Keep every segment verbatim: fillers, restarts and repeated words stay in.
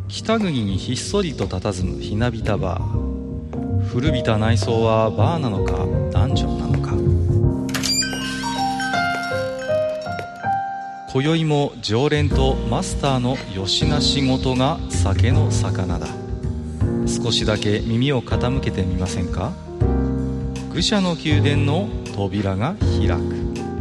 北国にひっそりと佇むひなびたバー。古びた内装はバーなのかダンジョンなのか。今宵も常連とマスターのよしな仕事が酒の魚だ。少しだけ耳を傾けてみませんか。愚者の宮殿の扉が開く。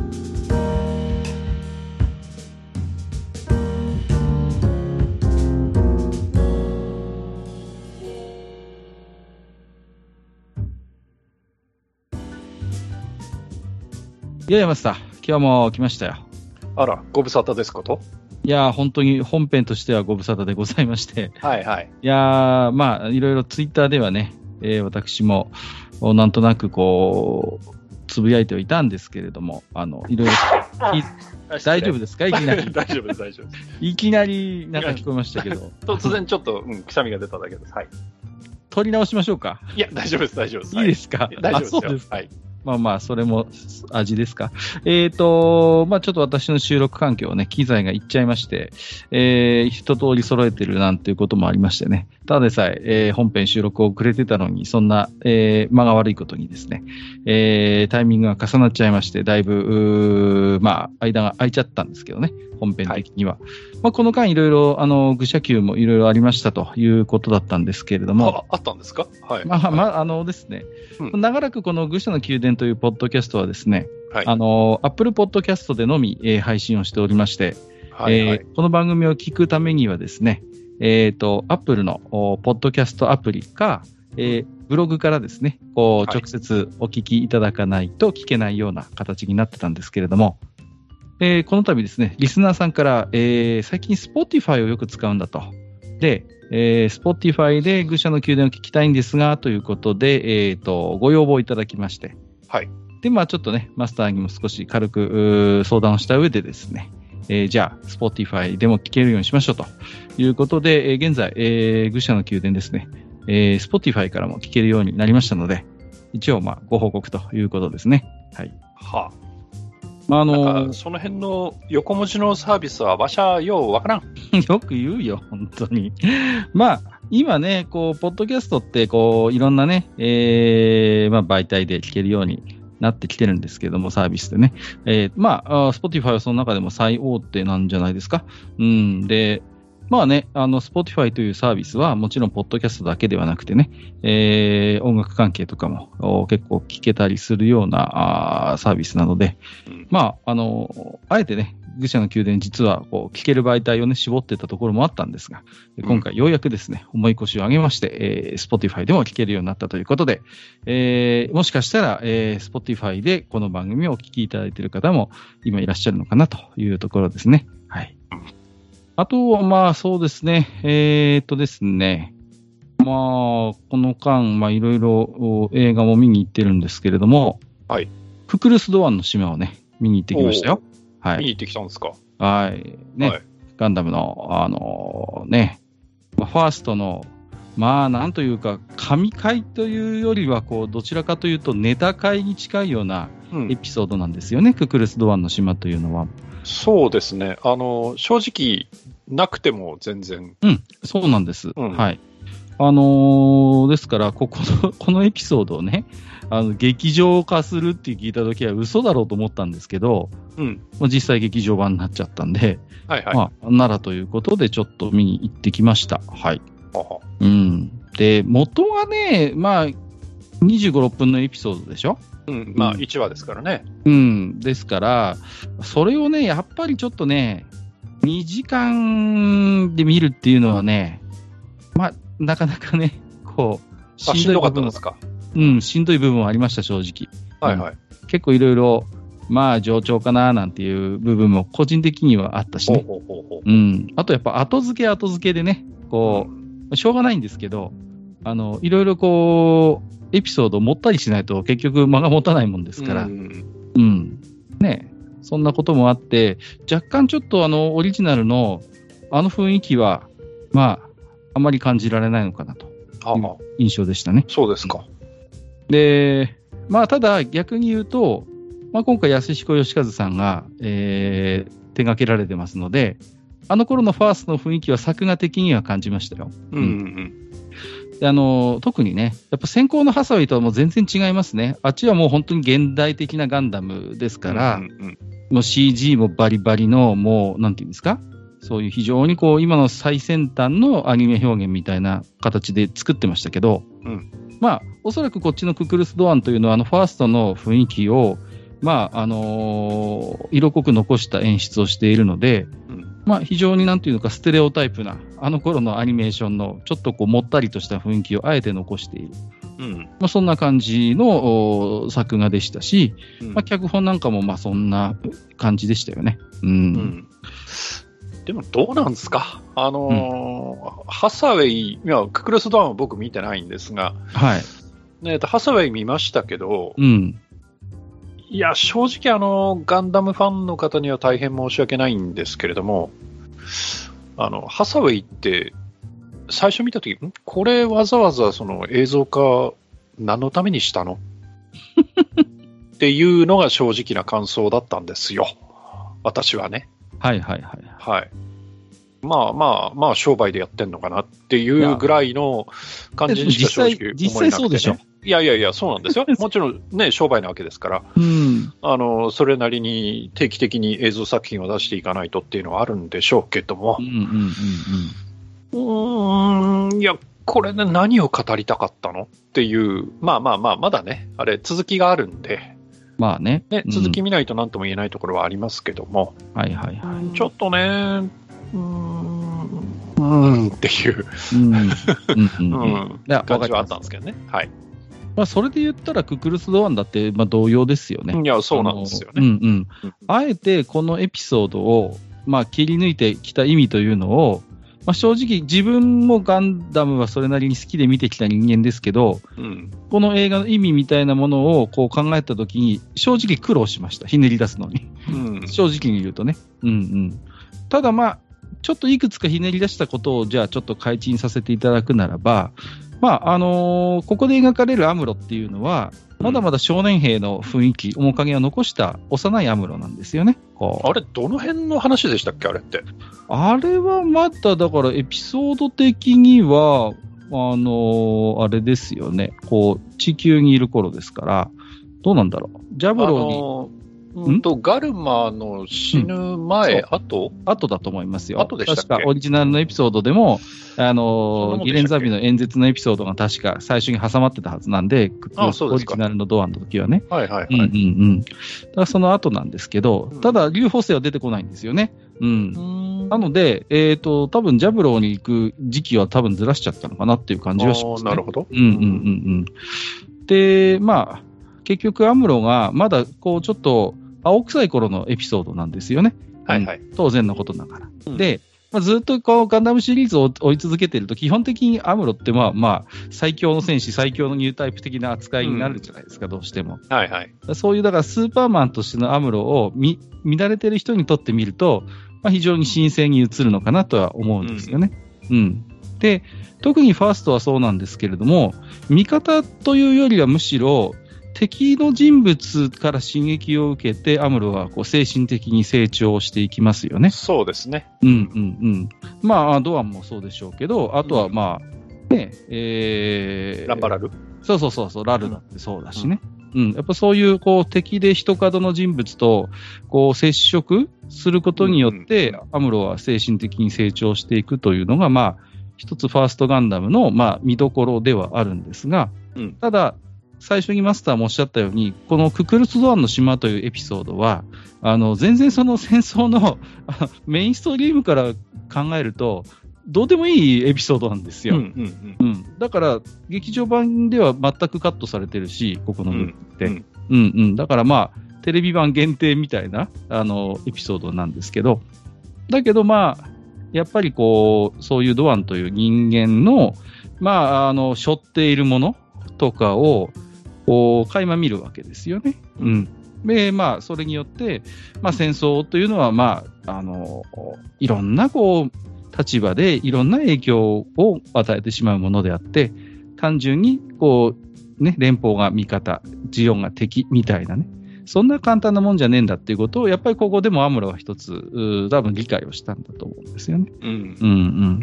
いやいやマスター、今日も来ましたよ。 あら、ご無沙汰ですこと。 いやー、本当に本編としてはご無沙汰でございまして。 はいはい。 いやー、まあ、いろいろツイッターではね、えー、私も、なんとなくこう、つぶやいてはいたんですけれども、あの、いろいろ、大丈夫ですかいきなり。 大丈夫です、大丈夫です。 いきなり、なんか聞こえましたけど。 突然ちょっと、うん、くしゃみが出ただけです。はい。 取り直しましょうか。 いや、大丈夫です、大丈夫です。 いいですか、はい、 大丈夫ですよ。 そうですか。 はい。 まあまあ、それも味ですか。えっと、まあちょっと私の収録環境ね、機材がいっちゃいまして、えー、一通り揃えてるなんていうこともありましてね、ただでさええー、本編収録を遅れてたのに、そんな、えー、間が悪いことにですね、えー、タイミングが重なっちゃいまして、だいぶ、まあ、間が空いちゃったんですけどね、本編的には。はい、まあこの間いろいろ、あの、愚者級もいろいろありましたということだったんですけれども。 あ、あったんですか。はい。 まあまあ、あのですね、うん、長らくこの愚者の宮殿というポッドキャストはですね、はい、あの、Apple Podcast でのみ、えー、配信をしておりまして、はいはい、えー、この番組を聞くためにはですね、えっと、Apple のポッドキャストアプリか、えー、ブログからですね、こう、直接お聞きいただかないと聞けないような形になってたんですけれども、えー、この度ですね、リスナーさんから、えー、最近 Spotify をよく使うんだと。で、えー、Spotify で愚者の宮殿を聞きたいんですが、ということで、えっと、ご要望いただきまして。 はい。 で、まあちょっとね、マスターにも少し軽く相談をした上でですね、えー、じゃあ、Spotify でも聞けるようにしましょうということで、えー、現在、えー、愚者の宮殿ですね、えー、Spotify からも聞けるようになりましたので、一応、まあ、ご報告ということですね。はい。 はあ。 まあ、あのー、 なんかその辺の横文字のサービスはわしゃようわからん。 よく言うよ、本当に。まあ、今ね、こう、ポッドキャストって、こう、いろんなね、えー、まあ、媒体で聞けるようになってきてるんですけども、サービスでね。えー、まあ、Spotify はその中でも最大手なんじゃないですか。うん。で、まあね、あの、Spotify というサービスはもちろんポッドキャストだけではなくてね、えー、音楽関係とかも結構聞けたりするようなあサービスなので、うん、まあ、あの、あえてね、愚者の宮殿実はこう聞ける媒体をね、絞ってたところもあったんですが、今回ようやくですね、重い腰を上げまして、えー、Spotify でも聞けるようになったということで、えー、もしかしたら、えー、Spotify でこの番組をお聞きいただいている方も今いらっしゃるのかなというところですね。はい。あとは、まあ、そうですね。えー、っとですね。まあ、この間、まあ、いろいろ映画も見に行ってるんですけれども、 はい。 ククルス・ドアンの島をね、見に行ってきましたよ。はい。 見に行ってきたんですか。 はい。ね。はい、ガンダムの、あのー、ね、まあ、ファーストの、まあ、なんというか、神回というよりは、こう、どちらかというと、ネタ回に近いようなエピソードなんですよね、うん、ククルス・ドアンの島というのは。 そうですね。あの、正直、なくても全然。 うん、そうなんです。 うん、 はい。あのー、ですから、ここの、このエピソードをね、あの、劇場化するって聞いたときは嘘だろうと思ったんですけど、 うん。 まあ、実際劇場版になっちゃったんで、 はいはい。 まあ、奈良ということでちょっと見に行ってきました。はい。 はは。 うん。で、元はね、まあ、にじゅうご、ろっぷんのエピソードでしょ？ うん、まあ、いちわですからね。 うん。ですから、それをね、やっぱりちょっとね、にじかんで見るっていうのはね、まあ、なかなかね、こう、 しんどかったですか？ うん、しんどい部分はありました、正直。 はいはい。 うん、結構いろいろ、まあ、冗長かな、なんていう部分も個人的にはあったしね。 ほうほうほうほう。 うん。あとやっぱ後付け後付けでね、こう、うん、しょうがないんですけど、あの、いろいろこう、エピソードを持ったりしないと結局間が持たないもんですから。うん。うん、ね。そんなこともあって、若干ちょっとあの、オリジナルのあの雰囲気は、まあ、あまり感じられないのかなという印象でしたね。 そうですか。 で、まあ、ただ逆に言うと、まあ、今回安彦義和さんが、えー、手掛けられてますので、 あの頃のファーストの雰囲気は作画的には感じましたよ。 うんうんうんであの特にね、やっぱ先行のハサウェイとはもう全然違いますね。あっちはもう本当に現代的なガンダムですから、 うんうんうん、 もう シージー もバリバリの、もうなんていうんですか、そういう非常にこう今の最先端のアニメ表現みたいな形で作ってましたけど、 うん、 まあおそらくこっちのククルス・ドアンというのはあのファーストの雰囲気を、まああのー色濃く残した演出をしているので、 うんまあ、非常になんていうのかステレオタイプなあの頃のアニメーションのちょっとこうもったりとした雰囲気をあえて残している、 うんまあ、そんな感じの作画でしたし、 うんまあ、脚本なんかもまあそんな感じでしたよね。うんうん、でもどうなんですか、あのーうん、ハサウェイ、いやククルス・ドアンは僕見てないんですが、 はいね、ハサウェイ見ましたけど、 うん、 いや、正直あの、ガンダムファンの方には大変申し訳ないんですけれども、あの、ハサウェイって、最初見たとき、んこれわざわざその映像化、何のためにしたのっていうのが正直な感想だったんですよ。私はね。 はいはいはい。 はい。まあまあまあ、商売でやってんのかなっていうぐらいの感じにしか正直思えなくて、ね、 実際そうでしょ。 いやいやいや、そうなんですよ。もちろんね、商売なわけですから、 うん、 あの、それなりに定期的に映像作品を出していかないとっていうのはあるんでしょうけども、 うんうんうんうん、うーん、いや、これで何を語りたかったのっていう、まあまあまあ、まだね、あれ、続きがあるんで、 まあね、 ね、続き見ないと何とも言えないところはありますけども、 うん、はいはいはい。 ちょっとね、うーん、うーんっていう、 うんうんうんうん、感じはあったんですけどね。はい。 まあ、それで言ったらククルス・ドアンだってまあ同様ですよね。 いや、そうなんですよね。 うんうんうん、あえてこのエピソードを、まあ、切り抜いてきた意味というのを、まあ、正直自分もガンダムはそれなりに好きで見てきた人間ですけど、 うん、 この映画の意味みたいなものをこう考えたときに正直苦労しました。ひねり出すのに。 うん、 正直に言うとね。うんうん。ただまあ、ちょっといくつかひねり出したことをじゃあちょっと開陳させていただくならば、まああのー、ここで描かれるアムロっていうのは、まだまだ少年兵の雰囲気、面影を残した幼いアムロなんですよね。こうあれ、どの辺の話でしたっけ、あれって。 あれはまだ、だからエピソード的には、あのー、あれですよね。こう、地球にいる頃ですから、どうなんだろう。ジャブローに。 あのーうんとガルマの死ぬ前、うん、後後だと思いますよ。 後でしたっけ。 確かオリジナルのエピソードでも、あのー、ギレンザビの演説のエピソードが確か最初に挟まってたはずなんで、 ああそうオリジナルのドアの時はね。 はいはいはい。 うんうんうん。だからその後なんですけど、ただ、劉邦星は出てこないんですよね。うん。うんなので、えっ、ー、と、多分ジャブローに行く時期は多分ずらしちゃったのかなっていう感じはしますね。 なるほど。 うんうんうんうん。で、まあ、結局アムロがまだこうちょっと、青臭い頃のエピソードなんですよね。 はいはい。 当然のことながら。 うん、 で、まあ、ずっとこうガンダムシリーズを追い続けていると、基本的にアムロってまあまあ、最強の戦士、最強のニュータイプ的な扱いになるじゃないですか、うん、どうしても。 はいはい。 そういう、だからスーパーマンとしてのアムロを見、見慣れてる人にとってみると、まあ、非常に新鮮に映るのかなとは思うんですよね。うん。うん、で、特にファーストはそうなんですけれども、味方というよりはむしろ、敵の人物から刺激を受けて、アムロはこう精神的に成長していきますよね。 そうですね。 うんうんうん。まあ、ドアンもそうでしょうけど、あとはまあ、ね、えー、 ランバラルそうそうそうそう、ラルだってそうだしね。うん、うん、やっぱそういうこう敵で一角の人物とこう接触することによって、うんうん、アムロは精神的に成長していくというのが、まあ、一つファーストガンダムの、まあ、見どころではあるんですが、うん、ただ、最初にマスターもおっしゃったように、このククルス・ドアンの島というエピソードは、あの全然その戦争のメインストリームから考えると、どうでもいいエピソードなんですよ。うんうんうんうん、だから、劇場版では全くカットされてるし、ここの部分って。うんうんうんうん、だからまあ、テレビ版限定みたいなあのエピソードなんですけど、だけどまあ、やっぱりこう、そういうドアンという人間の、まあ、あの、背負っているものとかを、こう垣間見るわけですよね。うん。で、まあ、それによって、まあ、戦争というのは、まあ、あの、いろんな、こう、立場でいろんな影響を与えてしまうものであって、単純に、こう、ね、連邦が味方、ジオンが敵みたいなね、 そんな簡単なもんじゃねえんだっていうことを、やっぱりここでもアムロは一つ、う多分理解をしたんだと思うんですよね。 うん。 うんうん。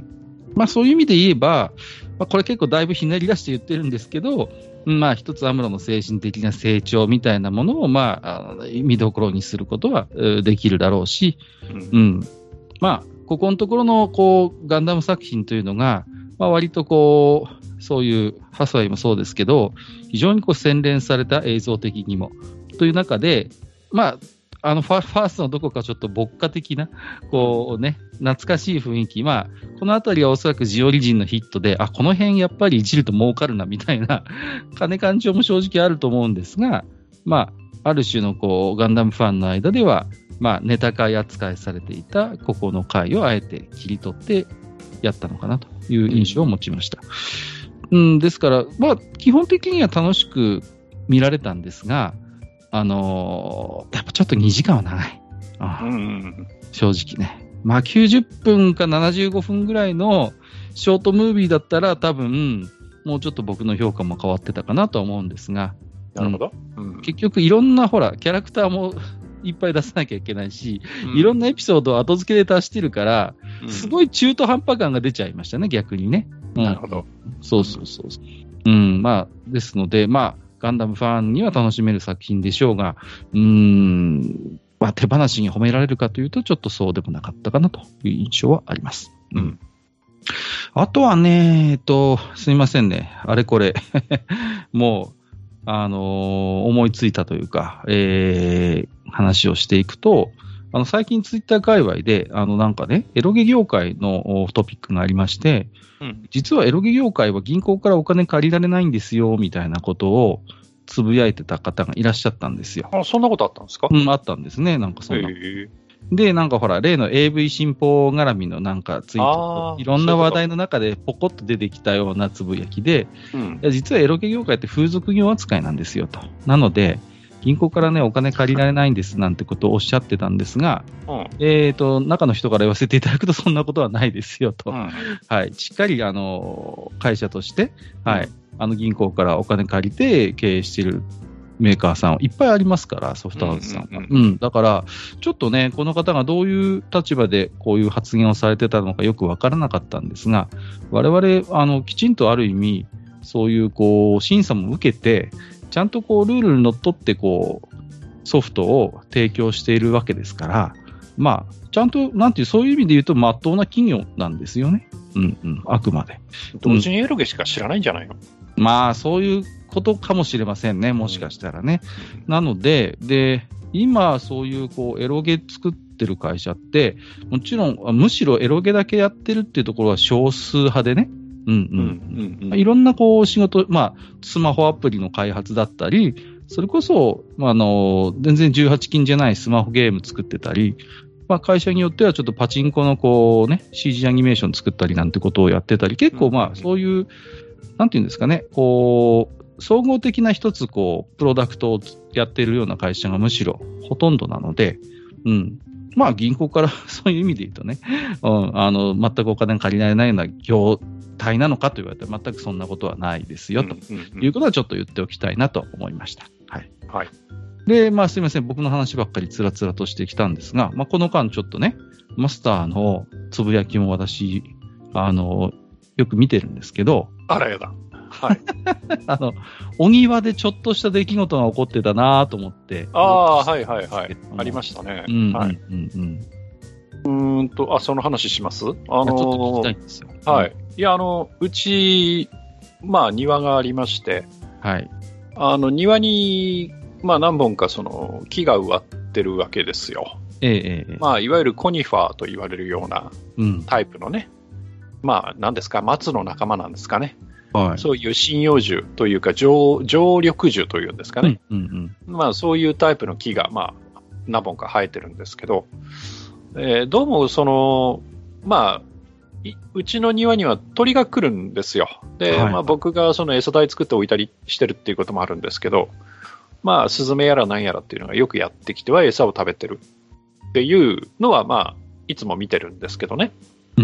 まあそういう意味で言えば、まあ、これ結構だいぶひねり出して言ってるんですけど、まあ一つアムロの精神的な成長みたいなものを、まあ、見どころにすることはできるだろうし、うん。うん、まあ、ここのところのこうガンダム作品というのが、まあ、割とこう、そういうハサウェイもそうですけど、非常にこう洗練された映像的にもという中で、まあ、あのファ、ファーストのどこかちょっと牧歌的な、こうね、懐かしい雰囲気、まあ、このあたりはおそらくジオリジンのヒットで、あ、この辺やっぱりいじると儲かるなみたいな、金感情も正直あると思うんですが、まあ、ある種のこうガンダムファンの間では、まあ、ネタ回扱いされていたここの回をあえて切り取ってやったのかなという印象を持ちました。うん、ですから、まあ、基本的には楽しく見られたんですが、あのー、やっぱちょっとにじかんは長い。ああ、うん、正直ね。まあきゅうじゅっぷんかななじゅうごふんぐらいのショートムービーだったら多分、もうちょっと僕の評価も変わってたかなとは思うんですが。 なるほど。 うん、結局いろんなほら、キャラクターもいっぱい出さなきゃいけないし、うん、いろんなエピソードを後付けで足してるから、うん、すごい中途半端感が出ちゃいましたね、逆にね。 うん、なるほど。 そうそうそう。うん、まあ、ですので、まあ、ガンダムファンには楽しめる作品でしょうが、うーん、まあ、手放しに褒められるかというと、ちょっとそうでもなかったかなという印象はあります。うん。あとはね、えっと、すみませんね、あれこれ、もう、あのー、思いついたというか、えー、話をしていくと、あの、最近ツイッター界隈で、あの、なんかね、エロゲ業界のトピックがありまして、うん、実はエロゲ業界は銀行からお金借りられないんですよ、みたいなことをつぶやいてた方がいらっしゃったんですよ。 あ、そんなことあったんですか？ うん、あったんですね、なんかそんな。で、なんかほら、例の エーブイ 新報絡みのなんかツイート、いろんな話題の中でポコッと出てきたようなつぶやきで、うん、いや実はエロゲ業界って風俗業扱いなんですよと。なので、銀行からね、お金借りられないんですなんてことをおっしゃってたんですが、うん、えっと、中の人から言わせていただくとそんなことはないですよと。うん、はい。しっかり、あの、会社として、はい。うん、あの銀行からお金借りて経営しているメーカーさんいっぱいありますから、ソフトハウスさんは。うんうんうんうん、だから、ちょっとね、この方がどういう立場でこういう発言をされてたのかよくわからなかったんですが、我々、あの、きちんとある意味、そういう、こう、審査も受けて、ちゃんとこうルールにのっとってこうソフトを提供しているわけですから、まあ、ちゃんと、なんていう、そういう意味で言うと、まっとうな企業なんですよね。うんうん、あくまで。 同人エロゲしか知らないんじゃないの？ うん、まあ、そういうことかもしれませんね、もしかしたらね。うん、なので、で、今、そういうこうエロゲ作ってる会社って、もちろん、むしろエロゲだけやってるっていうところは少数派でね。うんうんうんうん、いろんなこう仕事、まあ、スマホアプリの開発だったり、それこそ、まあ、あの全然じゅうはち禁じゃないスマホゲーム作ってたり、まあ、会社によってはちょっとパチンコのこう、ね、シージー アニメーション作ったりなんてことをやってたり、結構まあそういう、なんていうんですかね、こう総合的な一つこうプロダクトをやっているような会社がむしろほとんどなので、うん、まあ銀行からそういう意味で言うとね、うん、あの全くお金借りられないような業態なのかと言われて全くそんなことはないですよ、うんうんうん、ということはちょっと言っておきたいなと思いました。はい。はい。で、まあすいません、僕の話ばっかりつらつらとしてきたんですが、まあこの間ちょっとね、マスターのつぶやきも私、あの、よく見てるんですけど、 あらやだ。はい。 あの、お庭でちょっとした出来事が起こってたなと思って。 ああ、はいはいはい。ありましたね。 うん、 はい。 うんうんうーんと、あ、その話します？あのー、 ちょっと聞きたいんですよ。 はい。いや、あの、うち、まあ、庭がありまして、 はい。 あの、庭に、まあ、何本か、その、木が植わってるわけですよ。 ええ、ええ。 まあ、いわゆるコニファーと言われるようなタイプのね、うん、まあ、何ですか、松の仲間なんですかね。はい。そういう針葉樹というか、常、常緑樹というんですかね。うんうんうん、まあ、そういうタイプの木が、まあ、何本か生えてるんですけど、えー、どうもその、まあ、うちの庭には鳥が来るんですよ。で、はい、まあ、僕がその餌台作っておいたりしてるっていうこともあるんですけど、まあ、スズメやら何やらっていうのがよくやってきては餌を食べてるっていうのは、まあ、いつも見てるんですけどね。 うん。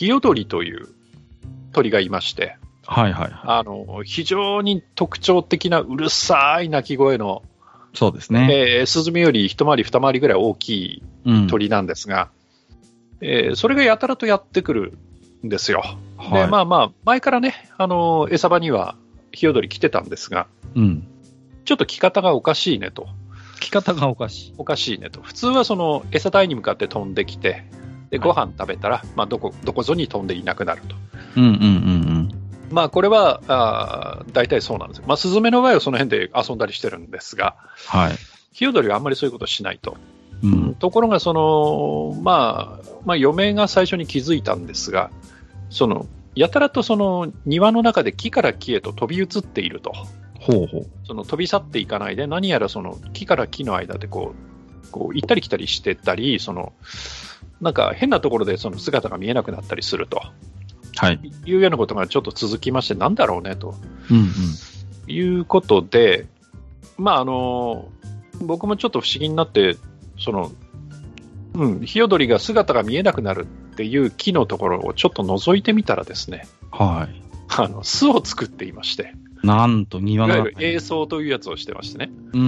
で、あの、そんな中にヒヨドリという鳥がいまして、 はいはいはい。 あの、非常に特徴的なうるさい鳴き声の、 そうですね。 えー、スズメより一回り二回りぐらい大きい鳥なんですが、うん、えー、それがやたらとやってくるんですよ。はい、で、まあまあ、前からね、あの、餌場にはヒヨドリ来てたんですが、うん、ちょっと来方がおかしいねと。 来方がおかしい。 おかしいねと。普通はその餌台に向かって飛んできて、で、ご飯食べたら、はい、まあ、どこ、どこぞに飛んでいなくなると。 うんうんうんうん。まあ、これは、あ大体そうなんですよ。まあ、スズメの場合はその辺で遊んだりしてるんですが、 はい。 ヒヨドリはあんまりそういうことしないと。 うん、 ところが、その、まあ、まあ、嫁が最初に気づいたんですが、その、やたらとその庭の中で木から木へと飛び移っていると。 ほうほう。 その飛び去っていかないで、何やらその木から木の間でこう、こう行ったり来たりしてたり、その、なんか変なところでその姿が見えなくなったりすると。 はい。 いうようなことがちょっと続きまして、なんだろうねと。 うんうん。 いうことで、まああの、僕もちょっと不思議になって、その、うん、ヒヨドリが姿が見えなくなるっていう木のところをちょっと覗いてみたらですね、 はい。 あの、巣を作っていまして。 なんと庭のいわゆる営巣というやつをしてましてね。 うん。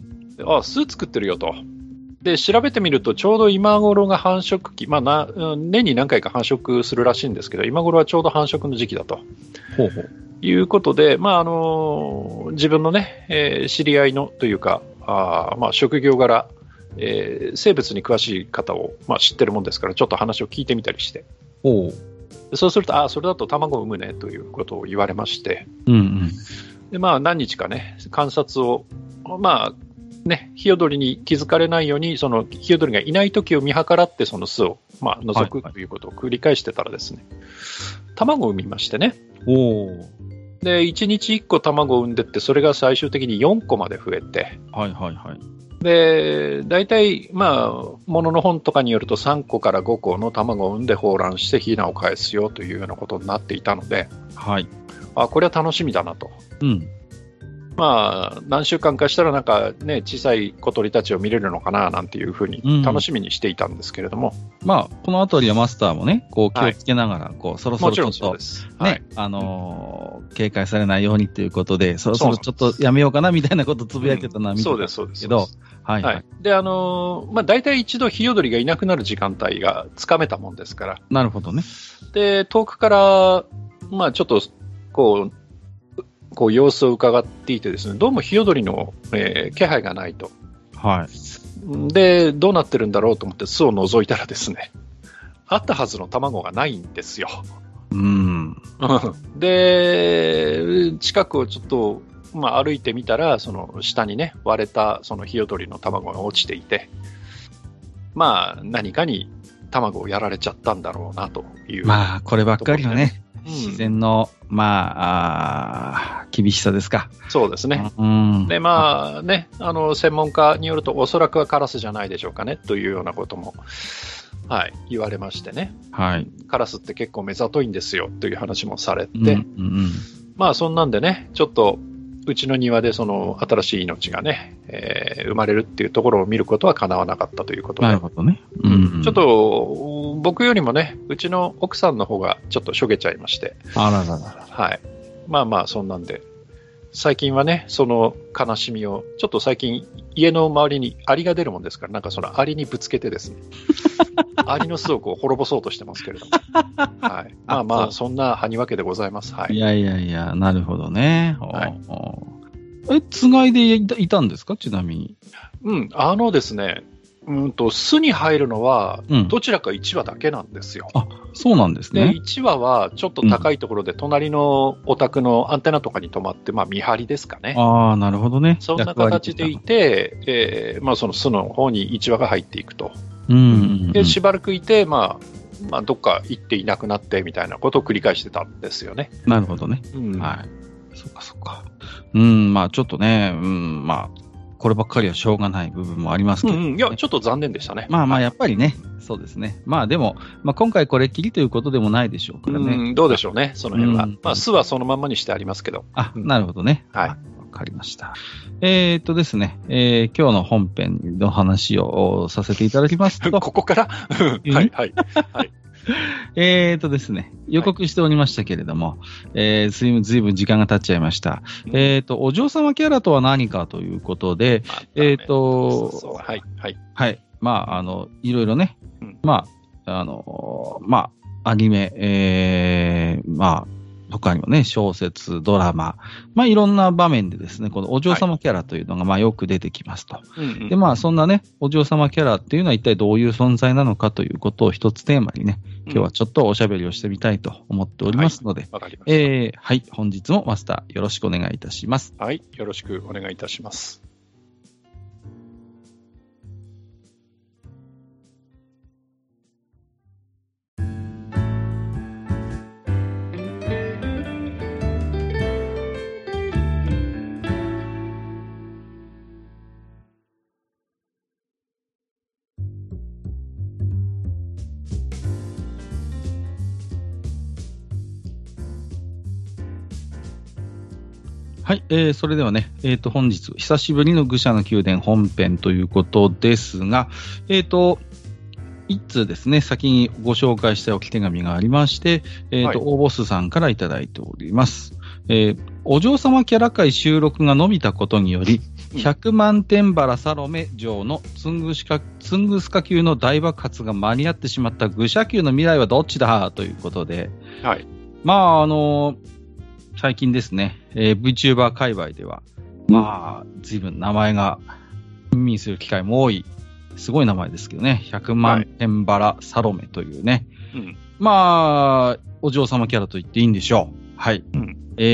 あ、巣作ってるよと。で、調べてみると、ちょうど今頃が繁殖期、まあな、年に何回か繁殖するらしいんですけど、今頃はちょうど繁殖の時期だと。 ほうほう。 いうことで、まああのー、自分のね、えー、知り合いのというか、あまあ、職業柄、えー、生物に詳しい方を、まあ、知ってるもんですから、ちょっと話を聞いてみたりして。 おう。 そうすると、あそれだと卵を産むねということを言われまして、 うんうん、 でまあ、何日かね、観察を、まあね、ヒヨドリに気づかれないように、そのヒヨドリがいない時を見計らって、その巣を、まあ、覗くということを繰り返してたらですね、はいはい、卵を産みましてね。 おで、いちにちいっこ卵を産んでって、それが最終的によんこまで増えて、 はいはいはい。 で、大体、まあ、ものの本とかによるとさんこからごこの卵を産んで抱卵してヒナを返すよというようなことになっていたので、 はい。 あ、これは楽しみだなと。 うん。 まあ、何週間かしたらなんかね、小さい小鳥たちを見れるのかななんていうふうに楽しみにしていたんですけれども。 うん、まあ、このあたりはマスターもね、こう気をつけながら、はい、こう、そろそろちょっと、ね、 はい、 あのー、警戒されないようにということで、そろそろちょっとやめようかなみたいなことをつぶやいてたのは見てたんですけど、はい、はい。 で、あのー、まあ、大体一度ヒヨドリがいなくなる時間帯がつかめたもんですから。 なるほどね。 で、遠くから、まあ、ちょっと、こう、こう様子を伺っていてですね、どうもヒヨドリの、えー、気配がないと。 はい。 で、どうなってるんだろうと思って巣を覗いたらですね、あったはずの卵がないんですよ。 うん。 で、近くをちょっと、まあ、歩いてみたら、その下にね、割れたそのヒヨドリの卵が落ちていて、まあ、何かに卵をやられちゃったんだろうなという。 まあ、こればっかりはね。自然の、まあ、あ厳しさですか。 そうですね。 うん、 で、まあね、あの、専門家によると、おそらくはカラスじゃないでしょうかね、というようなことも、はい、言われましてね。 はい。 カラスって結構目ざといんですよ、という話もされて、 うんうんうん、 まあ、そんなんでね、ちょっと、うちの庭でその新しい命がね、えー、生まれるっていうところを見ることは叶わなかったということで。 なるほどね。うんうん、 ちょっと、僕よりもね、うちの奥さんの方がちょっとしょげちゃいまして。 あらららら。 はい。まあまあ、そんなんで。最近はね、その悲しみを、ちょっと最近、家の周りにアリが出るもんですから、なんかそのアリにぶつけてですね、アリの巣をこう滅ぼそうとしてますけれども。はい。まあまあ、そんな埴輪家でございます。はい。 いやいやいや、なるほどね。 はい、 え、つがいでいた、いたんですか、ちなみに。 うん、あのですね、うんと、巣に入るのは、どちらかいちわだけなんですよ。 うん、あ、そうなんですね。 で、いちわはちょっと高いところで、隣のお宅のアンテナとかに止まって、まあ、見張りですかね。 ああ、なるほどね。 そんな形でいて、えー、まあ、その巣の方にいちわが入っていくと。 うんうんうん、 で、しばらくいて、まあ、まあ、どっか行っていなくなってみたいなことを繰り返してたんですよね。 なるほどね。 うん、 はい。そっかそっか。うん、まあ、ちょっとね、うん、まあ、こればっかりはしょうがない部分もありますけど、ね、 うんうん、いや、ちょっと残念でしたね。 まあまあ、やっぱりね、そうですね。まあでも、まあ今回これっきりということでもないでしょうからね。 うん、どうでしょうね、その辺は。うん、まあ、巣はそのまんまにしてありますけど。 あ、うん、なるほどね。 はい。わかりました。えー、っとですね、えー、今日の本編の話をさせていただきますと。 ここからはい、はい、はい。 えーとですね、予告しておりましたけれども、はい、えー、ずいぶん、ずいぶん時間が経っちゃいました。うん、えーと、お嬢様キャラとは何かということで、えーと、 そうそうはい、はい。 はい。まあ、あの、いろいろね、うん、まあ、あの、まあ、アニメ、えー、まあ、他にもね、小説、ドラマ、まあいろんな場面でですね、このお嬢様キャラというのがまあよく出てきますと。はいうんうん、で、まあそんなね、お嬢様キャラっていうのは一体どういう存在なのかということを一つテーマにね、今日はちょっとおしゃべりをしてみたいと思っておりますので、 わ、うんはい、かりました。 えー、はい、本日もマスターよろしくお願いいたします。 はい、よろしくお願いいたします。 はい、えー、それではね、えっ、ー、と、本日、久しぶりの愚者の宮殿本編ということですが、えっ、ー、と、一通ですね、先にご紹介した置き手紙がありまして、えっ、ー、と、はい、大ボスさんからいただいております。えー、お嬢様キャラ会収録が伸びたことにより、ひゃくまん点バラサロメ城のツングスカ、ツングスカ級の大爆発が間に合ってしまった愚者級の未来はどっちだということで、 はい。 まあ、あのー、最近ですね、えー、VTuber 界隈では、まあ、随分名前が耳にする機会も多い、すごい名前ですけどね、ひゃくまん点バラサロメというね、はいうん、まあ、お嬢様キャラと言っていいんでしょう。はい。うん、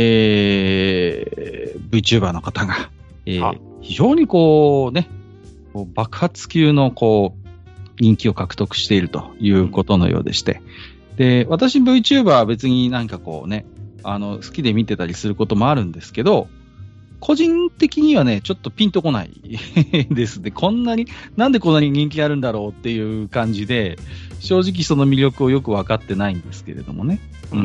えー、VTuber の方が、えー、非常にこうね、爆発級のこう、人気を獲得しているということのようでして、で、私 VTuber は別になんかこうね、あの、好きで見てたりすることもあるんですけど、個人的にはね、ちょっとピンとこないですね。こんなに、なんでこんなに人気あるんだろうっていう感じで、正直その魅力をよく分かってないんですけれどもね。うん、うん。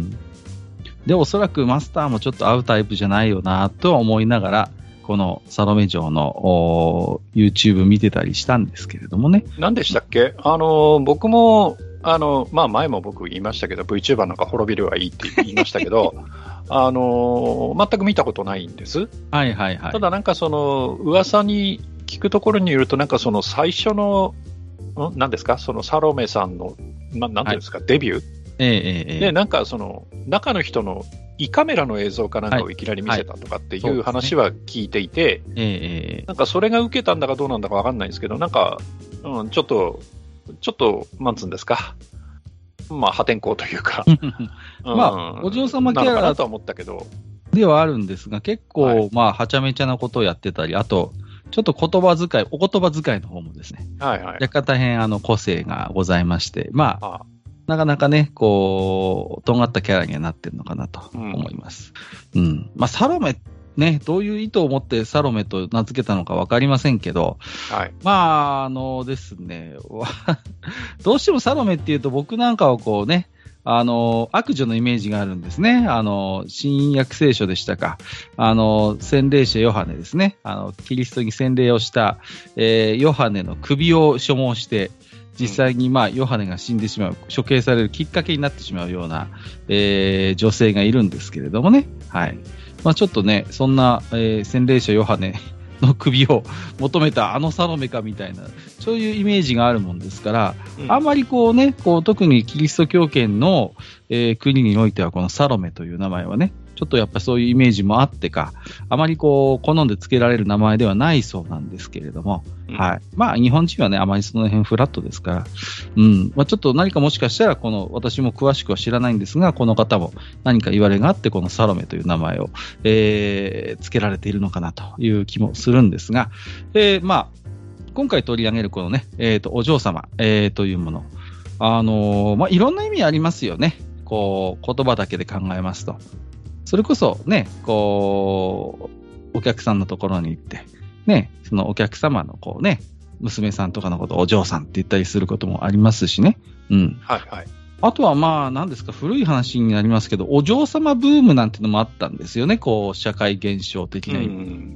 で、おそらくマスターもちょっと合うタイプじゃないよなとは思いながら、このサロメ城の YouTube 見てたりしたんですけれどもね。 何でしたっけあの、僕も、あの、まあ前も僕言いましたけど、VTuber なんか滅びるはいいって言いましたけど、あの、全く見たことないんです。 はいはいはい。 ただなんかその、噂に聞くところによると、なんかその最初の、ん何ですかそのサロメさんの、ななんていうんですか、はい、デビューええええ。 で、なんかその、中の人の胃カメラの映像かなんかをいきなり見せたとかっていう話は聞いていて、 ええなんかそれが受けたんだかどうなんだかわかんないんですけど、なんか、うん、ちょっと、ちょっと、なんつうんですか。まあ、破天荒というか。 まあ、うん、お嬢様キャラだとは思ったけど。 ではあるんですが、結構、はい、まあ、はちゃめちゃなことをやってたり、あと、ちょっと言葉遣い、お言葉遣いの方もですね。 はいはい。 若干大変、あの、個性がございまして、まあ、ああなかなかね、こう、尖ったキャラにはなってるのかなと思います。うん。うん、まあ、サロメね、どういう意図を持ってサロメと名付けたのかわかりませんけど、 はい。 まあ、あのですね、どうしてもサロメっていうと僕なんかはこうね、あの、悪女のイメージがあるんですね。あの、新約聖書でしたか。あの、洗礼者ヨハネですね。あの、キリストに洗礼をした、えー、ヨハネの首を所望して、実際に、まあ、ヨハネが死んでしまう、処刑されるきっかけになってしまうような、えー、女性がいるんですけれどもね。はい。まあ、ちょっとね、そんな、えー、洗礼者ヨハネの首を求めたあのサロメかみたいな、そういうイメージがあるもんですから、うん、あんまりこうね、こう特にキリスト教圏の、えー、国においてはこのサロメという名前はね、ちょっとやっぱそういうイメージもあってか、あまりこう好んで付けられる名前ではないそうなんですけれども、うん、はい。まあ日本人はね、あまりその辺フラットですから、うん。まあちょっと何かもしかしたら、この、私も詳しくは知らないんですが、この方も何か言われがあって、このサロメという名前を、えー、付けられているのかなという気もするんですが、えー、まあ、今回取り上げるこのね、えっと、お嬢様、えー、というもの、あのー、まあいろんな意味ありますよね。こう、言葉だけで考えますと。それこそね、こう、お客さんのところに行って、ね、そのお客様のこうね、娘さんとかのことをお嬢さんって言ったりすることもありますしね。うん。 はいはい。 あとはまあ、何ですか、古い話になりますけど、お嬢様ブームなんてのもあったんですよね、こう、社会現象的な。うん、うん、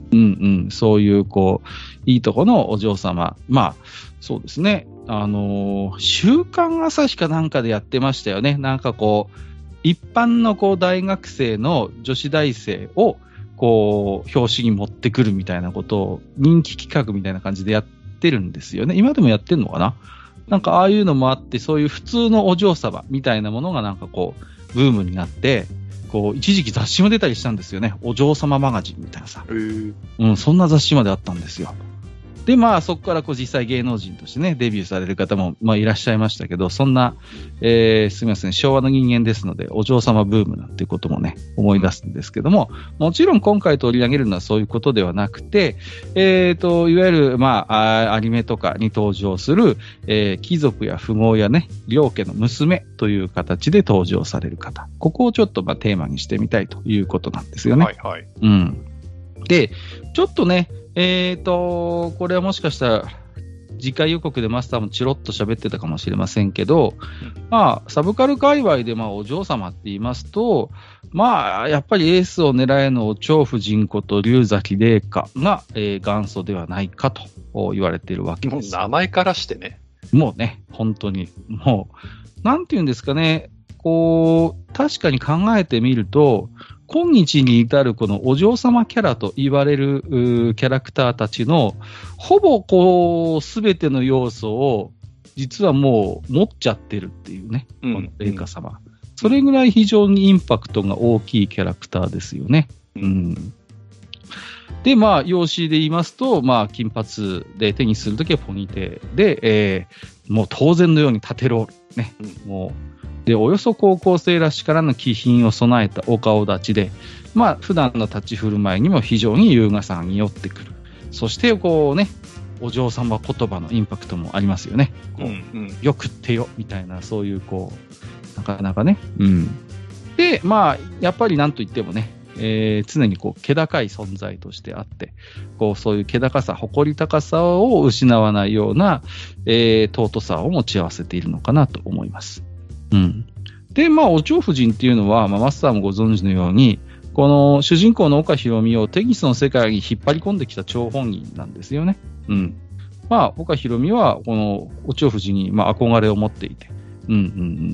うん、そういう、こう、いいとこのお嬢様。まあ、そうですね。あのー、週刊朝日かなんかでやってましたよね。なんかこう、一般のこう、大学生の女子大生を、こう、表紙に持ってくるみたいなことを、人気企画みたいな感じでやってるんですよね。今でもやってんのかな。なんかああいうのもあって、そういう普通のお嬢様みたいなものがなんかこう、ブームになって、こう、一時期雑誌も出たりしたんですよね。お嬢様マガジンみたいなさ。 へー。 うん、そんな雑誌まであったんですよ。で、まあ、そこからこう実際芸能人としてね、デビューされる方も、まあ、いらっしゃいましたけど、そんな、えー、すみません、昭和の人間ですので、お嬢様ブームなんていうこともね、思い出すんですけども、もちろん今回取り上げるのはそういうことではなくて、えーと、いわゆる、まあ、アニメとかに登場する、えー、貴族や富豪やね、領家の娘という形で登場される方。ここをちょっとまあテーマにしてみたいということなんですよね。 はいはい。 うん。で、ちょっとね、えーと、これはもしかしたら、次回予告でマスターもチロッと喋ってたかもしれませんけど、まあ、サブカル界隈で、まあ、お嬢様って言いますと、まあ、やっぱりエースを狙えのお蝶夫人こと龍崎麗華が、えー、元祖ではないかと言われているわけです。 もう名前からしてね。 もうね、本当に、もう、なんていうんですかね、こう、確かに考えてみると、今日に至るこのお嬢様キャラと言われるキャラクターたちのほぼこうすべての要素を実はもう持っちゃってるっていうね、うん、この麗華様、うん。それぐらい非常にインパクトが大きいキャラクターですよね。うん、で、まあ、容姿で言いますと、まあ、金髪で手にするときはポニテーで、えー、もう当然のように縦ロール。ね。うん、もうで、およそ高校生らしからぬ気品を備えたお顔立ちで、まあ、普段の立ち振る舞いにも非常に優雅さに寄ってくる。そして、こうね、お嬢様言葉のインパクトもありますよね。こう、うんうん、よくってよ、みたいな、そういうこう、なかなかね。うん。で、まあ、やっぱりなんと言ってもね、えー、常にこう、気高い存在としてあって、こう、そういう気高さ、誇り高さを失わないような、えー、尊さを持ち合わせているのかなと思います。うん。で、まあ、お蝶夫人っていうのは、まあ、マスターもご存知のように、この主人公の岡ひろみをテニスの世界に引っ張り込んできた張本人なんですよね。うん。まあ、岡ひろみは、このお蝶夫人に、まあ、憧れを持っていて、うんうん、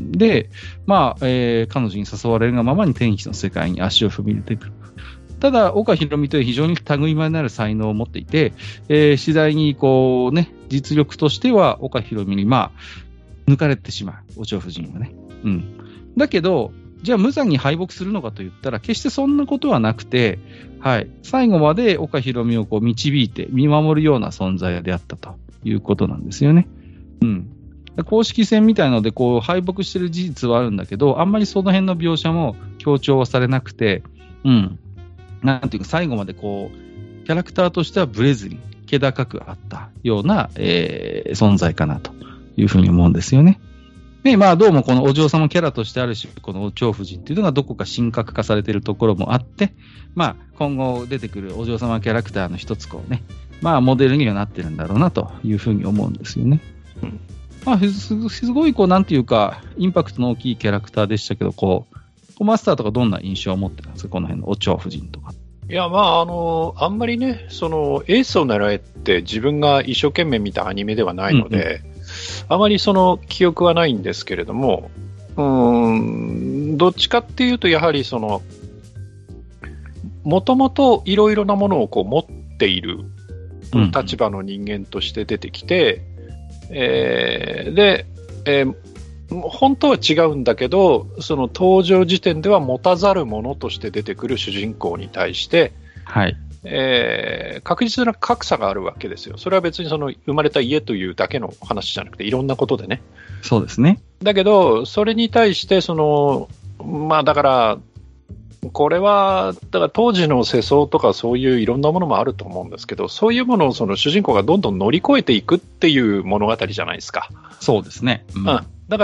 で、まあ、えー、彼女に誘われるがままにテニスの世界に足を踏み入れてくる。ただ、岡ひろみという非常に類いまれなる才能を持っていて、えー、次第にこうね、実力としては岡ひろみに、まあ、抜かれてしまう、お蝶夫人はね。うん。だけど、じゃあ無残に敗北するのかと言ったら、決してそんなことはなくて、はい。最後まで岡ひろみをこう導いて見守るような存在であったということなんですよね。うん。公式戦みたいので、こう、敗北してる事実はあるんだけど、あんまりその辺の描写も強調はされなくて、うん。なんていうか、最後までこう、キャラクターとしてはブレずに、気高くあったような、えー、存在かなと。いうふうに思うんですよね。で、まあどうもこのお嬢様キャラとしてある種、このお蝶夫人っていうのがどこか神格化されているところもあって、まあ今後出てくるお嬢様キャラクターの一つこうね、まあモデルにはなってるんだろうなというふうに思うんですよね。うん、まあす、すごいこうなんていうか、インパクトの大きいキャラクターでしたけど、こう、マスターとかどんな印象を持ってたんですか、この辺のお蝶夫人とか。 いや、まあ、あの、あんまりね、その、エースを狙えって自分が一生懸命見たアニメではないので、うんうん、あまりその記憶はないんですけれども、うーん、どっちかっていうと、やはりその、もともといろいろなものをこう持っている立場の人間として出てきて、うんうん、えー、で、えー本当は違うんだけど、その登場時点では持たざるものとして出てくる主人公に対して、 はいえー、確実な格差があるわけですよ。それは別にその生まれた家というだけの話じゃなくて、いろんなことでね。 そうですね。 だけど、それに対してその、まあだから、これはだから当時の世相とかそういういろんなものもあると思うんですけど、そういうものをその主人公がどんどん乗り越えていくっていう物語じゃないですか。 そうですね。 うん、うんだから、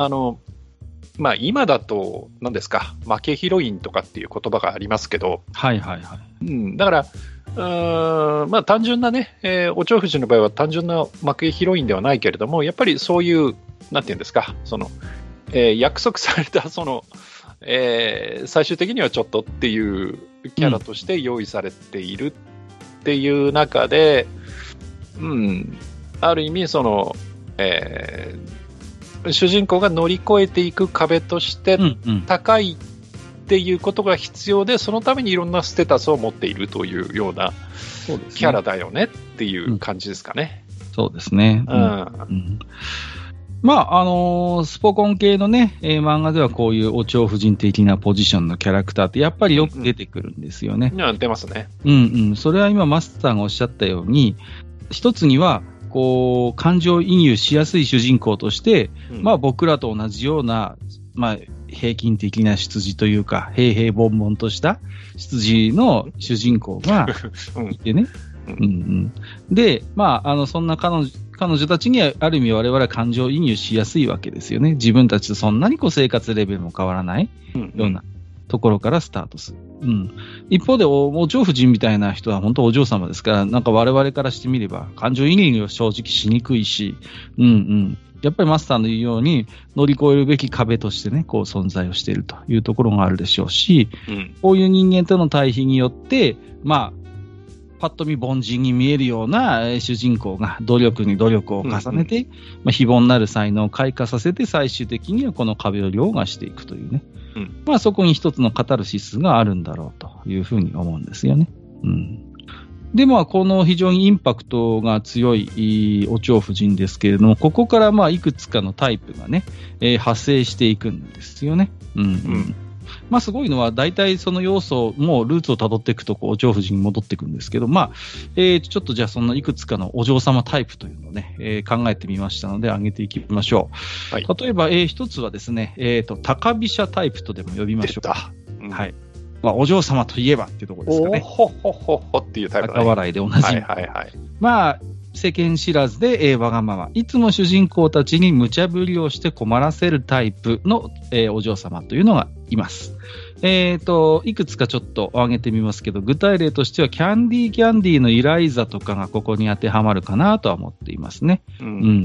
あの、まあ、今だと、何ですか、負けヒロインとかっていう言葉がありますけど、 はいはいはい。 うん、だから、うーんまあ、単純なね、えー、お蝶夫人の場合は単純な負けヒロインではないけれども、やっぱりそういう、なんていうんですか、その、 えー、約束されたその、えー、最終的にはちょっとっていうキャラとして用意されているっていう中で、うん、うん、ある意味その、えー、主人公が乗り越えていく壁として高いっていうことが必要で、そのためにいろんなステータスを持っているというようなキャラだよねっていう感じですかね。 そうですね。うんうん、まあ、あのー、スポコン系のね、えー、漫画ではこういうお蝶夫人的なポジションのキャラクターってやっぱりよく出てくるんですよね。 うんうん、出ますね。 うんうん。それは今マスターがおっしゃったように、一つには、こう、感情移入しやすい主人公として、うん、まあ僕らと同じような、まあ平均的な出自というか、平々凡々とした出自の主人公がいてね。うんうん、で、まあ、あの、そんな彼女、彼女たちには、ある意味我々は感情移入しやすいわけですよね。自分たちとそんなにこう生活レベルも変わらないようなところからスタートする。うん、一方でお、お嬢夫人みたいな人は本当お嬢様ですから、なんか我々からしてみれば、感情移入は正直しにくいし、うんうん。やっぱりマスターの言うように乗り越えるべき壁としてね、こう存在をしているというところがあるでしょうし、うん、こういう人間との対比によって、まあ、パッと見凡人に見えるような主人公が努力に努力を重ねて、うんうん、まあ、非凡なる才能を開花させて最終的にはこの壁を凌駕していくというね。うん、まあそこに一つのカタルシスがあるんだろうというふうに思うんですよね。うん、で、まあこの非常にインパクトが強いお蝶夫人ですけれども、ここからまあいくつかのタイプがね、えー、派生していくんですよね。うんうん、まあすごいのは大体その要素もルーツをたどっていくとこうお嬢夫人に戻っていくんですけど、まあ、えー、ちょっとじゃあそのいくつかのお嬢様タイプというのをね、えー、考えてみましたので挙げていきましょう。はい、例えば、えー、一つはですね、えーと、高飛車タイプとでも呼びましょうか。うん、はい。まあ、お嬢様といえばっていうところですかね。 おほほほほっていうタイプだね。 高笑いでおなじみ。 はいはいはい。 まあ、世間知らずで、えー、わがまま。いつも主人公たちに無茶ぶりをして困らせるタイプの、えー、お嬢様というのがいます。えーと、いくつかちょっと挙げてみますけど、具体例としては、キャンディーキャンディーのイライザとかがここに当てはまるかなとは思っていますね。うん、うん、うんうん。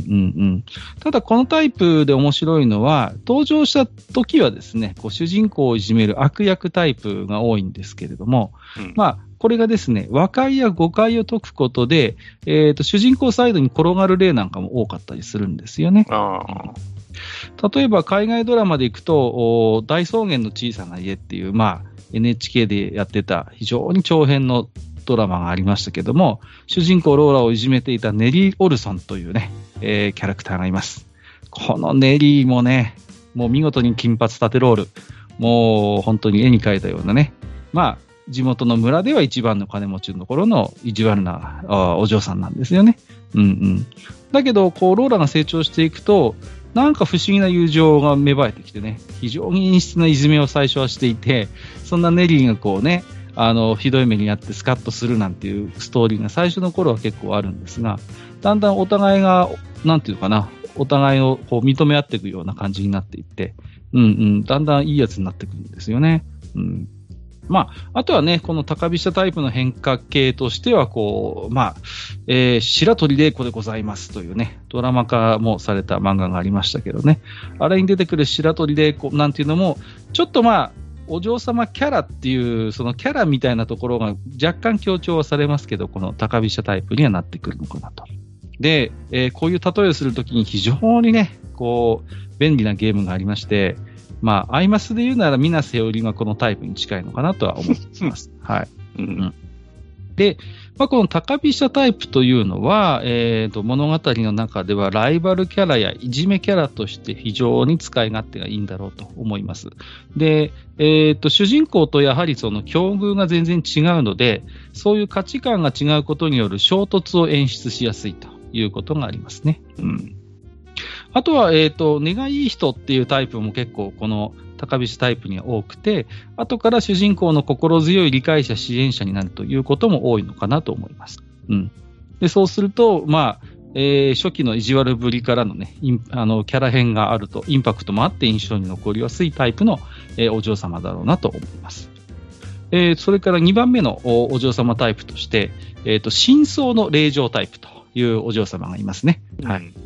ただ、このタイプで面白いのは、登場した時はですね、こう主人公をいじめる悪役タイプが多いんですけれども、うん、まあ、これがですね、和解や誤解を解くことで、えーと、主人公サイドに転がる例なんかも多かったりするんですよね。あ例えば海外ドラマで行くと大草原の小さな家っていう、まあ、エヌエイチケー でやってた非常に長編のドラマがありましたけども、主人公ローラをいじめていたネリー・オルソンというね、えー、キャラクターがいます。このネリーもね、もう見事に金髪縦ロール、もう本当に絵に描いたようなね、まあ地元の村では一番の金持ちのところの意地悪なお嬢さんなんですよね。うんうん。だけどこうローラが成長していくと、なんか不思議な友情が芽生えてきてね、非常に陰湿ないじめを最初はしていて、そんなネリーがこうね、あの、ひどい目にあってスカッとするなんていうストーリーが最初の頃は結構あるんですが、だんだんお互いが、なんていうかな、お互いをこう認め合っていくような感じになっていって、うんうん、だんだんいいやつになっていくんですよね。うん。まあ、あとはね、この高飛車タイプの変化系としては、こう、まあ、えー、白鳥玲子でございますというね、ドラマ化もされた漫画がありましたけどね、あれに出てくる白鳥玲子なんていうのも、ちょっとまあ、お嬢様キャラっていう、そのキャラみたいなところが若干強調はされますけど、この高飛車タイプにはなってくるのかなと。で、えー、こういう例えをするときに非常にね、こう、便利なゲームがありまして、まあ、アイマスで言うなら、水瀬よりがこのタイプに近いのかなとは思っています。はい。うんうん、で、まあ、この高飛車タイプというのは、えーと、物語の中ではライバルキャラやいじめキャラとして非常に使い勝手がいいんだろうと思います。で、えーと、主人公とやはりその境遇が全然違うので、そういう価値観が違うことによる衝突を演出しやすいということがありますね。うん。あとは、えっと、根がいい人っていうタイプも結構この高飛車タイプには多くて、後から主人公の心強い理解者、支援者になるということも多いのかなと思います。うん。で、そうすると、まあ、えー、初期の意地悪ぶりからのね、インあの、キャラ変があると、インパクトもあって印象に残りやすいタイプの、えー、お嬢様だろうなと思います。えー、それからにばんめの お, お嬢様タイプとして、えっと、深層の令嬢タイプというお嬢様がいますね。はい。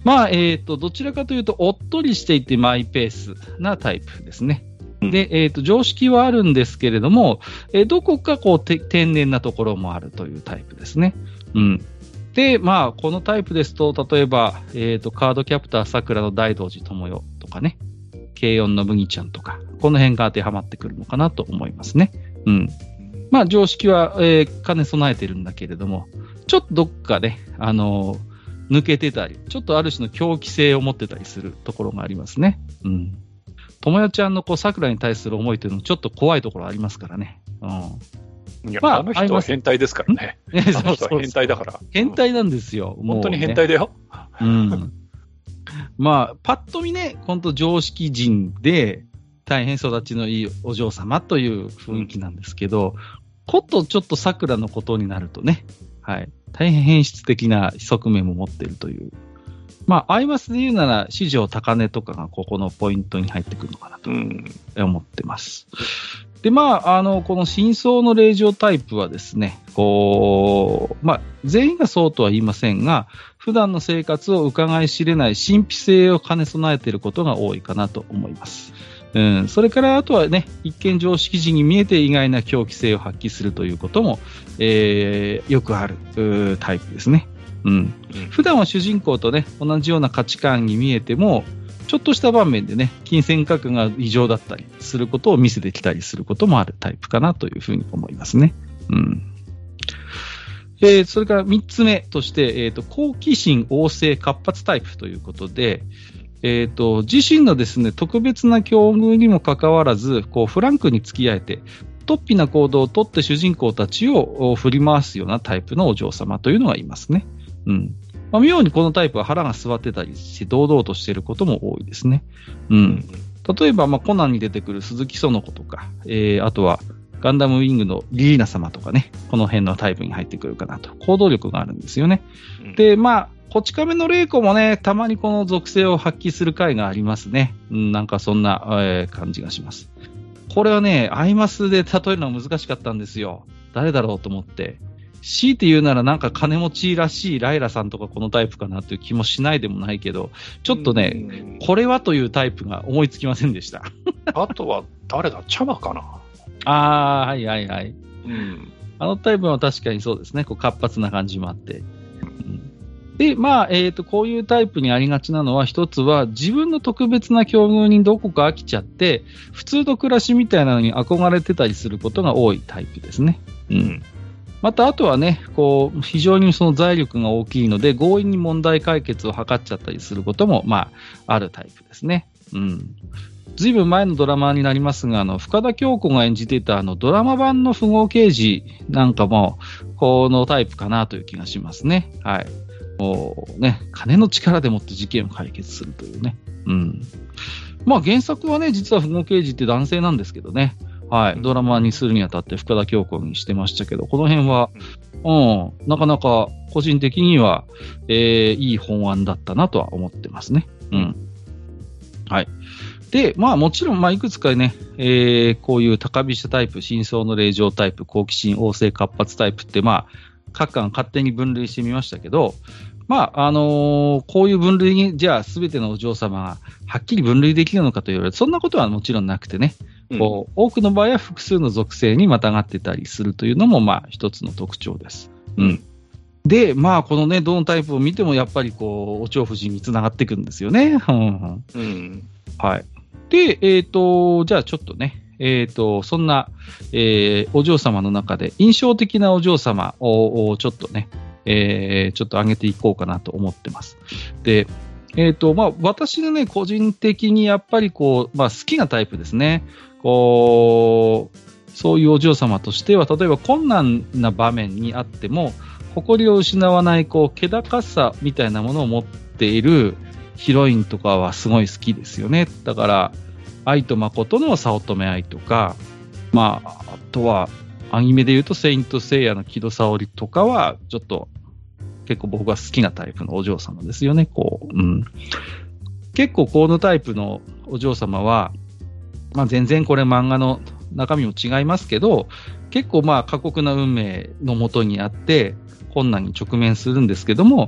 まあ、えっと、どちらかというと、おっとりしていてマイペースなタイプですね。で、えっと、常識はあるんですけれども、えーどこかこう、て天然なところもあるというタイプですね。うん。で、まあ、このタイプですと、例えば、えっと、カードキャプター桜の大道寺智代とかね、軽音の麦ちゃんとか、この辺が当てはまってくるのかなと思いますね。うん。まあ、常識は、えー兼ね備えてるんだけれども、ちょっとどっかね、あのー抜けてたり、ちょっとある種の狂気性を持ってたりするところがありますね。うん。ともよちゃんのこう、桜に対する思いというのもちょっと怖いところありますからね。うん。 いや、 まああの人は変態ですからね。 ねあの人は変態だから。 変態なんですよ。 本当に変もうね態だよ。 うん。まあ、パッと見ね、本当常識人で、大変育ちのいいお嬢様という雰囲気なんですけど、ことちょっと桜のことになるとね、はい。大変変質的な側面も持っているという。まあ、アイマスで言うなら、四条高値とかがここのポイントに入ってくるのかなとうん。 思ってます。で、まあ、あの、この真相の霊場タイプはですね、こう、まあ、全員がそうとは言いませんが、普段の生活を伺い知れない神秘性を兼ね備えていることが多いかなと思います。うん、それからあとはね、一見常識人に見えて意外な狂気性を発揮するということも、えーよくあるうータイプですね。うん。 うん普段は主人公とね、同じような価値観に見えても、ちょっとした場面でね、金銭価格が異常だったりすることを見せてきたりすることもあるタイプかなというふうに思いますね。うん。えーそれから三つ目として、えっ、と、好奇心旺盛活発タイプということで、えっ、と、自身のですね、特別な境遇にもかかわらず、こう、フランクに付き合えて、突飛な行動をとって主人公たちをお振り回すようなタイプのお嬢様というのがいますね。うん。まあ、妙にこのタイプは腹が据わってたりして、堂々としていることも多いですね。うん。例えば、まあ、コナンに出てくる鈴木園子とか、えー、あとは、ガンダムウィングのリリーナ様とかね、この辺のタイプに入ってくるかなと。行動力があるんですよね。 うんで、まあ、こち亀の玲子もね、たまにこの属性を発揮する回がありますね。うん、なんかそんな、えー感じがします。これはね、アイマスで例えるのは難しかったんですよ。誰だろうと思って。強いて言うならなんか金持ちらしいライラさんとかこのタイプかなという気もしないでもないけど、ちょっとね、 うんこれはというタイプが思いつきませんでした。 あとは誰だ、茶葉かな。 あー、はいはいはい。 うん。 あのタイプは確かにそうですね。こう活発な感じもあって。うんで、まあ、えっと、こういうタイプにありがちなのは、一つは自分の特別な境遇にどこか飽きちゃって、普通の暮らしみたいなのに憧れてたりすることが多いタイプですね。うん。また、あとはね、こう、非常にその財力が大きいので、強引に問題解決を図っちゃったりすることも、まあ、あるタイプですね。うん。ずいぶん前のドラマになりますが、あの、深田恭子が演じていたあの、ドラマ版の富豪刑事なんかも、このタイプかなという気がしますね。はい。もうね、金の力でもって事件を解決するというね。うん。まあ原作はね、実は富豪刑事って男性なんですけどね。はい。ドラマにするにあたって深田恭子にしてましたけど、この辺は、うん、なかなか個人的には、えー、いい本案だったなとは思ってますね。うん。はい。で、まあもちろん、まあいくつかね、えー、こういう高飛車タイプ、真相の霊場タイプ、好奇心旺盛活発タイプって、まあ、各巻勝手に分類してみましたけど、まあ、あのーこういう分類に、じゃあ全てのお嬢様がはっきり分類できるのかと言われると、そんなことはもちろんなくてね、こう多くの場合は複数の属性にまたがってたりするというのも、まあ一つの特徴です。うん。で、まあこのね、どのタイプを見てもやっぱりこう、お蝶夫人につながっていくんですよね。うんうんうん。 はい。で、えっ、と、じゃあちょっとね、えっ、と、そんな、えーお嬢様の中で印象的なお嬢様ををちょっとね、えーちょっと上げていこうかなと思ってます。で、えっ、と、まあ、私のね、個人的にやっぱりこう、まあ、好きなタイプですね。こう、そういうお嬢様としては、例えば困難な場面にあっても、誇りを失わない、こう、気高さみたいなものを持っているヒロインとかはすごい好きですよね。だから、愛と誠の早乙女愛とか、まあ、あとは、アニメで言うと、セイントセイヤの木戸沙織とかは、ちょっと、結構僕が好きなタイプのお嬢様ですよね、こう。うん。結構このタイプのお嬢様は、まあ全然これ漫画の中身も違いますけど、結構まあ過酷な運命のもとにあって、困難に直面するんですけども、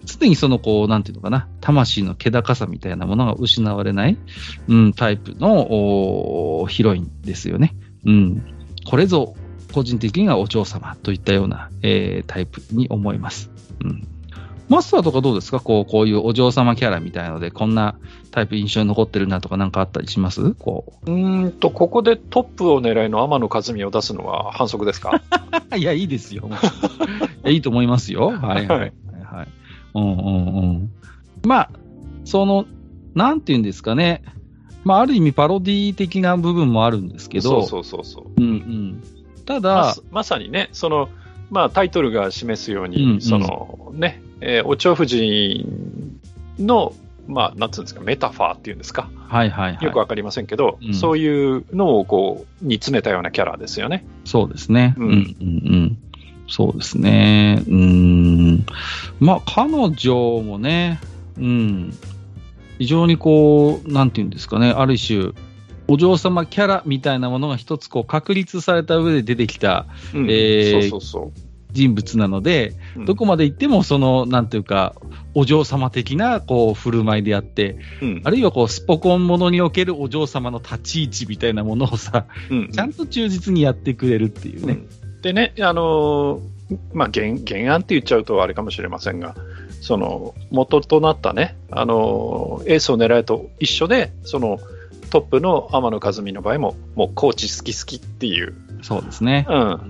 常にその、こう、なんていうのかな、魂の気高さみたいなものが失われない、うん、タイプのヒロインですよね。うん。これぞ、個人的にはお嬢様といったような、えー、タイプに思います。うん。マスターとかどうですか？こう、こういうお嬢様キャラみたいなので、こんなタイプ印象に残ってるなとかなんかあったりします？こう。 うーんと、ここでトップを狙いの天野和美を出すのは反則ですか？ いや、いいですよ。いや、いいと思いますよ。はいはい。はい、はい。うんうんうん。まあ、その、なんていうんですかね。まあ、ある意味パロディ的な部分もあるんですけど。 そうそうそうそう。 うんうん。ただ、 ま、まさにね、その、まあ、タイトルが示すように、うんうん、そのね、えー、お蝶夫人の、まあ、なんつうんですか、メタファーっていうんですか。 はいはいはい。 よくわかりませんけど、うん、そういうのをこう、煮詰めたようなキャラですよね。 そうですね。うん、うん、うんうんそうですね。うん。まあ、彼女もね、うん。非常にこう、なんていうんですかね、ある種、お嬢様キャラみたいなものが一つこう確立された上で出てきた、うんえー、そうそうそう人物なので、うん、どこまで行ってもその、なんていうか、お嬢様的なこう振る舞いであって、うん、あるいはこうスポコンものにおけるお嬢様の立ち位置みたいなものをさ、うん、ちゃんと忠実にやってくれるっていうね。 うん、でね、あのー、まあ原、原案って言っちゃうとあれかもしれませんが、その元となったね、あのー、エースを狙えと一緒で、そのトップの天野和美の場合も、もうコーチ好き好きっていう。 そうですね。 うん。うんうん。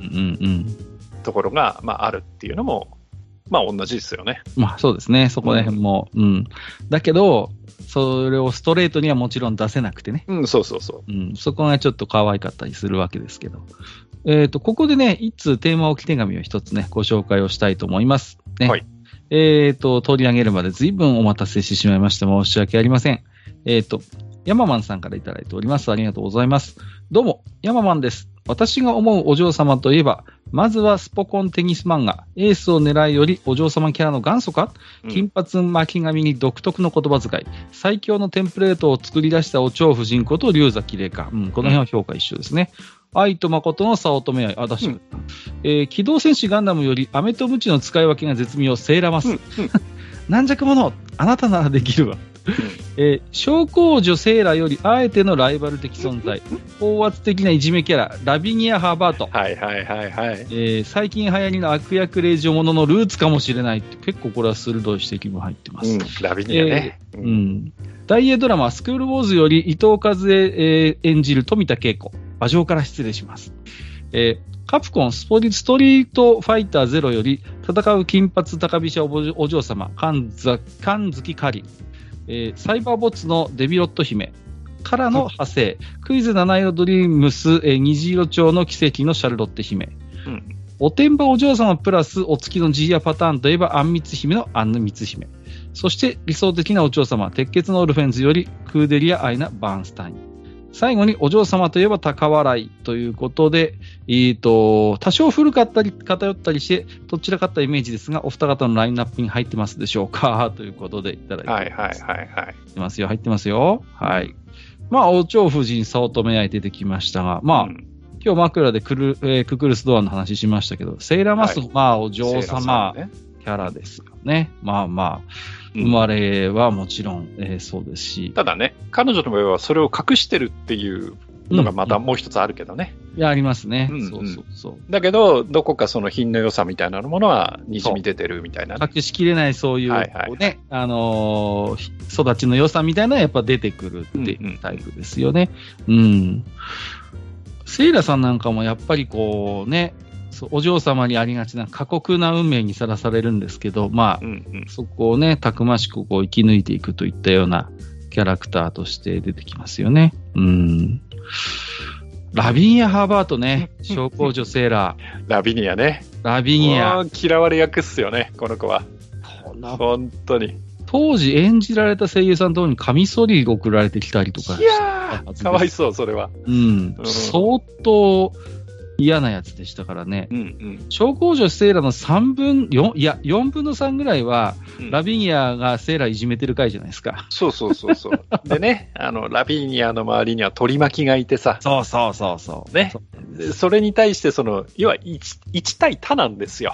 ところが、まあ、あるっていうのも、まあ、同じですよね。 まあ、そうですね。そこら辺も。うん。うん、だけど、それをストレートにはもちろん出せなくてね。 うん、そうそうそう。 うん。そこがちょっと可愛かったりするわけですけど。えっと、ここでね、一通テーマ置き手紙を一つね、ご紹介をしたいと思います。ね。はい。えっと、取り上げるまで随分お待たせしてしまいまして申し訳ありません。えっと、ヤママンさんからいただいております。ありがとうございます。どうも、ヤママンです。私が思うお嬢様といえば、まずはスポコンテニス漫画、エースを狙いよりお嬢様キャラの元祖か、うん、金髪巻き髪に独特の言葉遣い、最強のテンプレートを作り出したお蝶夫人こと龍崎麗香。うん、この辺は評価一緒ですね。うん、愛と誠の差乙女愛。あ、出してくれた。うんえー、機動戦士ガンダムより飴とムチの使い分けが絶妙、セーラマス。うんうん、軟弱者、あなたならできるわ。えー、小公女セーラよりあえてのライバル的存在、高圧的ないじめキャラ、ラビニア・ハーバート。 はいはいはいはい。 えー、最近流行りの悪役令嬢もののルーツかもしれないって、結構これは鋭い指摘も入ってます。うん、 ラビニアね。 えー、うん。大英ドラマ、スクールウォーズより伊藤和恵、えー、演じる富田恵子。馬上から失礼します。えーカプコンスポリストリートファイターゼロより戦う金髪高飛車お嬢様、神月カリ。えー、サイバーボッツのデビロット姫からの派生、うん、クイズ七色ドリームス、えー、虹色町の奇跡のシャルロッテ姫、うん、おてんばお嬢様プラスお月のジーヤパターンといえばあんみつ姫のあんみつ姫、そして理想的なお嬢様鉄血のオルフェンズよりクーデリア・アイナ・バーンスタイン、最後にお嬢様といえば高笑いということで、えーと、多少古かったり偏ったりしてどちらかったイメージですが、お二方のラインナップに入ってますでしょうかということでいただいてます。 はいはいはいはい。入ってますよ、入ってますよ。はい。まあ、お蝶夫人、早乙女愛出てきましたが、まあ、うん、今日枕でクル、えー、ククルスドアの話しましたけど、セイラマス、はい、まあ、お嬢様、ね、キャラですよね。まあまあ、生まれはもちろん、えー、そうですし。 ただね、彼女の場合はそれを隠してるっていうのがまたもう一つあるけどね。 うん、いや、ありますね。 うんうん、そうそうそう。だけど、どこかその品の良さみたいなものは滲み出てるみたいな、ね。 隠しきれないそういう、はいはいはい、ね、あのー、育ちの良さみたいなのはやっぱ出てくるっていうタイプですよね。うん、うん。うん、セイラさんなんかもやっぱりこうね、お嬢様にありがちな過酷な運命にさらされるんですけど、まあ、うんうん、そこをね、たくましくこう生き抜いていくといったようなキャラクターとして出てきますよね。うん。ラビニア・ハーバートね、小公女セーラー。ラビニアね。 ラビニア。 嫌われ役っすよね、この子は。本当に。 当時演じられた声優さんのところにカミソリが送られてきたりとか。 いやー、かわいそう、それは。 うん。うん、相当、嫌なやつでしたからね。うんうん、小公女セーラのさんぶん、よん、いや、よんぶんのさんぐらいは、うん、ラビニアがセーラいじめてる回じゃないですか。 そうそうそうそう。でね、あの、ラビニアの周りには取り巻きがいてさ。 そうそうそうそう。 ね。そ, それに対して、その、要は 1, いち対多なんですよ。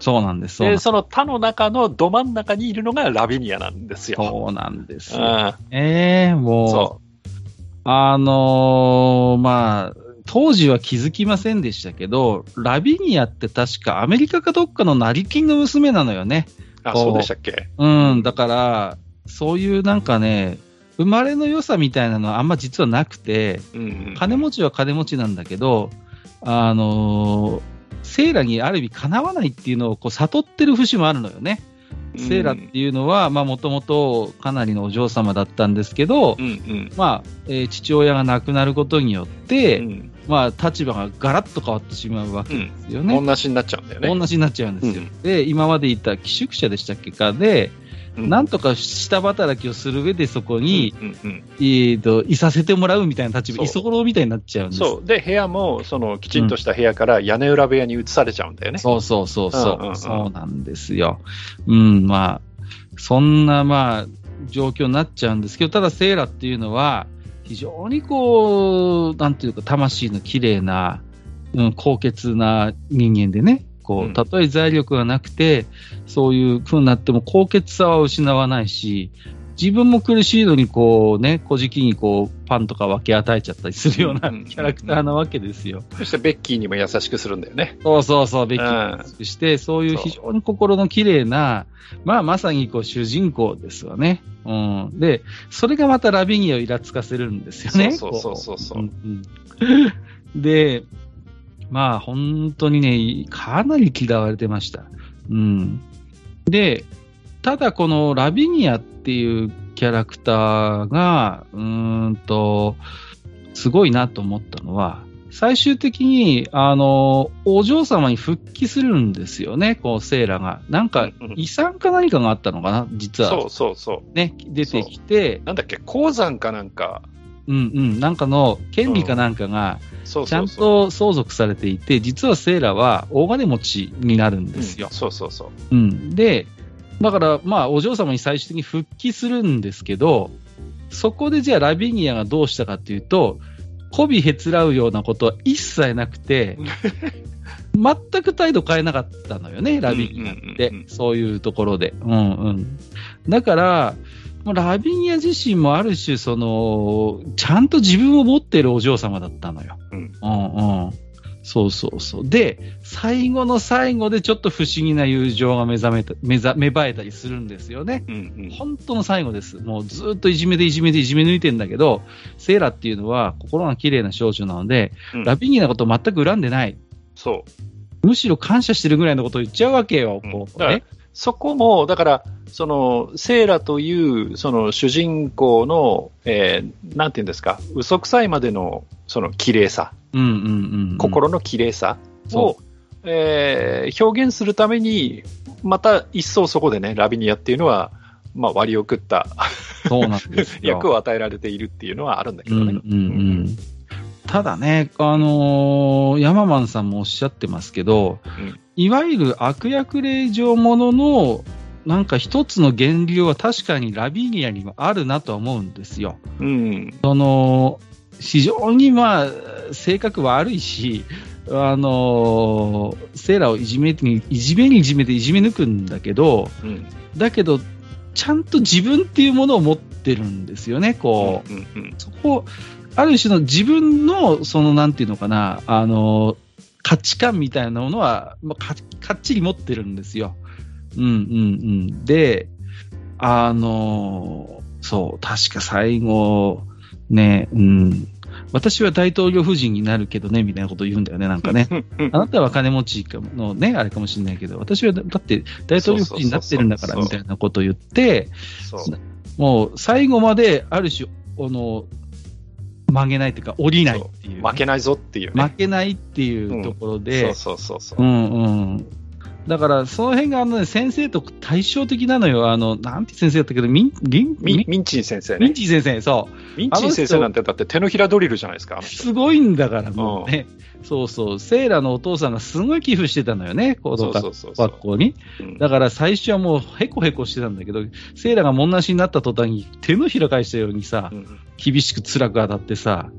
そうなんです。そうなんで、 です。 その他の中のど真ん中にいるのがラビニアなんですよ。 そうなんですよ。 うんええもう、 そあのーまあ、当時は気づきませんでしたけど、ラビニアって確かアメリカかどっかの成金の娘なのよね。 あ、 こそうでしたっけ？ うん、だから、そういうなんかね、生まれの良さみたいなのはあんま実はなくて、 うんうん、 金持ちは金持ちなんだけど、あのーセイラにある意味かなわないっていうのをこう悟ってる節もあるのよね。セイラっていうのは、まあもともとかなりのお嬢様だったんですけど、 うんうんまあ、えー父親が亡くなることによって、 うんまあ立場がガラッと変わってしまうわけですよね。 同じになっちゃうんだよね。 同じになっちゃうんですよ。 うんで、今までいた寄宿舎でしたっけかで、 うんなんとか下働きをする上でそこに、 うんうんうんえーと、いさせてもらうみたいな立場、居そう候みたいになっちゃうんです。 そう。で、部屋も、その、きちんとした部屋から屋根裏部屋に移されちゃうんだよね。 そうそうそうそう、 うんうんうんそうなんですよ。うん、まあ、そんな、まあ、状況になっちゃうんですけど、ただセイラっていうのは、非常にこう、なんていうか、魂の綺麗な、うん、高潔な人間でね、こう、 うんたとえ財力がなくて、そういう風になっても高潔さは失わないし、自分も苦しいのにこうね、小じきにこう、パンとか分け与えちゃったりするようなうんうんうんうんキャラクターなわけですよ。 そしてベッキーにも優しくするんだよね。 そうそうそう、べきうんして、そういう非常に心の綺麗な、まあまさにこう主人公ですよね。うん。で、それがまたラビニアをイラつかせるんですよね。 そうそうそうそうこうんうんで、まあ本当にね、かなり嫌われてました。うん。で、ただこのラビニアっていうキャラクターが、うーんと、すごいなと思ったのは、最終的に、あの、お嬢様に復帰するんですよね、こう、セイラが。なんかうんうん、 遺産か何かがあったのかな、実は。 そうそうそう。 ね、出てきて、 なんだっけ、鉱山かなんか。 うんうん、なんかの権利かなんかが、 そうちゃんそうそう。 と相続されていて、実はセイラは大金持ちになるんですようん。そうそうそう。 うん。で、だから、まあ、お嬢様に最終的に復帰するんですけど、そこでじゃあラビニアがどうしたかっていうと、媚びへつらうようなことは一切なくて、全く態度変えなかったのよね、ラビニアって。 うんうんうんうんそういうところで。うんうん。だから、まあラビニア自身もある種、その、ちゃんと自分を持っているお嬢様だったのよ。 うんうんうん。そうそうそう。で、最後の最後でちょっと不思議な友情が目覚めた、目ざ芽生えたりするんですよね。 うんうん本当の最後です。もうずっといじめでいじめでいじめ抜いてんだけど、セイラっていうのは心が綺麗な少女なので、 うんラビニアのことを全く恨んでない。 そう。 むしろ感謝してるぐらいのことを言っちゃうわけよ。 うんこうだからねそこも、だから、その、セイラという、その主人公の、えーなんていうんですか、嘘くさいまでの、その綺麗さ、 うんうんうんうん。 心の綺麗さをそ、 えー表現するために、また一層そこでね、ラビニアっていうのは、まあ割り送ったそうなんですよ。 役を与えられているっていうのはあるんだけどね。 うんうんうん。ただね、あのーヤママンさんもおっしゃってますけど、 うんいわゆる悪役令状ものの、なんか一つの源流は確かにラビニアにもあるなとは思うんですよ。 うん。 その、非常にまあ、性格悪いし、あのーセイラをいじめに、いじめにいじめていじめ抜くんだけど、 うん。 だけど、ちゃんと自分っていうものを持ってるんですよね、こう。 うんうんそこ、ある種の自分の、その、なんていうのかな、あの、価値観みたいなものは、まあ、かかっちり持ってるんですよ。うんうんうん。で、あの、そう、確か最後、ね、うん。私は大統領夫人になるけどね、みたいなことを言うんだよね、なんかね。あなたは金持ちのね、あれかもしれないけど、私はだだって大統領夫人になってるんだから、 そうそうそうそうみたいなことを言って、 そう。 もう最後まである種、あの、曲げないというか、降りないっていうね、 負けないぞっていうね。 負けないっていうところで、 そうそうそうそうう。 んうん。だから、その辺があの、ね、先生と対照的なのよ。あの、なんて先生だったけど、ミン、リン、 ミミンミンチン先生ミンね。 チー先生、そう。 ミンチン先生なんてだって手のひらドリルじゃないですか。あの人すごいんだから、もうね。そうそう。セイラのお父さんがすごい寄付してたのよね、高等そうそうそうそう学校に。 うんだから最初はもうヘコヘコしてたんだけど、セイラがもんなしになった途端に手のひら返したようにさ、 うん厳しく辛く当たってさ、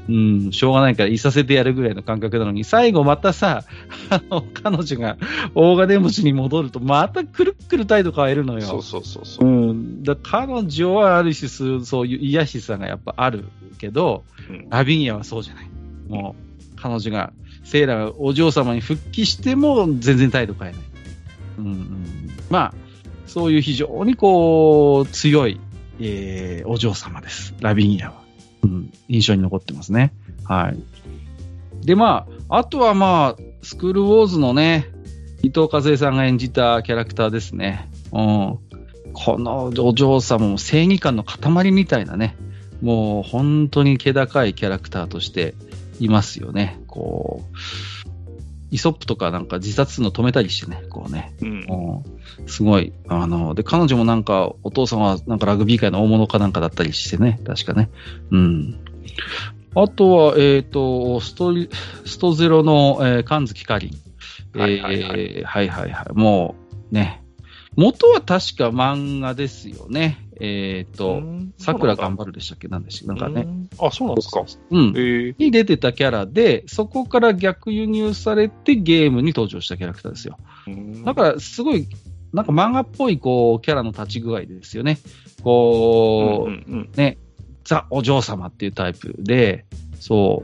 うん、しょうがないからいさせてやるぐらいの感覚なのに、最後またさ、あの、彼女が大金持ちに戻ると、またくるっくる態度変えるのよ。 そうそうそうそう。 うん。だ彼女はある種、そういう癒やしさがやっぱあるけど、うん、ラビニアはそうじゃない。もう、彼女が、セイラがお嬢様に復帰しても全然態度変えない。うんうん、まあ、そういう非常にこう、強い、えー、お嬢様です。ラビニアは。うん、印象に残ってますね。はい。で、まあ、あとはまあ、スクールウォーズのね、伊藤和恵さんが演じたキャラクターですね。うん、このお嬢様も正義感の塊みたいなね、もう本当に気高いキャラクターとしていますよね。こう、イソップとかなんか自殺するの止めたりしてね、こうね。うん、すごい。あの、で、彼女もなんか、お父さんはなんかラグビー界の大物かなんかだったりしてね、確かね。うん。あとは、えっ、ー、と、スト、ストゼロの、えー、神月かりん。はいはいはい。えー、はいはいはい。もう、ね。元は確か漫画ですよね。えっ、ー、と、桜頑張るでしたっけなんでしたっけなんかね。 あ、そうなんですか。 うん、えー。に出てたキャラで、そこから逆輸入されてゲームに登場したキャラクターですよ。だから、すごい、なんか漫画っぽい、こう、キャラの立ち具合ですよね。こう、うんうんうん、ね、ザ・お嬢様っていうタイプで、そう。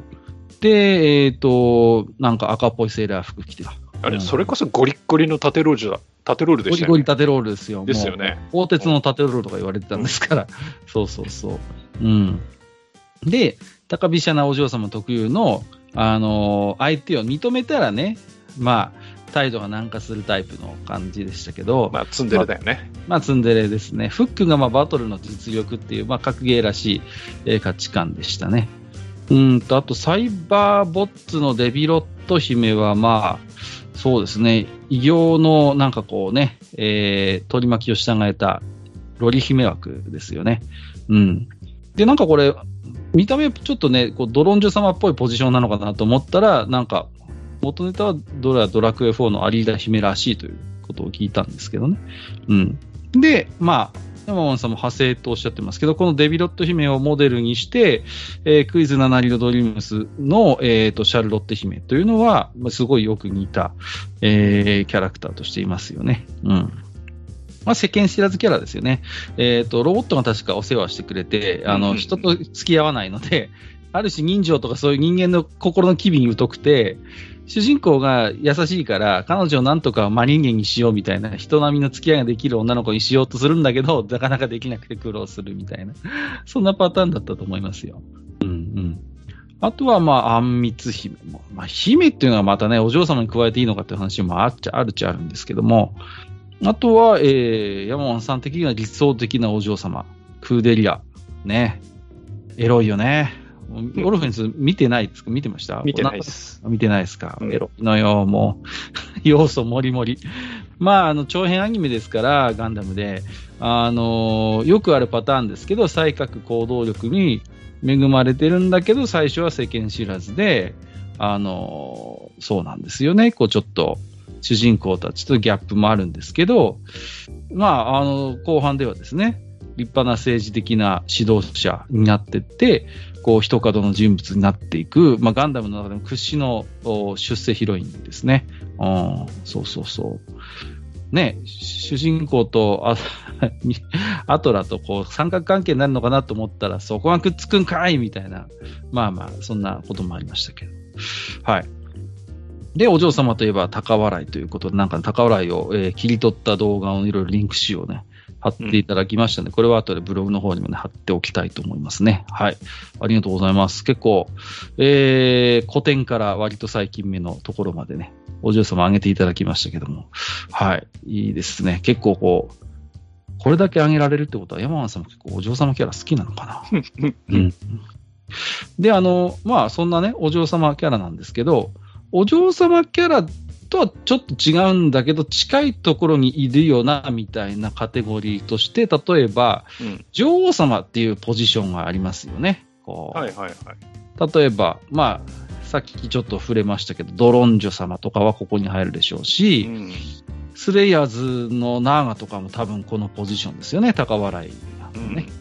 で、えっ、ー、と、なんか赤っぽいセーラー服着てた。 あれ、うん、それこそゴリッゴリの縦ロールだ。縦ロールでしたよね。 ゴリゴリ縦ロールですよ。 ですよね。 鋼鉄の縦ロールとか言われてたんですから。うん、そうそうそう。うん。で、高飛車なお嬢様特有の、あのー、相手を認めたらね、まあ、態度が軟化するタイプの感じでしたけど。 まあ、ツンデレだよね。 まあ、まあ、ツンデレですね。フックがまあバトルの実力っていう、まあ、格ゲーらしい、えー、価値観でしたね。うんと、あと、サイバーボッツのデビロット姫は、まあ、そうですね、異形のなんかこうね、えー、取り巻きを従えたロリ姫枠ですよね。うん。で、なんかこれ、見た目ちょっとね、こうドロンジョ様っぽいポジションなのかなと思ったら、なんか、元ネタはドラドラクエフォーのアリーダ姫らしいということを聞いたんですけどね。うん。で、まあ、山本さんも派生とおっしゃってますけど、このデビロット姫をモデルにして、えー、クイズななリロドリームスの、えー、とシャルロッテ姫というのは、まあ、すごいよく似た、えー、キャラクターとしていますよね。うん。まあ、世間知らずキャラですよね。えっ、ー、と、ロボットが確かお世話してくれて、あの、人と付き合わないので、ある種人情とかそういう人間の心の機微に疎くて、主人公が優しいから、彼女をなんとか真人間にしようみたいな、人並みの付き合いができる女の子にしようとするんだけど、なかなかできなくて苦労するみたいな、そんなパターンだったと思いますよ。うんうん。あとは、まあ、あんみつ姫も。まあ、姫っていうのはまたね、お嬢様に加えていいのかっていう話もあっちゃあるっちゃあるんですけども、あとは、えー、山本さん的には理想的なお嬢様、クーデリア。ね。エロいよね。オルフェンス見てないですか？見てました？ 見てないです。 見てないですか？うん、エロいのよ、もう。要素もりもり。まあ、あの、長編アニメですから、ガンダムで。あの、よくあるパターンですけど、才覚行動力に恵まれてるんだけど、最初は世間知らずで、あの、そうなんですよね。こう、ちょっと、主人公たちとギャップもあるんですけど、まあ、あの、後半ではですね、立派な政治的な指導者になっていって、こう、一角の人物になっていく、まあ、ガンダムの中でも屈指の出世ヒロインですね。うん、そうそうそう。ね、主人公とア、アトラとこう、三角関係になるのかなと思ったら、そこがくっつくんかいみたいな。まあまあ、そんなこともありましたけど。はい。で、お嬢様といえば高笑いということで、なんか高笑いを、えー、切り取った動画をいろいろリンクしようね。貼っていただきましたので、うん、これは後でブログの方にもね、貼っておきたいと思いますね。はい。ありがとうございます。結構、えー、古典から割と最近目のところまでね、お嬢様上げていただきましたけども。はい。いいですね。結構こう、これだけ上げられるってことは、山本さんも結構お嬢様キャラ好きなのかな。うん。で、あの、まあ、そんなね、お嬢様キャラなんですけど、お嬢様キャラとはちょっと違うんだけど、近いところにいるよな、みたいなカテゴリーとして、例えば、うん、女王様っていうポジションがありますよね。こう、 はいはいはい。 例えば、まあ、さっきちょっと触れましたけど、ドロンジョ様とかはここに入るでしょうし、うん、スレイヤーズのナーガとかも多分このポジションですよね、高笑いなのね。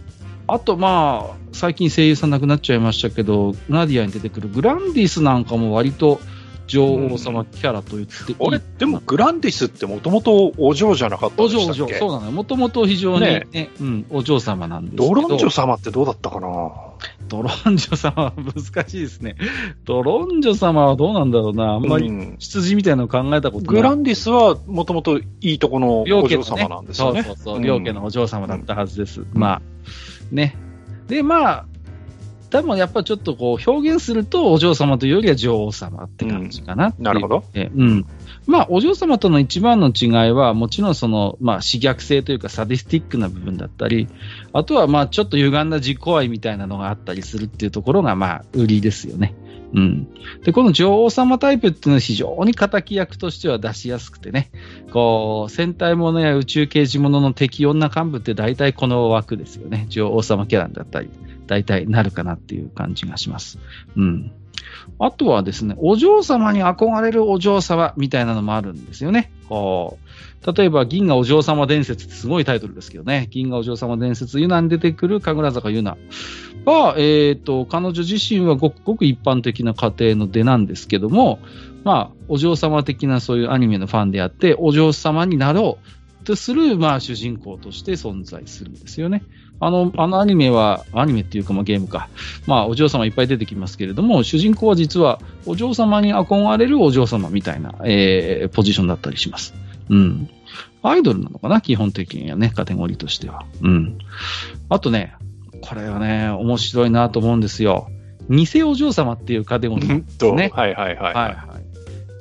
あとまあ、最近声優さん亡くなっちゃいましたけど、ナディアに出てくるグランディスなんかも割と女王様キャラと言っていい、 うん、あれ、でもグランディスってもともとお嬢じゃなかったんでしたっけ？ お嬢、お嬢、そうなのよ。もともと非常に、ねねうん、お嬢様なんですけど。 ドロンジョ様ってどうだったかな？ ドロンジョ様は難しいですね。ドロンジョ様はどうなんだろうな。あんまり羊みたいなの考えたことない。 グランディスはもともといいとこのお嬢様なんですよね。 そうそうそう。両家のお嬢様だったはずです。うん、まあ、ね。で、まあ、多分やっぱりちょっとこう表現するとお嬢様というよりは女王様って感じかなっていう、 うん、なるほど。 うん。まあ、お嬢様との一番の違いは、もちろんその、まあ、刺激性というかサディスティックな部分だったり、あとはまあ、ちょっと歪んだ自己愛みたいなのがあったりするっていうところが、まあ、売りですよね。うん。で、この女王様タイプっていうのは非常に敵役としては出しやすくてね、こう、戦隊ものや宇宙刑事ものの敵女幹部って大体この枠ですよね。女王様キャラだったり、大体なるかなっていう感じがします。うん。あとはですね、お嬢様に憧れるお嬢様みたいなのもあるんですよね。こう例えば、銀河お嬢様伝説ってすごいタイトルですけどね。銀河お嬢様伝説、ユナに出てくる神楽坂ユナは、えっと、彼女自身はごくごく一般的な家庭の出なんですけども、まあ、お嬢様的なそういうアニメのファンであって、お嬢様になろうとする、まあ、主人公として存在するんですよね。あの、あのアニメは、アニメっていうか、まあ、ゲームか。まあ、お嬢様いっぱい出てきますけれども、主人公は実は、お嬢様に憧れるお嬢様みたいな、えー、ポジションだったりします。うん。アイドルなのかな、基本的にはね、カテゴリーとしては。うん。あとね、これはね、面白いなと思うんですよ。偽お嬢様っていうカテゴリーですね。 はいはいはい、はい。はいはい。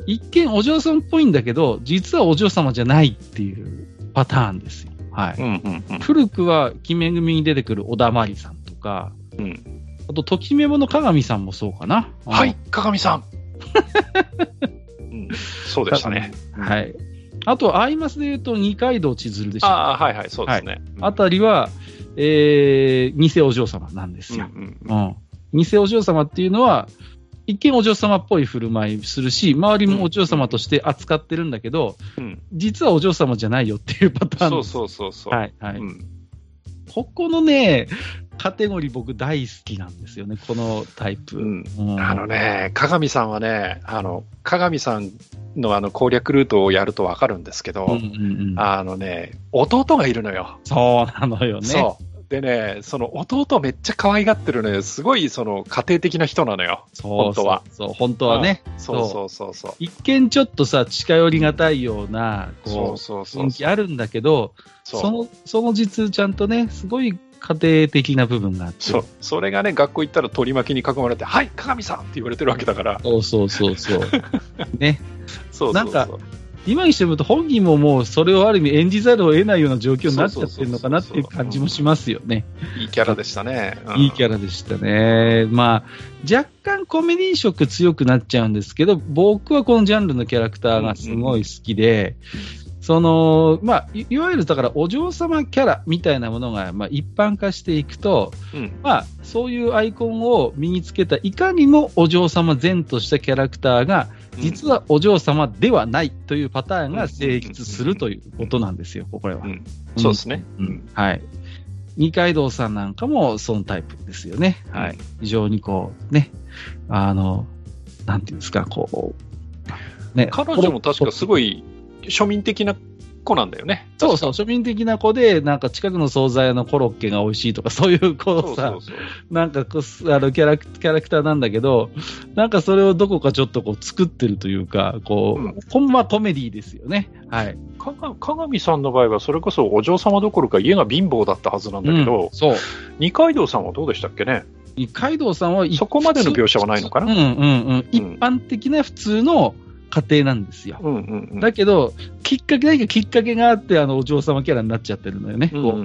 一見お嬢様っぽいんだけど、実はお嬢様じゃないっていうパターンですよ。はい。うんうんうん、古くは、鬼面組に出てくる小田まりさんとか、うん、あと、ときめもの鏡さんもそうかな。 はい、鏡さん、うん。そうでしたね。 はい。あと、アイマスで言うと、二階堂千鶴でした。 ああ、はいはい、そうですね。 はい、あたりは、えー、偽お嬢様なんですよ。うんうんうん、偽お嬢様っていうのは、一見お嬢様っぽい振る舞いするし、周りもお嬢様として扱ってるんだけど、うん、実はお嬢様じゃないよっていうパターンです。 そうそうそうそう。 はいはい。うん、ここのね、カテゴリー僕大好きなんですよね、このタイプ。うんうん、あのね、鏡さんはね、あの、鏡さんのあの攻略ルートをやるとわかるんですけど、うんうんうん、あのね、弟がいるのよ。 そうなのよね。 そう。でね、その弟めっちゃ可愛がってるのよ。すごいその家庭的な人なのよ。 そう本当は。そう、本当はね。 そうそうそうそう。 一見ちょっとさ、近寄りがたいような、こう、そうそうそうそう、雰囲気あるんだけど、そその、その実ちゃんとね、すごい家庭的な部分があって。 そう。それがね、学校行ったら取り巻きに囲まれて、はい、鏡さんって言われてるわけだから。 そうそうそうそう。ね。 そうそうそう。 なんか、今にしてみると本人ももうそれをある意味演じざるを得ないような状況になっちゃってるのかなっていう感じもしますよね。 いいキャラでしたね。 うん、いいキャラでしたね。まあ、若干コメディ色強くなっちゃうんですけど、僕はこのジャンルのキャラクターがすごい好きで、うんうん、その、まあ、い, いわゆるだからお嬢様キャラみたいなものが、まあ、一般化していくと、うん、まあ、そういうアイコンを身につけたいかにもお嬢様前としたキャラクターが、実はお嬢様ではないというパターンが成立するということなんですよ、これは。うん、 そうですね、 うんうん。はい。二階堂さんなんかもそのタイプですよね。はい。非常にこう、ね、あの、なんていうんですか、こう、ね。彼女も確かすごい庶民的な子なんだよね。 そうそう、庶民的な子で、なんか近くの惣菜屋のコロッケが美味しいとか、そういう子さ、そうそうそう、なんかこうあのキャラ、キャラクターなんだけど、なんかそれをどこかちょっとこう作ってるというか、こう、うん、ほんまコメディですよね。はい。 かが、鏡さんの場合は、それこそお嬢様どころか家が貧乏だったはずなんだけど、うん、そう。二階堂さんはどうでしたっけね。 二階堂さんは、 そこまでの描写はないのかな。 うんうんうん。一般的な普通の、家庭なんですよ、うんうんうん、だけどきっかけ何かきっかけがあってあのお嬢様キャラになっちゃってるのよね、うんうんうん、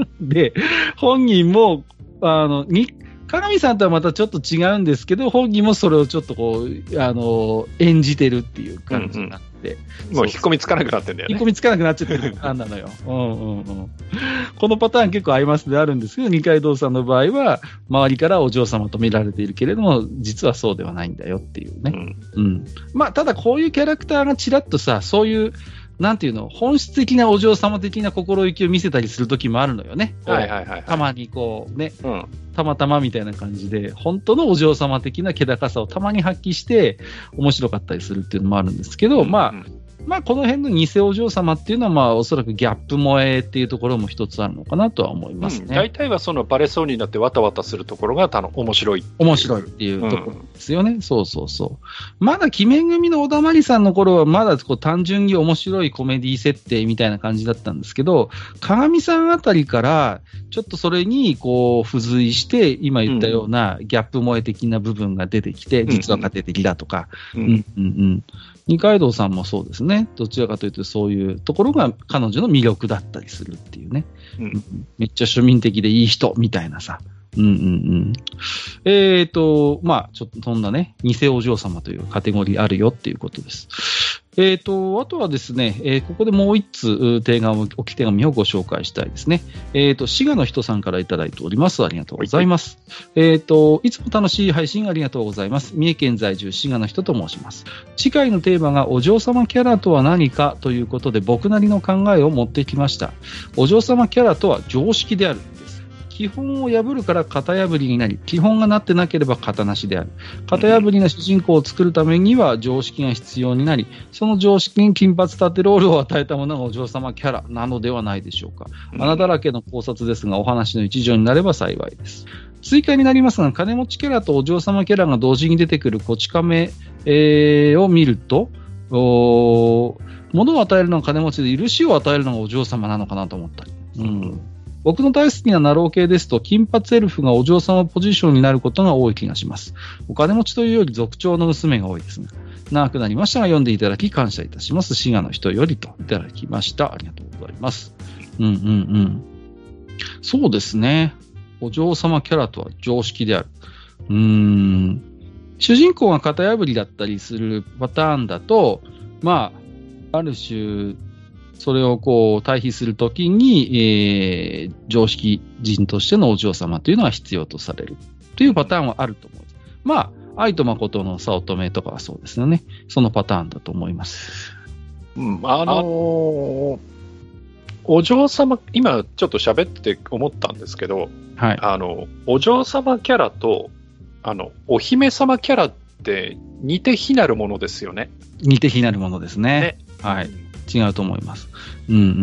で本人もあのに鏡さんとはまたちょっと違うんですけど本人もそれをちょっとこうあの演じてるっていう感じになって、 うんうん、もう引っ込みつかなくなってんだよね。 引っ込みつかなくなっちゃってる感なのよ、うんうんうん、このパターン結構合いますであるんですけど二階堂さんの場合は周りからお嬢様と見られているけれども実はそうではないんだよっていうね、うんうん、まあただこういうキャラクターがちらっとさそういうなんていうの、本質的なお嬢様的な心意気を見せたりする時もあるのよね。 はいはいはい、はい。 たまにこうね、 うん、 たまたまみたいな感じで、本当のお嬢様的な気高さをたまに発揮して、面白かったりするっていうのもあるんですけど、うん、まあ、まあ、この辺の偽お嬢様っていうのは、まあ、おそらくギャップ萌えっていうところも一つあるのかなとは思いますね。うん、 大体はそのバレそうになってわたわたするところがたの面白い。 面白いっていうところですよね。うん、そうそうそう。まだ、鬼面組の小田まりさんの頃は、まだこう単純に面白いコメディ設定みたいな感じだったんですけど、鏡さんあたりから、ちょっとそれに、こう、付随して、今言ったようなギャップ萌え的な部分が出てきて、うん、実は家庭的だとか、うんうんうんうん二階堂さんもそうですね。どちらかというとそういうところが彼女の魅力だったりするっていうね。うん、めっちゃ庶民的でいい人みたいなさ。うんうんうん。えーと、まあちょっとそんなね、偽お嬢様というカテゴリーあるよっていうことです。えーと、あとはですね、えー、ここでもう一通手紙、置き手紙をご紹介したいですね。えーと、滋賀の人さんからいただいております。ありがとうございます。はい、えーと、いつも楽しい配信ありがとうございます。三重県在住滋賀の人と申します。次回のテーマがお嬢様キャラとは何かということで僕なりの考えを持ってきました。お嬢様キャラとは常識である。基本を破るから型破りになり、基本がなってなければ型なしである。型破りな主人公を作るためには常識が必要になり、その常識に金髪縦ロールを与えたものがお嬢様キャラなのではないでしょうか。穴だらけの考察ですが、お話の一助になれば幸いです。追加になりますが、金持ちキャラとお嬢様キャラが同時に出てくるこち亀、えー、を見ると、お物を与えるのが金持ちで、許しを与えるのがお嬢様なのかなと思ったり。うん僕の大好きなナロー系ですと、金髪エルフがお嬢様ポジションになることが多い気がします。お金持ちというより族長の娘が多いですが、長くなりましたが読んでいただき感謝いたします。滋賀の人よりといただきました。ありがとうございます。うんうんうん。そうですね。お嬢様キャラとは常識である。うーん。主人公が型破りだったりするパターンだと、まあ、ある種、それをこう対比するときに、えー、常識人としてのお嬢様というのが必要とされるというパターンはあると思います。まあ、愛と誠の早乙女とかはそうですよね。そのパターンだと思います。 うん、あのー、お嬢様、今ちょっと喋って思ったんですけど、はい、あの、お嬢様キャラと、あの、お姫様キャラって似て非なるものですよね。 似て非なるものですね。ねはい。違うと思います。うんうんうん。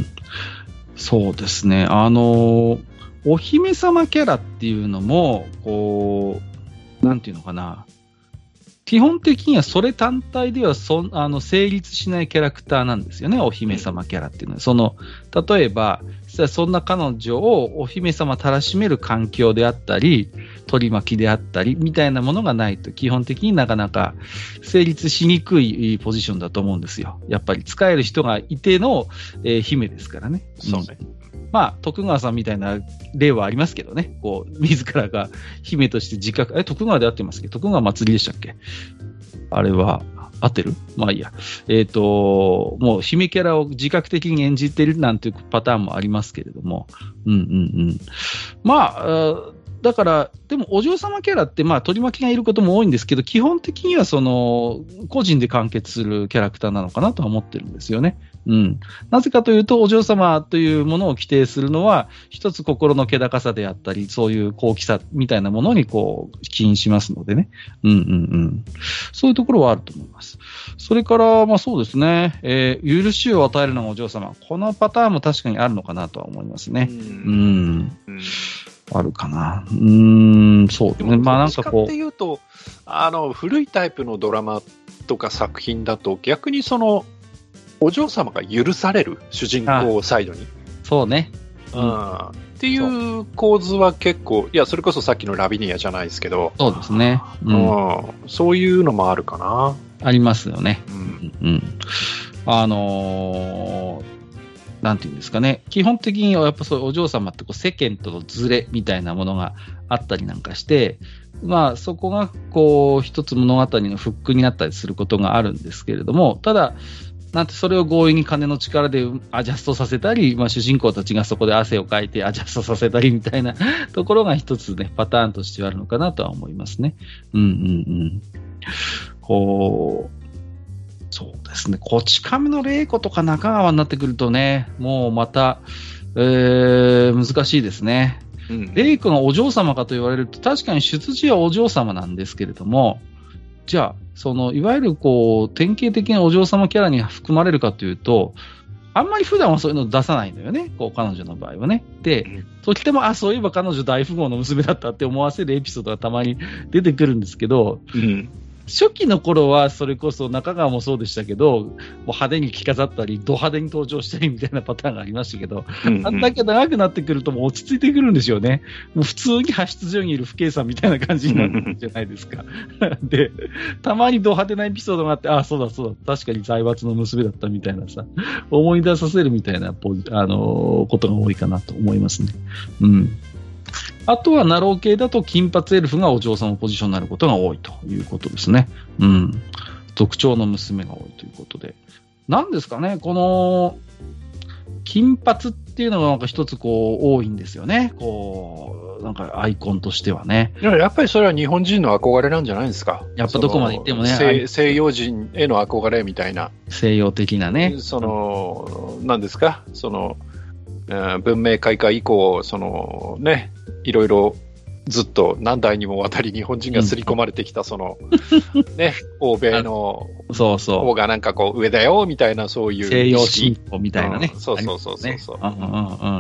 そうですね。あの、お姫様キャラっていうのも、こう、なんていうのかな。基本的にはそれ単体ではそあの成立しないキャラクターなんですよね。お姫様キャラっていうのは。その、例えば、そんな彼女をお姫様たらしめる環境であったり、取り巻きであったり、みたいなものがないと基本的になかなか成立しにくいポジションだと思うんですよ。やっぱり使える人がいての、えー、姫ですからね。 そうね。 まあ、徳川さんみたいな例はありますけどね。こう、自らが姫として自覚、え、徳川で合ってますけど、徳川祭りでしたっけ？あれは、合ってる？まあいいや。えっと、もう姫キャラを自覚的に演じてるなんていうパターンもありますけれども。うんうんうん。まあ、だから、でもお嬢様キャラって、まあ取り巻きがいることも多いんですけど、基本的にはその、個人で完結するキャラクターなのかなとは思ってるんですよね。うん。なぜかというと、お嬢様というものを規定するのは、一つ心の気高さであったり、そういう高貴さみたいなものにこう、起因しますのでね。うんうんうん。そういうところはあると思います。それから、まあそうですね、えー、許しを与えるのがお嬢様。このパターンも確かにあるのかなとは思いますね。うん。うんうんあるかな。うーん、そうね。まあなんかこう。どっちかっていうと、あの、古いタイプのドラマとか作品だと、逆にその、お嬢様が許される主人公サイドに。 そうね。 うん。っていう構図は結構、いや、それこそさっきのラビニアじゃないですけど。 そうですね。 うん。うん、そういうのもあるかな。 ありますよね。 うん。 うん。あのー、なんていうんですかね。基本的にはやっぱそういうお嬢様ってこう世間とのズレみたいなものがあったりなんかして、まあそこがこう一つ物語のフックになったりすることがあるんですけれども、ただ、なんてそれを強引に金の力でアジャストさせたり、まあ主人公たちがそこで汗をかいてアジャストさせたりみたいなところが一つね、パターンとしてはあるのかなとは思いますね。うんうんうん。こう、 そうですね。こち亀の玲子とか中川になってくるとね、もうまた、えー、難しいですね。うん、玲子がお嬢様かと言われると、確かに出自はお嬢様なんですけれども、じゃあ、その、いわゆるこう、典型的なお嬢様キャラに含まれるかというと、あんまり普段はそういうの出さないのよね。こう、彼女の場合はね。で、うん、ときても、あ、そういえば彼女大富豪の娘だったって思わせるエピソードがたまに出てくるんですけど、うん、初期の頃はそれこそ中川もそうでしたけど、もう派手に着飾ったり、ド派手に登場したりみたいなパターンがありましたけど、うんうん、あんだけ長くなってくるともう落ち着いてくるんですよね。もう普通に派出所にいる不敬さんみたいな感じになるんじゃないですか。で、たまにド派手なエピソードがあって、あ、そうだそうだ、確かに財閥の娘だったみたいなさ、思い出させるみたいな、あのー、ことが多いかなと思いますね。うん。あとはナロー系だと金髪エルフがお嬢様ポジションになることが多いということですね。うん。族長の娘が多いということで。なんですかね、この、金髪っていうのがなんか一つこう多いんですよね。こう、なんかアイコンとしてはね。 やっぱりそれは日本人の憧れなんじゃないですか。 やっぱどこまで行ってもね。 西, 西洋人への憧れみたいな。 西洋的なね。 その、何ですか、その、文明開化以降、そのね、いろいろずっと何代にもわたり日本人が刷り込まれてきた、その、うん、ね、欧米の方がなんかこう上だよみたいな、そういう西洋信仰みたいなね。 うん、そうそうそうそうそう、 ね、うんうんうん。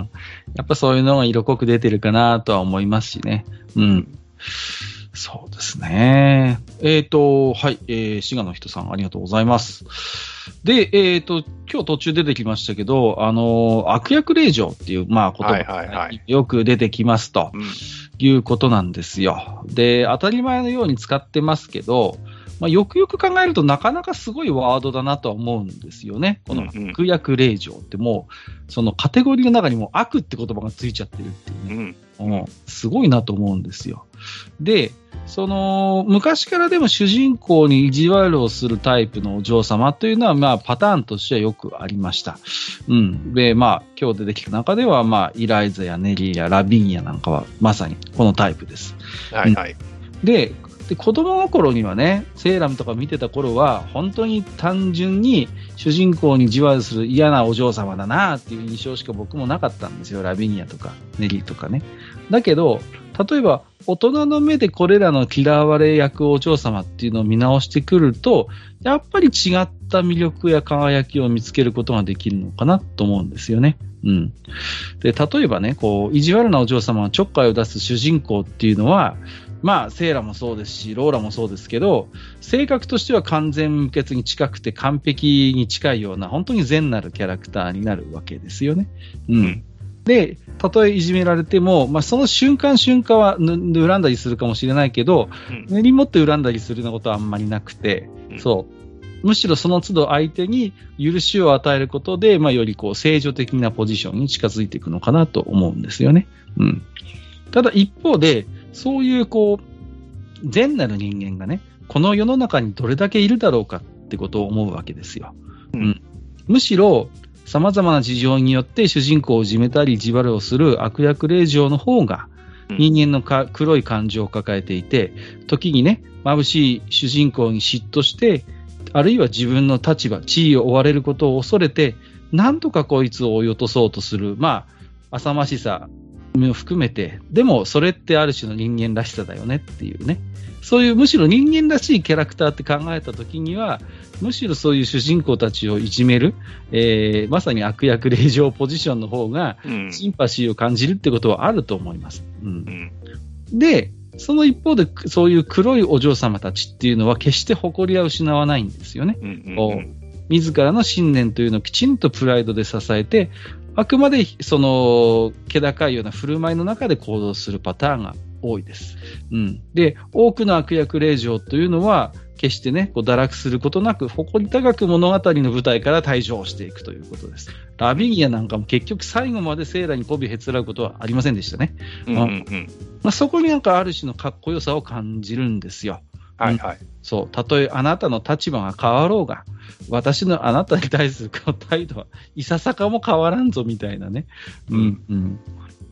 やっぱそういうのが色濃く出てるかなとは思いますしね。うん。そうですね。えっと、はい、えー、滋賀の人さんありがとうございます。で、えっと、今日途中出てきましたけど、あの、悪役令嬢っていう、まあ、言葉が、ね、はいはいはい、よく出てきますと、うん、いうことなんですよ。で、当たり前のように使ってますけど、まあ、よくよく考えるとなかなかすごいワードだなとは思うんですよね。この悪役令嬢ってもう、そのカテゴリーの中にも悪って言葉がついちゃってるっていうね。うん、すごいなと思うんですよ。で、その、昔からでも主人公に意地悪をするタイプのお嬢様というのは、まあ、パターンとしてはよくありました。うん。で、まあ、今日出てきた中では、まあ、イライザやネリーやラビーニャなんかは、まさにこのタイプです。 はいはい。うん、 で、で子供の頃にはね、セーラムとか見てた頃は、本当に単純に主人公に意地悪する嫌なお嬢様だなっていう印象しか僕もなかったんですよ。ラビニアとかネリーとかね。だけど、例えば大人の目でこれらの嫌われ役お嬢様っていうのを見直してくると、やっぱり違った魅力や輝きを見つけることができるのかなと思うんですよね。うん。で、例えばね、こう、意地悪なお嬢様がちょっかいを出す主人公っていうのは、まあ、セーラもそうですし、ローラもそうですけど、性格としては完全無欠に近くて完璧に近いような、本当に善なるキャラクターになるわけですよね。うん。で、たとえいじめられても、まあ、その瞬間瞬間はぬ恨んだりするかもしれないけど、根に持って恨んだりするようなことはあんまりなくて、うん、そう。むしろその都度相手に許しを与えることで、まあ、よりこう、正常的なポジションに近づいていくのかなと思うんですよね。うん。ただ一方で、そういうこう、善なる人間がね、この世の中にどれだけいるだろうかってことを思うわけですよ。うん。むしろ、様々な事情によって主人公をいじめたり意地悪をする悪役令嬢の方が、人間のか黒い感情を抱えていて、時にね、眩しい主人公に嫉妬して、あるいは自分の立場、地位を追われることを恐れて、なんとかこいつを追い落とそうとする、まあ、浅ましさも含めて、でもそれってある種の人間らしさだよねっていうね。そういうむしろ人間らしいキャラクターって考えたときには、むしろそういう主人公たちをいじめる、えー、まさに悪役令嬢ポジションの方が、シンパシーを感じるってことはあると思います。うんうん、で、その一方で、そういう黒いお嬢様たちっていうのは決して誇りは失わないんですよね。うんうんうん、自らの信念というのをきちんとプライドで支えて、あくまでその気高いような振る舞いの中で行動するパターンが多いです。うん、で、多くの悪役令嬢というのは、決してね、こう堕落することなく、誇り高く物語の舞台から退場していくということです。ラビニアなんかも結局最後までセーラに媚びへつらうことはありませんでしたね。うんうんうんまあ、そこになんかある種のかっこよさを感じるんですよ。はいはい。うん、そう。たとえあなたの立場が変わろうが、私のあなたに対する態度はいささかも変わらんぞみたいなね。うんうん。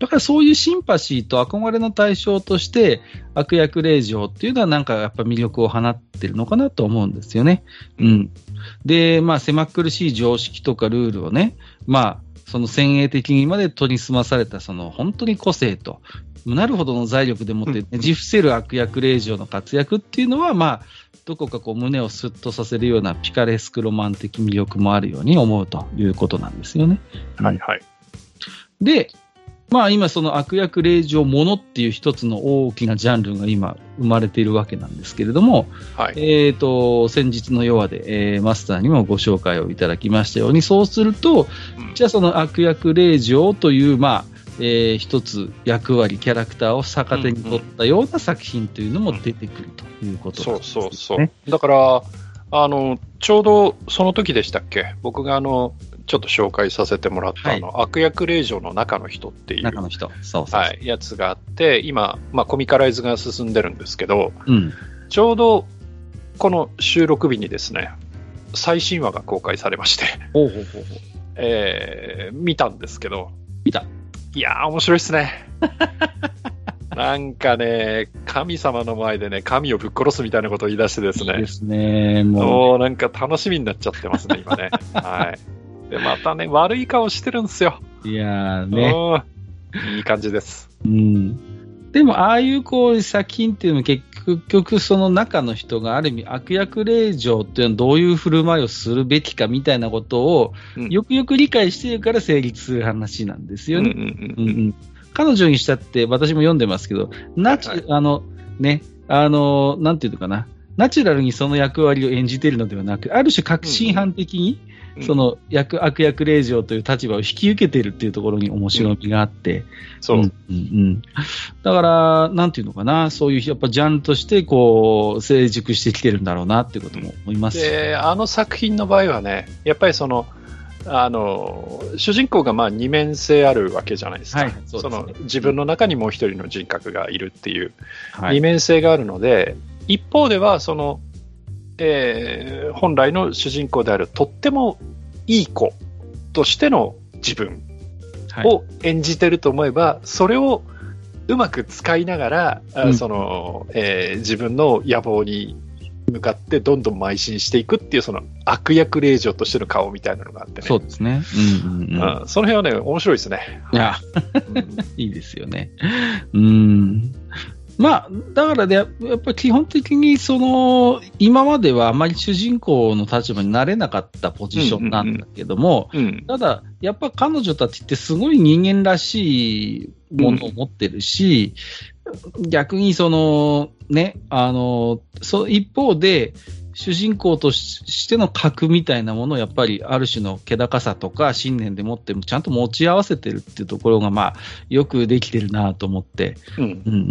だからそういうシンパシーと憧れの対象として悪役令嬢っていうのはなんかやっぱ魅力を放ってるのかなと思うんですよね。うん。で、まあ狭苦しい常識とかルールをね、まあその先鋭的にまで取り澄まされたその本当に個性と、なるほどの財力でもって、ね、うん、自負せる悪役令嬢の活躍っていうのは、まあ、どこかこう胸をスッとさせるようなピカレスクロマン的魅力もあるように思うということなんですよね。 はいはい。 で、まあ今その悪役令嬢ものっていう一つの大きなジャンルが今生まれているわけなんですけれども、はい、えっと、先日の夜で、えー、マスターにもご紹介をいただきましたように、そうすると、うん、じゃあその悪役令嬢という、まあ、えー、一つ役割、キャラクターを逆手に取ったような作品というのも出てくるということなんですね。 そうそうそう。だから、あの、ちょうどその時でしたっけ、僕があの、ちょっと紹介させてもらった、はい、あの悪役令嬢の中の人っていう中の人、そうそうそう、 はい、やつがあって、今、まあ、コミカライズが進んでるんですけど、 うん、 ちょうどこの収録日にですね、最新話が公開されまして、 ほうほうほうほう、 えー、見たんですけど、 見た。 いやー、面白いっすね。なんかね、神様の前でね、神をぶっ殺すみたいなことを言い出してですね。 いいですね、 もう。もうなんか楽しみになっちゃってますね、今ね。はい。で、またね、悪い顔してるんですよ。 いやーね。 いい感じです。 うん。でも、ああいうこう作品っていうのは結局その中の人がある意味悪役令嬢っていうのはどういう振る舞いをするべきかみたいなことをよくよく理解してるから成立する話なんですよね。彼女にしたって私も読んでますけど、ナチ、はいはい、あのね、あの、なんていうのかな、ナチュラルにその役割を演じているのではなく、ある種確信犯的に、うん、その役悪役令嬢という立場を引き受けているっていうところに面白みがあって、うん、 そう、うんうんうん、だからなんていうのかな、そういうやっぱジャンルとしてこう成熟してきてるんだろうなっていうことも思います。 で、あの作品の場合はね、やっぱりそのあの主人公がまあ二面性あるわけじゃないですか、はい、そうですね、その自分の中にもう一人の人格がいるっていう二面性があるので、はい、一方ではその、えー、本来の主人公であるとってもいい子としての自分を演じてると思えば、はい、それをうまく使いながら、うん、そのえー、自分の野望に向かってどんどん邁進していくっていうその悪役令嬢としての顔みたいなのがあってね。 そうですね。うんうんうんうん、その辺はね、面白いですね。 いや、うん、いいですよね。うん。まあ、だからね、やっぱり基本的にその、今まではあまり主人公の立場になれなかったポジションなんだけども、 うんうんうん、 ただ、やっぱ彼女たちってすごい人間らしいものを持ってるし、うん、逆にその、ね、あの、そ一方で、主人公としての格みたいなものをやっぱりある種の気高さとか信念でもってちゃんと持ち合わせてるっていうところがまあよくできてるなと思って、 うんうんうんうん、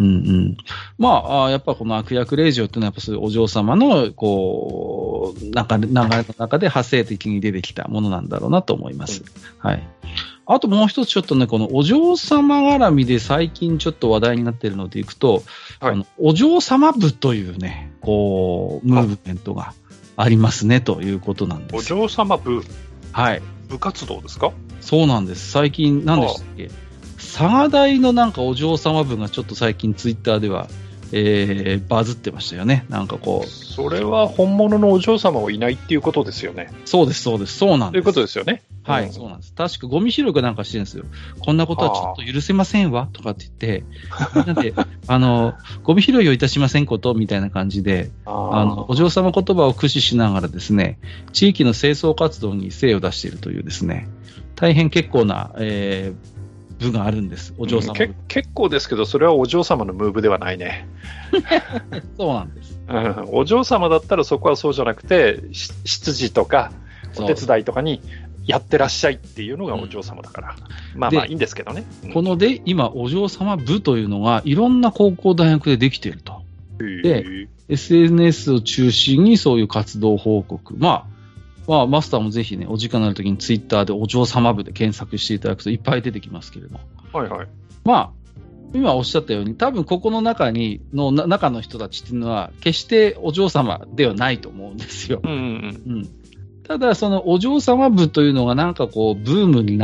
まあやっぱこの悪役令嬢っていうのはやっぱそういうお嬢様のこうなんか流れの中で派生的に出てきたものなんだろうなと思います。うん、はい。あともう一つちょっとね、このお嬢様絡みで最近ちょっと話題になっているのでいくと、はい、あのお嬢様部というね、こう、ムーブメントがありますねということなんです。 お嬢様部、 はい。 部活動ですか？ そうなんです。最近、何でしたっけ？佐賀大のなんかお嬢様部がちょっと最近ツイッターでは、えー、バズってましたよね。なんかこう。 それは本物のお嬢様はいないっていうことですよね。 そうです、そうです。そうなんです。 ということですよね。 はい、うん、そうなんです。確かゴミ拾いかなんかしてるんですよ。こんなことはちょっと許せませんわ、とかって言って、なんで、あの、ゴミ拾いをいたしませんこと、みたいな感じで、あの、お嬢様言葉を駆使しながらですね、地域の清掃活動に精を出しているというですね、大変結構な、えー、部があるんです。お嬢様、うん、 け結構ですけど、それはお嬢様のムーブではないね。 そうなんです、 うん。お嬢様だったらそこはそうじゃなくて、執事とかお手伝いとかにやってらっしゃいっていうのがお嬢様だから、うん、まあまあいいんですけどね。 うん、こので今お嬢様部というのがいろんな高校大学でできていると。で エスエヌエス を中心にそういう活動報告、まあまあ、マスターもぜひね、お時間のあるときにツイッターでお嬢様部で検索していただくといっぱい出てきますけれども。 はいはい。 まあ、今おっしゃったように、多分ここの中に、の中の人たちっていうのは、決してお嬢様ではないと思うんですよ。 うんうんうん。 うん、ただ、そのお嬢様部というのがなんかこう、ブームになって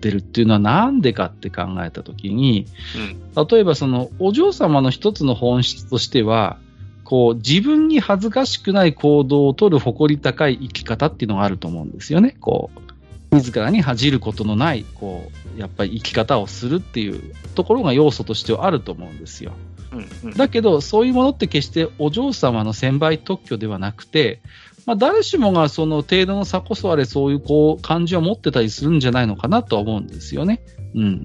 ってるっていうのはなんでかって考えたときに、うん、例えばそのお嬢様の一つの本質としては、こう自分に恥ずかしくない行動を取る誇り高い生き方っていうのがあると思うんですよね。こう自らに恥じることのないこうやっぱり生き方をするっていうところが要素としてはあると思うんですよ。うんうん、だけどそういうものって決してお嬢様の専売特許ではなくて、まあ、誰しもがその程度の差こそあれそういうこう感じを持ってたりするんじゃないのかなとは思うんですよね。うんうんうん、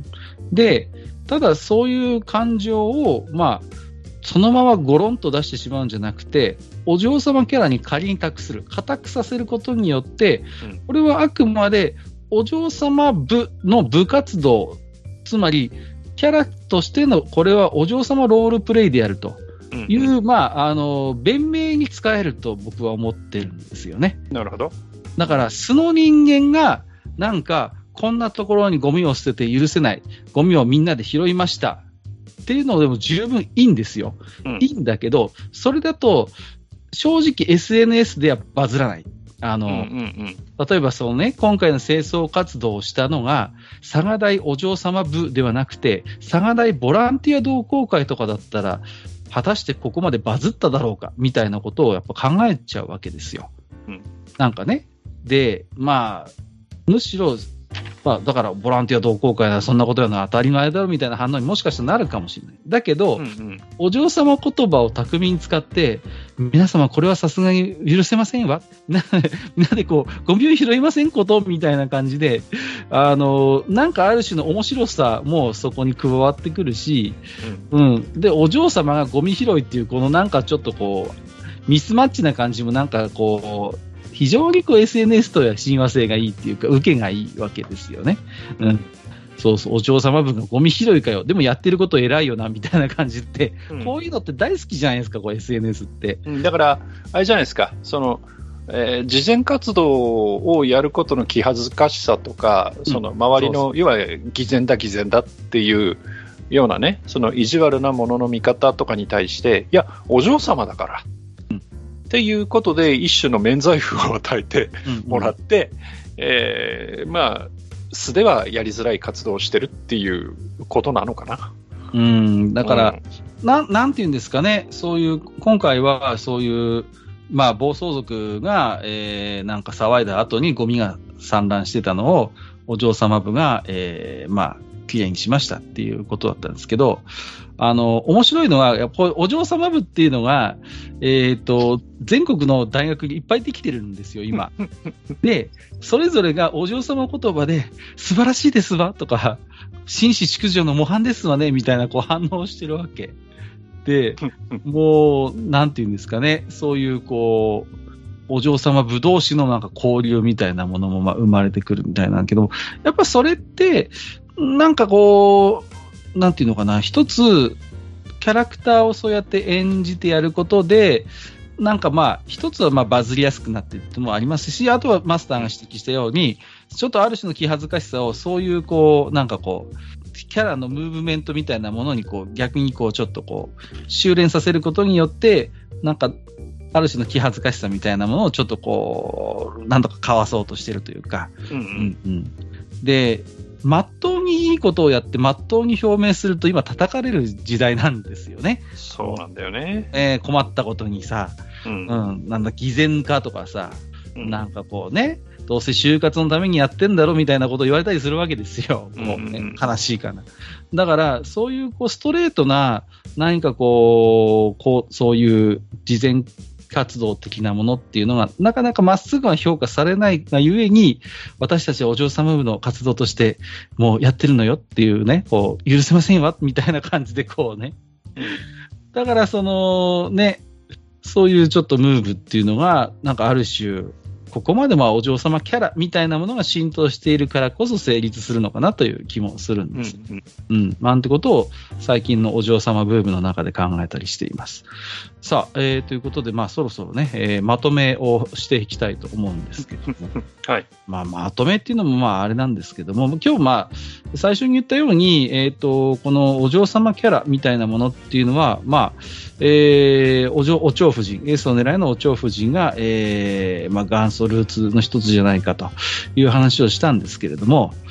でただそういう感情をまあそのままゴロンと出してしまうんじゃなくて、お嬢様キャラに仮に託する、固くさせることによって、うん、これはあくまでお嬢様部の部活動、つまりキャラとしてのこれはお嬢様ロールプレイでやるという、うん、まああの弁明に使えると僕は思ってるんですよね。 なるほど。 だから素の人間がなんかこんなところにゴミを捨てて許せない、ゴミをみんなで拾いましたっていうのでも十分いいんですよ、うん、いいんだけど、それだと正直 エスエヌエス ではバズらない。あの、うんうんうん、例えばそのね、今回の清掃活動をしたのが佐賀大お嬢様部ではなくて佐賀大ボランティア同好会とかだったら果たしてここまでバズっただろうかみたいなことをやっぱ考えちゃうわけですよ、うん、なんかね。でまあむしろまあ、だからボランティア同好会はそんなことやのは当たり前だろみたいな反応にもしかしたらなるかもしれない。だけど、うんうん、お嬢様言葉を巧みに使って皆様これはさすがに許せませんわみんなでこうゴミを拾いませんことみたいな感じで、あのなんかある種の面白さもそこに加わってくるし、うんうん、でお嬢様がゴミ拾いっていうこのなんかちょっとこうミスマッチな感じもなんかこう非常にこう エスエヌエス とは親和性がいいっていうか受けがいいわけですよね、うん、そうそうお嬢様分がゴミ拾いかよでもやってること偉いよなみたいな感じって、うん、こういうのって大好きじゃないですかこう エスエヌエス って、 うん、だからあれじゃないですかその、えー、慈善活動をやることの気恥ずかしさとかその周りの、うん、要は偽善だ偽善だっていうようなねその意地悪なものの見方とかに対していやお嬢様だからっていうことで一種の免罪符を与えてもらって、うんうんえー、まあ素ではやりづらい活動をしてるっていうことなのかな。 うんだから、うん、な, なんていうんですかねそういう今回はそういうまあ暴走族が、えー、なんか騒いだ後にゴミが散乱してたのをお嬢様部が、えー、まあきれいにしましたっていうことだったんですけど、あの面白いのはやっぱりお嬢様部っていうのが、えー、と全国の大学にいっぱいできてるんですよ今でそれぞれがお嬢様言葉で素晴らしいですわとか紳士淑女の模範ですわねみたいなこう反応してるわけでもうなんていうんですかねそういうこうお嬢様部同士のなんか交流みたいなものもまあ生まれてくるみたいなんだけどやっぱそれってなんかこうなんていうのかな一つキャラクターをそうやって演じてやることでなんかまあ一つはまあバズりやすくなっているってのもありますしあとはマスターが指摘したようにちょっとある種の気恥ずかしさをそういうこうなんかこうキャラのムーブメントみたいなものにこう逆にこうちょっとこう修練させることによってなんかある種の気恥ずかしさみたいなものをちょっとこうなんとかかわそうとしてるというか、うんうんうんうん、でまっとうにいいことをやってまっとうに表明すると今叩かれる時代なんですよね。 そうなんだよね、 えー、困ったことにさ、うんうん、なんだ偽善かとかさ、うん、なんかこうねどうせ就活のためにやってんだろみたいなことを言われたりするわけですよ。もうね、うんうん、悲しいかな。だからそういうこうストレートな何かこう、こうそういう慈善活動的なものっていうのがなかなかまっすぐは評価されないがゆえに私たちはお嬢様部の活動としてもうやってるのよっていうねこう許せませんわみたいな感じでこうねだからそのねそういうちょっとムーブっていうのがなんかある種ここまでまあお嬢様キャラみたいなものが浸透しているからこそ成立するのかなという気もするんです。うん、うんうん、なんてことを最近のお嬢様ブームの中で考えたりしています。さあ、えー、ということでまあそろそろね、えー、まとめをしていきたいと思うんですけども、 はい。 まあまとめっていうのもまああれなんですけども今日まあ最初に言ったようにえっとこのお嬢様キャラみたいなものっていうのはまあえー、お嬢お蝶夫人エースを狙いのお蝶夫人が、えーまあ、元祖ルーツの一つじゃないかという話をしたんですけれども、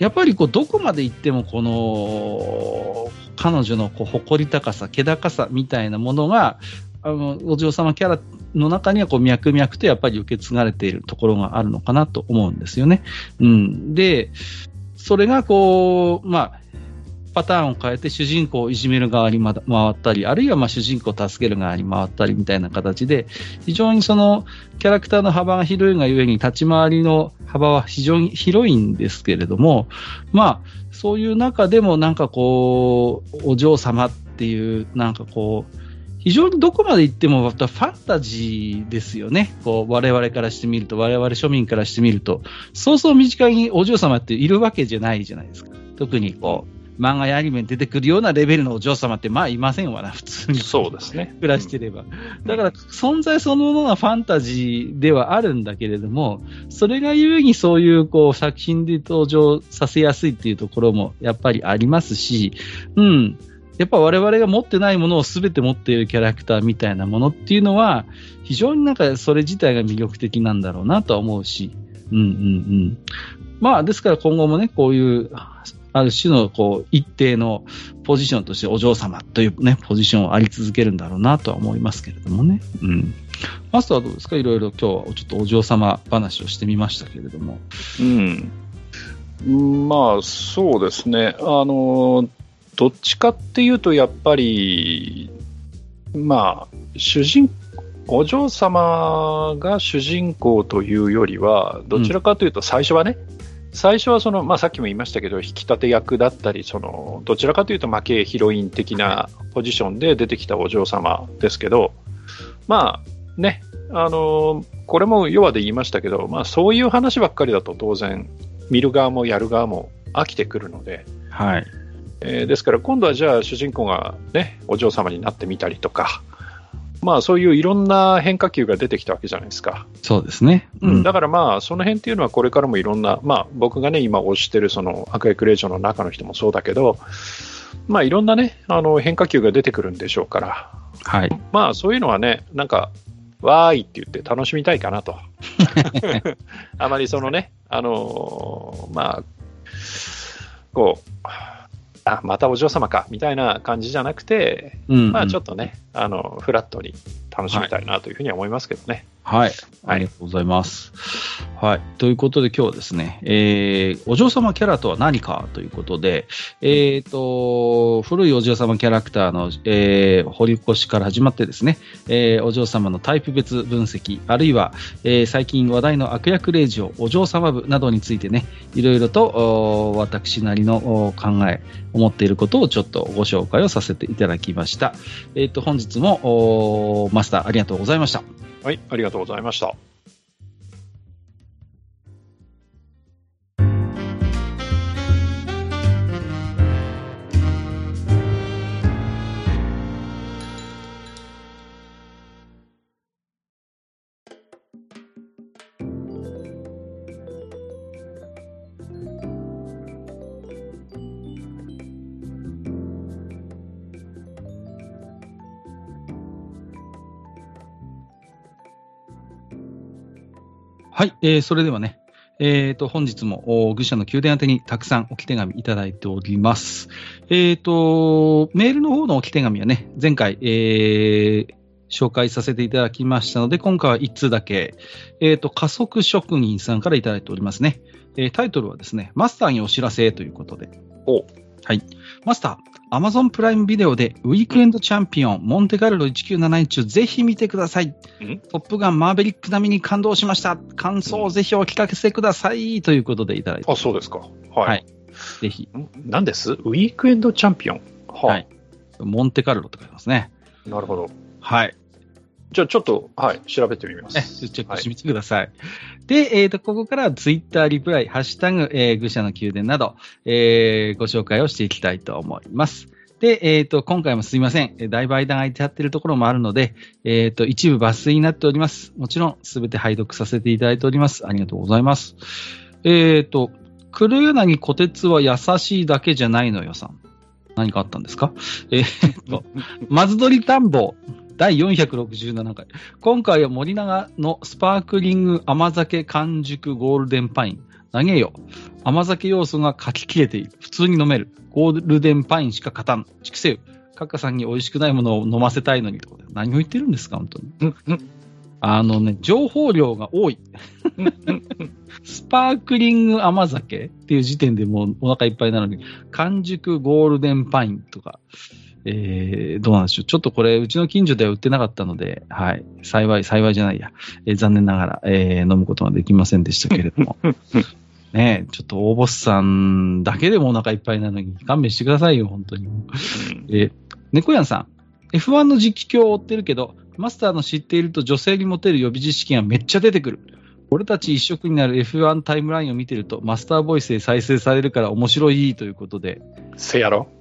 やっぱりこうどこまで行ってもこの彼女のこう誇り高さ、気高さみたいなものがあのお嬢様キャラの中にはこう脈々とやっぱり受け継がれているところがあるのかなと思うんですよね。うん、で、それがこう、まあ、パターンを変えて主人公をいじめる側に回ったり、あるいはまあ主人公を助ける側に回ったりみたいな形で、非常にそのキャラクターの幅が広いがゆえに立ち回りの幅は非常に広いんですけれども、まあそういう中でもなんかこうお嬢様っていうなんかこう非常にどこまで行ってもファンタジーですよね。こう我々からしてみると、我々庶民からしてみると、そうそう身近にお嬢様っているわけじゃないじゃないですか。特にこう漫画やアニメに出てくるようなレベルのお嬢様ってまあいませんわな、普通に。 そうですね。 暮らしてれば。だから存在そのものがファンタジーではあるんだけれども、それがゆえにそういうこう作品で登場させやすいっていうところもやっぱりありますし、うん。やっぱ我々が持ってないものを全て持っているキャラクターみたいなものっていうのは、非常になんかそれ自体が魅力的なんだろうなとは思うし、うんうんうん。まあですから今後もね、こういうある種のこう一定のポジションとしてお嬢様というね、ポジションはあり続けるんだろうなとは思いますけれどもね。うん。マスターはどうですか？いろいろ今日はちょっとお嬢様話をしてみましたけれども。 うん。まあそうですね。あの、どっちかっていうとやっぱり、まあ主人お嬢様が主人公というよりは、どちらかというと最初はね、うん最初はその、まあ、さっきも言いましたけど、引き立て役だったり、そのどちらかというと負けヒロイン的なポジションで出てきたお嬢様ですけど、まあね、あのこれも要はで言いましたけど、まあ、そういう話ばっかりだと当然、見る側もやる側も飽きてくるので、 はいえー、ですから今度はじゃあ主人公が、ね、お嬢様になってみたりとか、まあそういういろんな変化球が出てきたわけじゃないですか。 そうですね。 うん、だからまあその辺っていうのはこれからもいろんな、まあ僕がね今推してるその悪役令嬢の中の人もそうだけど、まあいろんなねあの変化球が出てくるんでしょうから、 はい。 まあそういうのはねなんかわーいって言って楽しみたいかなと。あまりそのねあのー、まあこう。あまたお嬢様かみたいな感じじゃなくて、うんうん、まあちょっとねあのフラットに楽しみたいなというふうには思いますけどね。 はい、はい、ありがとうございます。はい、ということで今日はですね、えー、お嬢様キャラとは何かということで、えーと古いお嬢様キャラクターの、えー、掘り起こしから始まってですね、えー、お嬢様のタイプ別分析、あるいは、えー、最近話題の悪役令嬢お嬢様部などについてね、いろいろと私なりの考え思っていることをちょっとご紹介をさせていただきました。えーと本日もマスターありがとうございました。 はい、ありがとうございました。 はい、えー、それではね、えーと、本日も愚者の宮殿宛てにたくさん置き手紙いただいております。えーと、メールの方の置き手紙はね、前回、えー、紹介させていただきましたので、今回はいっつうだけ、えーと、加速職人さんからいただいておりますね。えー、タイトルはですね、マスターにお知らせということで。 おはい。マスター、Amazon プライムビデオでウィークエンドチャンピオン、モンテカルロいちきゅうなないちをぜひ見てください。トップガンマーベリック並みに感動しました。感想をぜひお聞かせください。ということでいただいて。 あ、そうですか。はい。 はい、ぜひ。 何ですウィークエンドチャンピオン、 ははい。モンテカルロって書いてますね。 なるほど。 はい。 じゃあちょっと、はい、調べてみます。 チェックしてみてください。はい、で、えっ、ー、と、ここからはツイッターリプライ、ハッシュタグ、えー、愚者の宮殿など、えー、ご紹介をしていきたいと思います。で、えっ、ー、と、今回もすいません。だいぶ間が空いてやってるところもあるので、えっ、ー、と、一部抜粋になっております。もちろん、すべて拝読させていただいております。ありがとうございます。えっ、ー、と、黒柳小鉄は優しいだけじゃないのよさん。何かあったんですか？えっ、ー、と、マズドリ探訪。だいよんひゃくろくじゅうななかい。今回は森永のスパークリング甘酒完熟ゴールデンパイン。 投げよ。甘酒要素が書き切れている。普通に飲める。ゴールデンパインしか勝たん。畜生。カッカさんに美味しくないものを飲ませたいのに。何を言ってるんですか、本当に。うんうん、あのね、情報量が多い。スパークリング甘酒っていう時点でもうお腹いっぱいなのに、完熟ゴールデンパインとか、えー、どうなんでしょう。ちょっとこれ、うちの近所では売ってなかったので、はい。幸い、幸いじゃないや。えー、残念ながら、えー、飲むことができませんでしたけれども。ねえ、ちょっと大ボスさんだけでもお腹いっぱいなのに勘弁してくださいよ、本当に。えー、猫やんさん。エフワン の実況を追ってるけど、マスターの知っていると女性にモテる予備知識がめっちゃ出てくる。俺たち一色になる エフワン タイムラインを見てると、マスターボイスで再生されるから面白いということで。 せやろ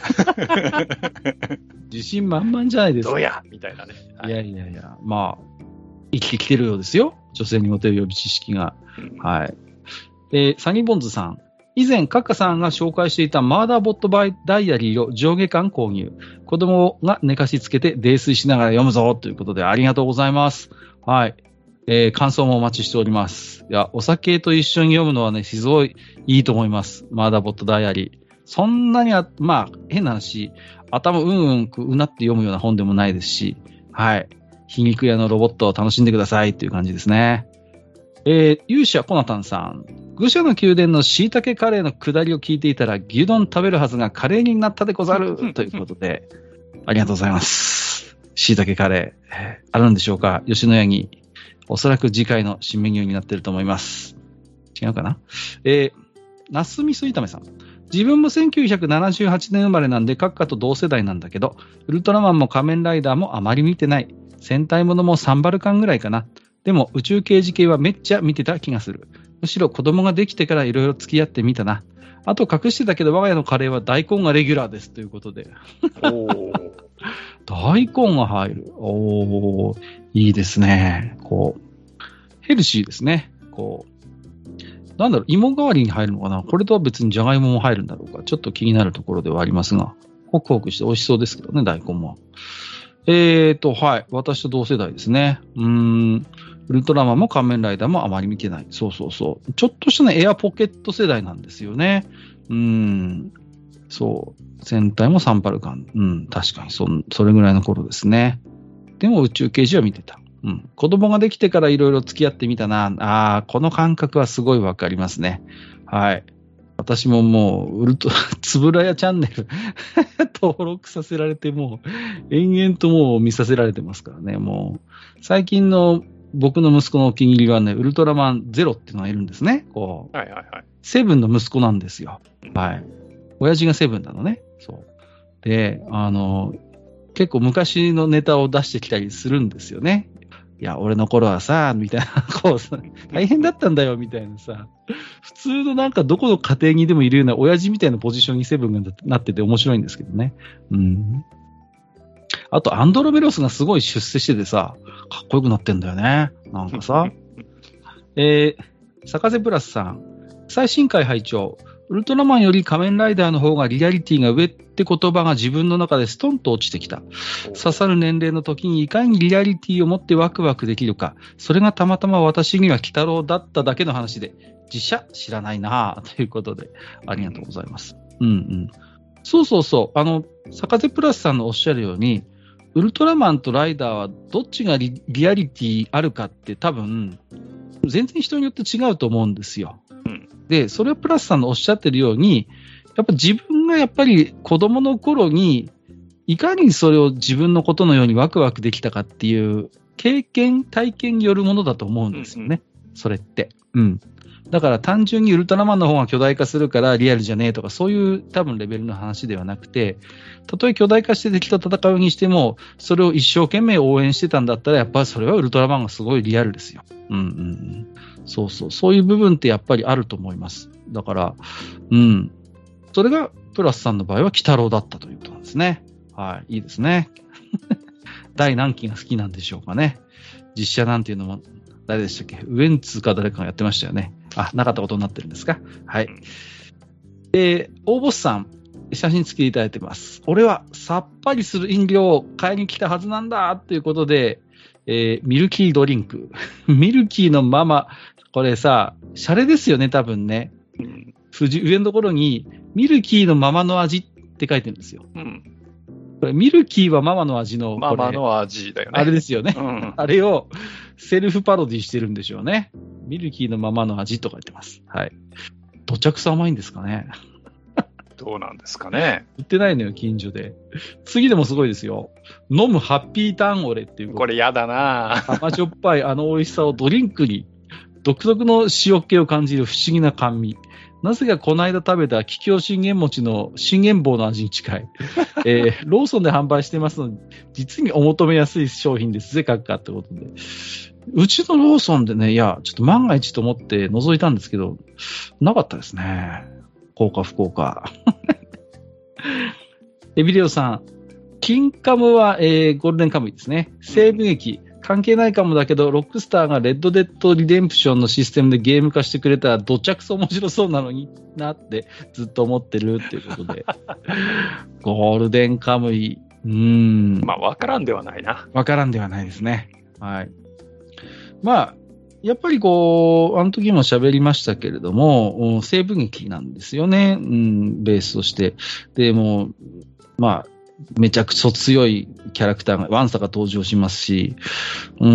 自信満々じゃないですか。 どうやみたいなね。 はい、いやいやいや、まあ、生きてきてるようですよ。女性にモテる予備知識が。うん、はい。えー、サニーボンズさん。以前、カッカさんが紹介していたマーダーボットバイダイアリーを上下巻購入。子供が寝かしつけて泥酔しながら読むぞということでありがとうございます。はい。えー、感想もお待ちしております。いや、お酒と一緒に読むのはね、すごいいいと思います。マーダーボットダイアリー。そんなにあ、まあ、変な話、頭うんうんうなって読むような本でもないですし、はい。皮肉屋のロボットを楽しんでくださいっていう感じですね。えー、勇者コナタンさん。愚者の宮殿の椎茸カレーの下りを聞いていたら、牛丼食べるはずがカレーになったでござるということで、ありがとうございます。椎茸カレー、あるんでしょうか、吉野家に。おそらく次回の新メニューになっていると思います。違うかな。えー、ナス味噌炒めさん。自分もせんきゅうひゃくななじゅうはちねん生まれなんで、閣下と同世代なんだけど、ウルトラマンも仮面ライダーもあまり見てない。戦隊ものもさんバルカンぐらいかな。でも宇宙刑事系はめっちゃ見てた気がする。むしろ子供ができてからいろいろ付き合ってみたな。あと隠してたけど我が家のカレーは大根がレギュラーですということで。お大根が入る。おー、いいですね。こう、ヘルシーですね。こう、なんだろう、芋代わりに入るのかな。これとは別にジャガイモも入るんだろうか。ちょっと気になるところではありますが、ホクホクして美味しそうですけどね、大根も。えーと、はい。私と同世代ですね。うーん。ウルトラマンも仮面ライダーもあまり見てない。そうそうそう。ちょっとしたね、エアポケット世代なんですよね。うーん。そう。戦隊もサンバルカン。うん。確かにそ、それぐらいの頃ですね。でも宇宙刑事は見てた。うん。子供ができてからいろいろ付き合ってみたな。ああ、この感覚はすごいわかりますね。はい。私ももう、ウルトラ、つぶらやチャンネル登録させられて、もう、延々ともう見させられてますからね。もう、最近の僕の息子のお気に入りはね、ウルトラマンゼロっていうのがいるんですね。こう。はいはいはい。セブンの息子なんですよ。はい。親父がセブンなのね。そう。で、あの、結構昔のネタを出してきたりするんですよね。いや、俺の頃はさ、みたいな、こうさ、大変だったんだよ、みたいなさ、普通のなんかどこの家庭にでもいるような親父みたいなポジションにセブンがなってて面白いんですけどね。うん。あと、アンドロメロスがすごい出世しててさ、かっこよくなってんだよね。なんかさ。えー、坂瀬プラスさん、最新回拝聴。ウルトラマンより仮面ライダーの方がリアリティが上って言葉が自分の中でストンと落ちてきた。刺さる年齢の時にいかにリアリティを持ってワクワクできるか。それがたまたま私には鬼太郎だっただけの話で、自社知らないなぁということで、ありがとうございます。うんうん。そうそうそう。あの、坂瀬プラスさんのおっしゃるように、ウルトラマンとライダーはどっちが リ, リアリティあるかって多分、全然人によって違うと思うんですよ。で、それはプラスさんのおっしゃってるように、やっぱ自分がやっぱり子供の頃に、いかにそれを自分のことのようにワクワクできたかっていう経験、体験によるものだと思うんですよね。うんうん、それって。うん。だから単純にウルトラマンの方が巨大化するからリアルじゃねえとか、そういう多分レベルの話ではなくて、たとえ巨大化して敵と戦うにしても、それを一生懸命応援してたんだったら、やっぱりそれはウルトラマンがすごいリアルですよ。うんうんうん。そうそう。そういう部分ってやっぱりあると思います。だから、うん。それが、プラスさんの場合は、鬼太郎だったということなんですね。はい。いいですね。第何期が好きなんでしょうかね。実写なんていうのも、誰でしたっけ？ウエンツか誰かがやってましたよね。あ、なかったことになってるんですか？はい。で、大ボスさん。 写真付きでいただいてます。俺はさっぱりする飲料を買いに来たはずなんだということで、えー、ミルキードリンク。ミルキーのママ、これさ、シャレですよね、多分ね。うん、上のところに、ミルキーのママの味って書いてるんですよ。うん、これミルキーはママの味の、 ママの味だよね。 あれですよね。うん、あれをセルフパロディしてるんでしょうね。ミルキーのママの味と書いてます。はい。どちゃくそ甘いんですかね。 どうなんですかね。 売ってないのよ、近所で。次でもすごいですよ。飲むハッピーターンオレっていう。 これやだなぁ。 甘じょっぱいあの美味しさをドリンクに、独特の塩気を感じる不思議な甘味。なぜかこの間食べた桔梗信玄餅の信玄棒の味に近い。えー、ローソンで販売してますので、実にお求めやすい商品ですぜ、各家ってことで。うちのローソンでね、いや、ちょっと万が一と思って覗いたんですけど、なかったですね。効果不効果。エビデオさん、キンカムは、えー、ゴールデンカムイですね。西部劇、関係ないかもだけど、ロックスターがレッドデッドリデンプションのシステムでゲーム化してくれたら、どちゃくそ面白そうなのになってずっと思ってるっていうことで。ゴールデンカムイ、うーん。 まあ、わからんではないな。 わからんではないですね。はい。まあ、やっぱりこう、あの時も喋りましたけれども、西部劇なんですよね。うん、ベースとして。で、もう、まあ、めちゃくちゃ強いキャラクターが、ワンサが登場しますし、うん、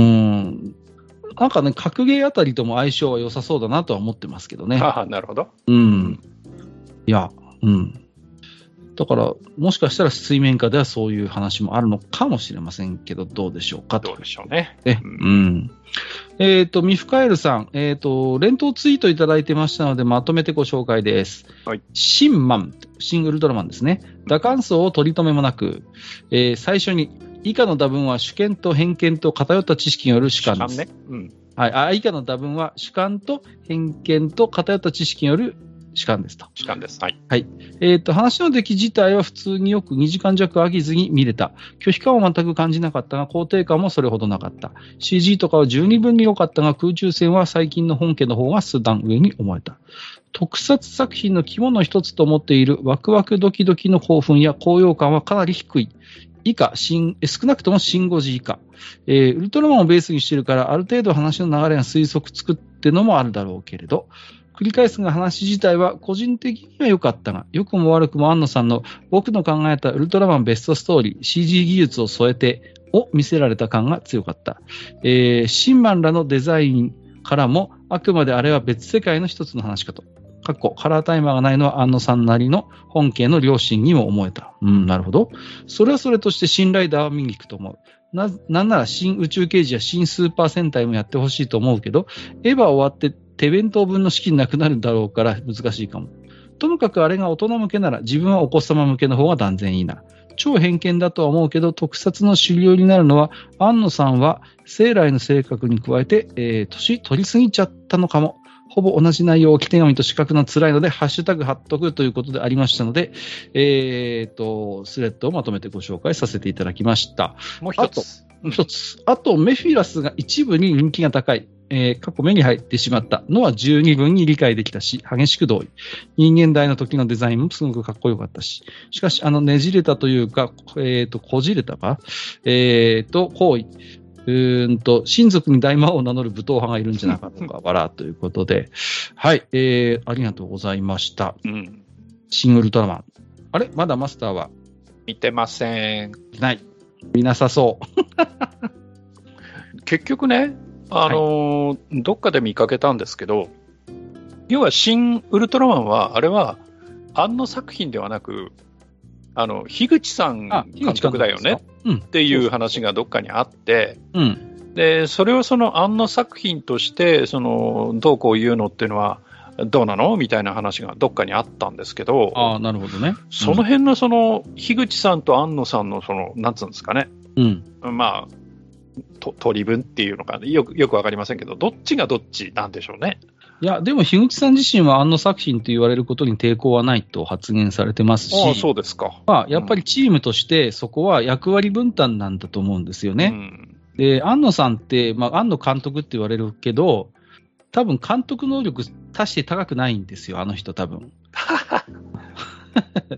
なんかね、格ゲーあたりとも相性は良さそうだなとは思ってますけどね。 ああ、なるほど。 うん。いや、うん。だから、もしかしたら水面下ではそういう話もあるのかもしれませんけど、どうでしょうかと。 どうでしょうね。 ね、うん。うん、えっ、ー、と、ミフカエルさん、えっ、ー、と、連投ツイートいただいてましたので、まとめてご紹介です。はい。シンマン、シン・ウルトラマンですね。打感想を取り留めもなく、えー、最初に、以下の打分は主見と偏見と偏った知識による主観です。主観ね。うん。はい。あ、以下の打分は主観と偏見と偏った知識による主観ですと。 主観です。はい。 はい。えっ、ー、と、話の出来自体は普通によくにじかん弱飽きずに見れた。拒否感は全く感じなかったが、肯定感もそれほどなかった。シージー とかは十二分に良かったが、空中戦は最近の本家の方が数段上に思えた。特撮作品の肝の一つと思っているワクワクドキドキの興奮や高揚感はかなり低い。以下、新少なくともシンゴジ以下。えー、ウルトラマンをベースにしているから、ある程度話の流れが推測つくってのもあるだろうけれど、繰り返すが話自体は個人的には良かったが、良くも悪くも安野さんの僕の考えたウルトラマンベストストーリー、シージー 技術を添えてを見せられた感が強かった。えー、シンマンらのデザインからも、あくまであれは別世界の一つの話かと。かっこカラータイマーがないのは安野さんなりの本家の良心にも思えた。うん、なるほど。それはそれとして新ライダーは見に行くと思う。な、なんなら新宇宙刑事や新スーパー戦隊もやってほしいと思うけど、エヴァ終わって手弁当分の資金なくなるだろうから難しいかも。ともかくあれが大人向けなら自分はお子様向けの方が断然いいな。超偏見だとは思うけど、特撮の主流になるのは、安野さんは生来の性格に加えて、えー、年取りすぎちゃったのかも。ほぼ同じ内容を置き手紙と四角の辛いので、ハッシュタグ貼っとくということでありましたので、えーと、スレッドをまとめてご紹介させていただきました。 もう一つ。 もう一つ。あと、メフィラスが一部に人気が高い。えー、過去目に入ってしまったのは十二分に理解できたし、激しく同意。人間大の時のデザインもすごくかっこよかったし。しかし、あの、ねじれたというか、えーと、こじれたかえーと、行為。うーんと、親族に大魔王を名乗る武闘派がいるんじゃなかったのか、わら、ということで。はい、えー、ありがとうございました。うん。シン・ウルトラマン。あれまだマスターは見てません。 ない。見なさそう。 結局ね、あのーはい、どっかで見かけたんですけど、要は新ウルトラマンは、あれは、庵野作品ではなく、あの、樋口さん監督だよねっていう話がどっかにあって、うん、で、それをその庵野作品として、その、どうこう言うのっていうのは、どうなのみたいな話がどっかにあったんですけど、 ああ、なるほどね。うん、 その辺のその、樋口さんと庵野さんのその、なんつうんですかね。うん。まあ、と取り分っていうのか、よく、よくわかりませんけど、どっちがどっちなんでしょうね。 いや、でも、樋口さん自身は、庵野作品と言われることに抵抗はないと発言されてますし、 ああ、そうですか。 まあ、やっぱりチームとして、そこは役割分担なんだと思うんですよね。うん、で、庵野さんって、まあ、庵野監督って言われるけど、多分、監督能力、足して高くないんですよ、あの人、多分。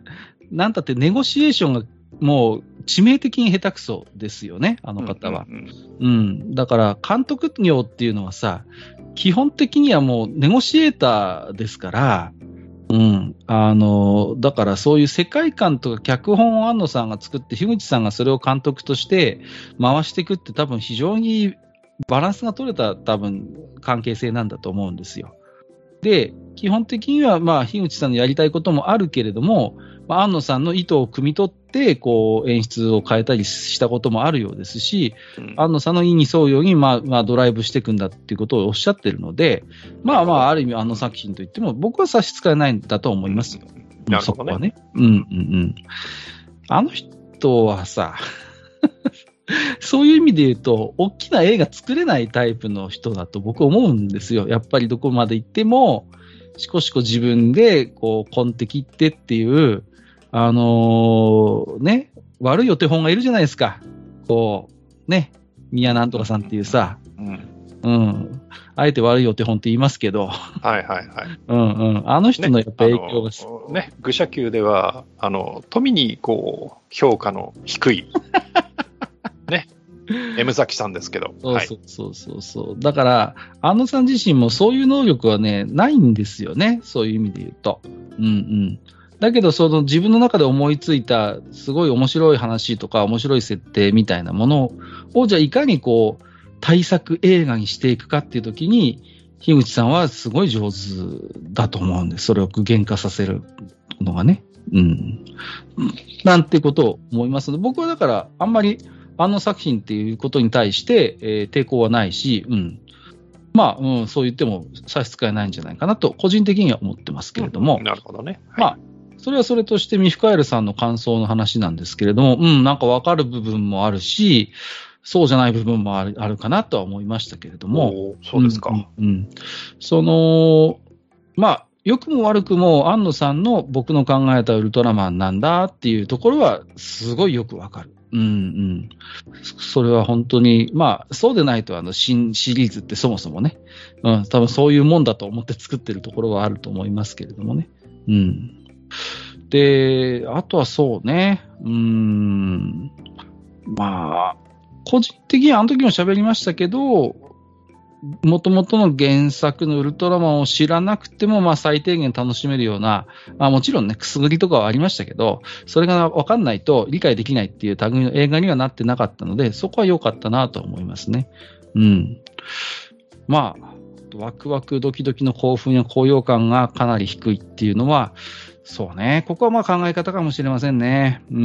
なんたってネゴシエーションがもう致命的に下手くそですよね、あの方は。うん、うんうん、だから監督業っていうのはさ、基本的にはもうネゴシエーターですから、うん、あのだからそういう世界観とか脚本を安野さんが作って、樋口さんがそれを監督として回していくって、多分非常にバランスが取れた多分関係性なんだと思うんですよ。で、基本的にはまあ樋口さんのやりたいこともあるけれども、まあ、安野さんの意図を汲み取ってこう演出を変えたりしたこともあるようですし、うん、安野さんの意に沿うように、まあまあ、ドライブしていくんだっていうことをおっしゃってるので、まあまあある意味あの作品といっても僕は差し支えないんだと思いますよ。 うん、なるほどね。そこはね。 うんうんうん。あの人はさそういう意味で言うと大きな映画作れないタイプの人だと僕は思うんですよ。やっぱりどこまで行ってもしこしこ自分でこう根底ってっていうあのー、ね、悪いお手本がいるじゃないですか。こう、ね、宮なんとかさんっていうさ、うん。うん。あえて悪いお手本って言いますけど。 はいはいはい。 うんうん。あの人のやっぱ影響が、 ね、ね、愚者級では、あの、富にこう、評価の低い、ね、M 崎さんですけど。 そうそうそうそうそう。だから、安野さん自身もそういう能力はね、ないんですよね。そういう意味で言うと。うんうん。だけど、その自分の中で思いついたすごい面白い話とか面白い設定みたいなものを、じゃあいかにこう大作映画にしていくかっていうときに、樋口さんはすごい上手だと思うんです。それを具現化させるのがね。うん。なんてことを思いますので、僕はだからあんまりあの作品っていうことに対して、えー、抵抗はないし、うん。まあ、うん、そう言っても差し支えないんじゃないかなと、個人的には思ってますけれども。 うん、なるほどね。 はい、まあそれはそれとして、ミフカエルさんの感想の話なんですけれども、うん、なんか分かる部分もあるし、そうじゃない部分もある、あるかなとは思いましたけれども。 そうですか。 うんうん、その、まあ、良くも悪くも、安野さんの僕の考えたウルトラマンなんだっていうところは、すごいよく分かる。うんうん。それは本当に、まあ、そうでないと、あの、新シリーズってそもそもね、うん、多分そういうもんだと思って作ってるところはあると思いますけれどもね。うん。で、あとはそうね、うーん、まあ、個人的にはあの時も喋りましたけど、もともとの原作のウルトラマンを知らなくても、まあ最低限楽しめるような、まあもちろんね、くすぐりとかはありましたけど、それがわかんないと理解できないっていう類の映画にはなってなかったので、そこは良かったなと思いますね。うん。まあ、ワクワクドキドキの興奮や高揚感がかなり低いっていうのは、そうね。ここはまあ考え方かもしれませんね。うん。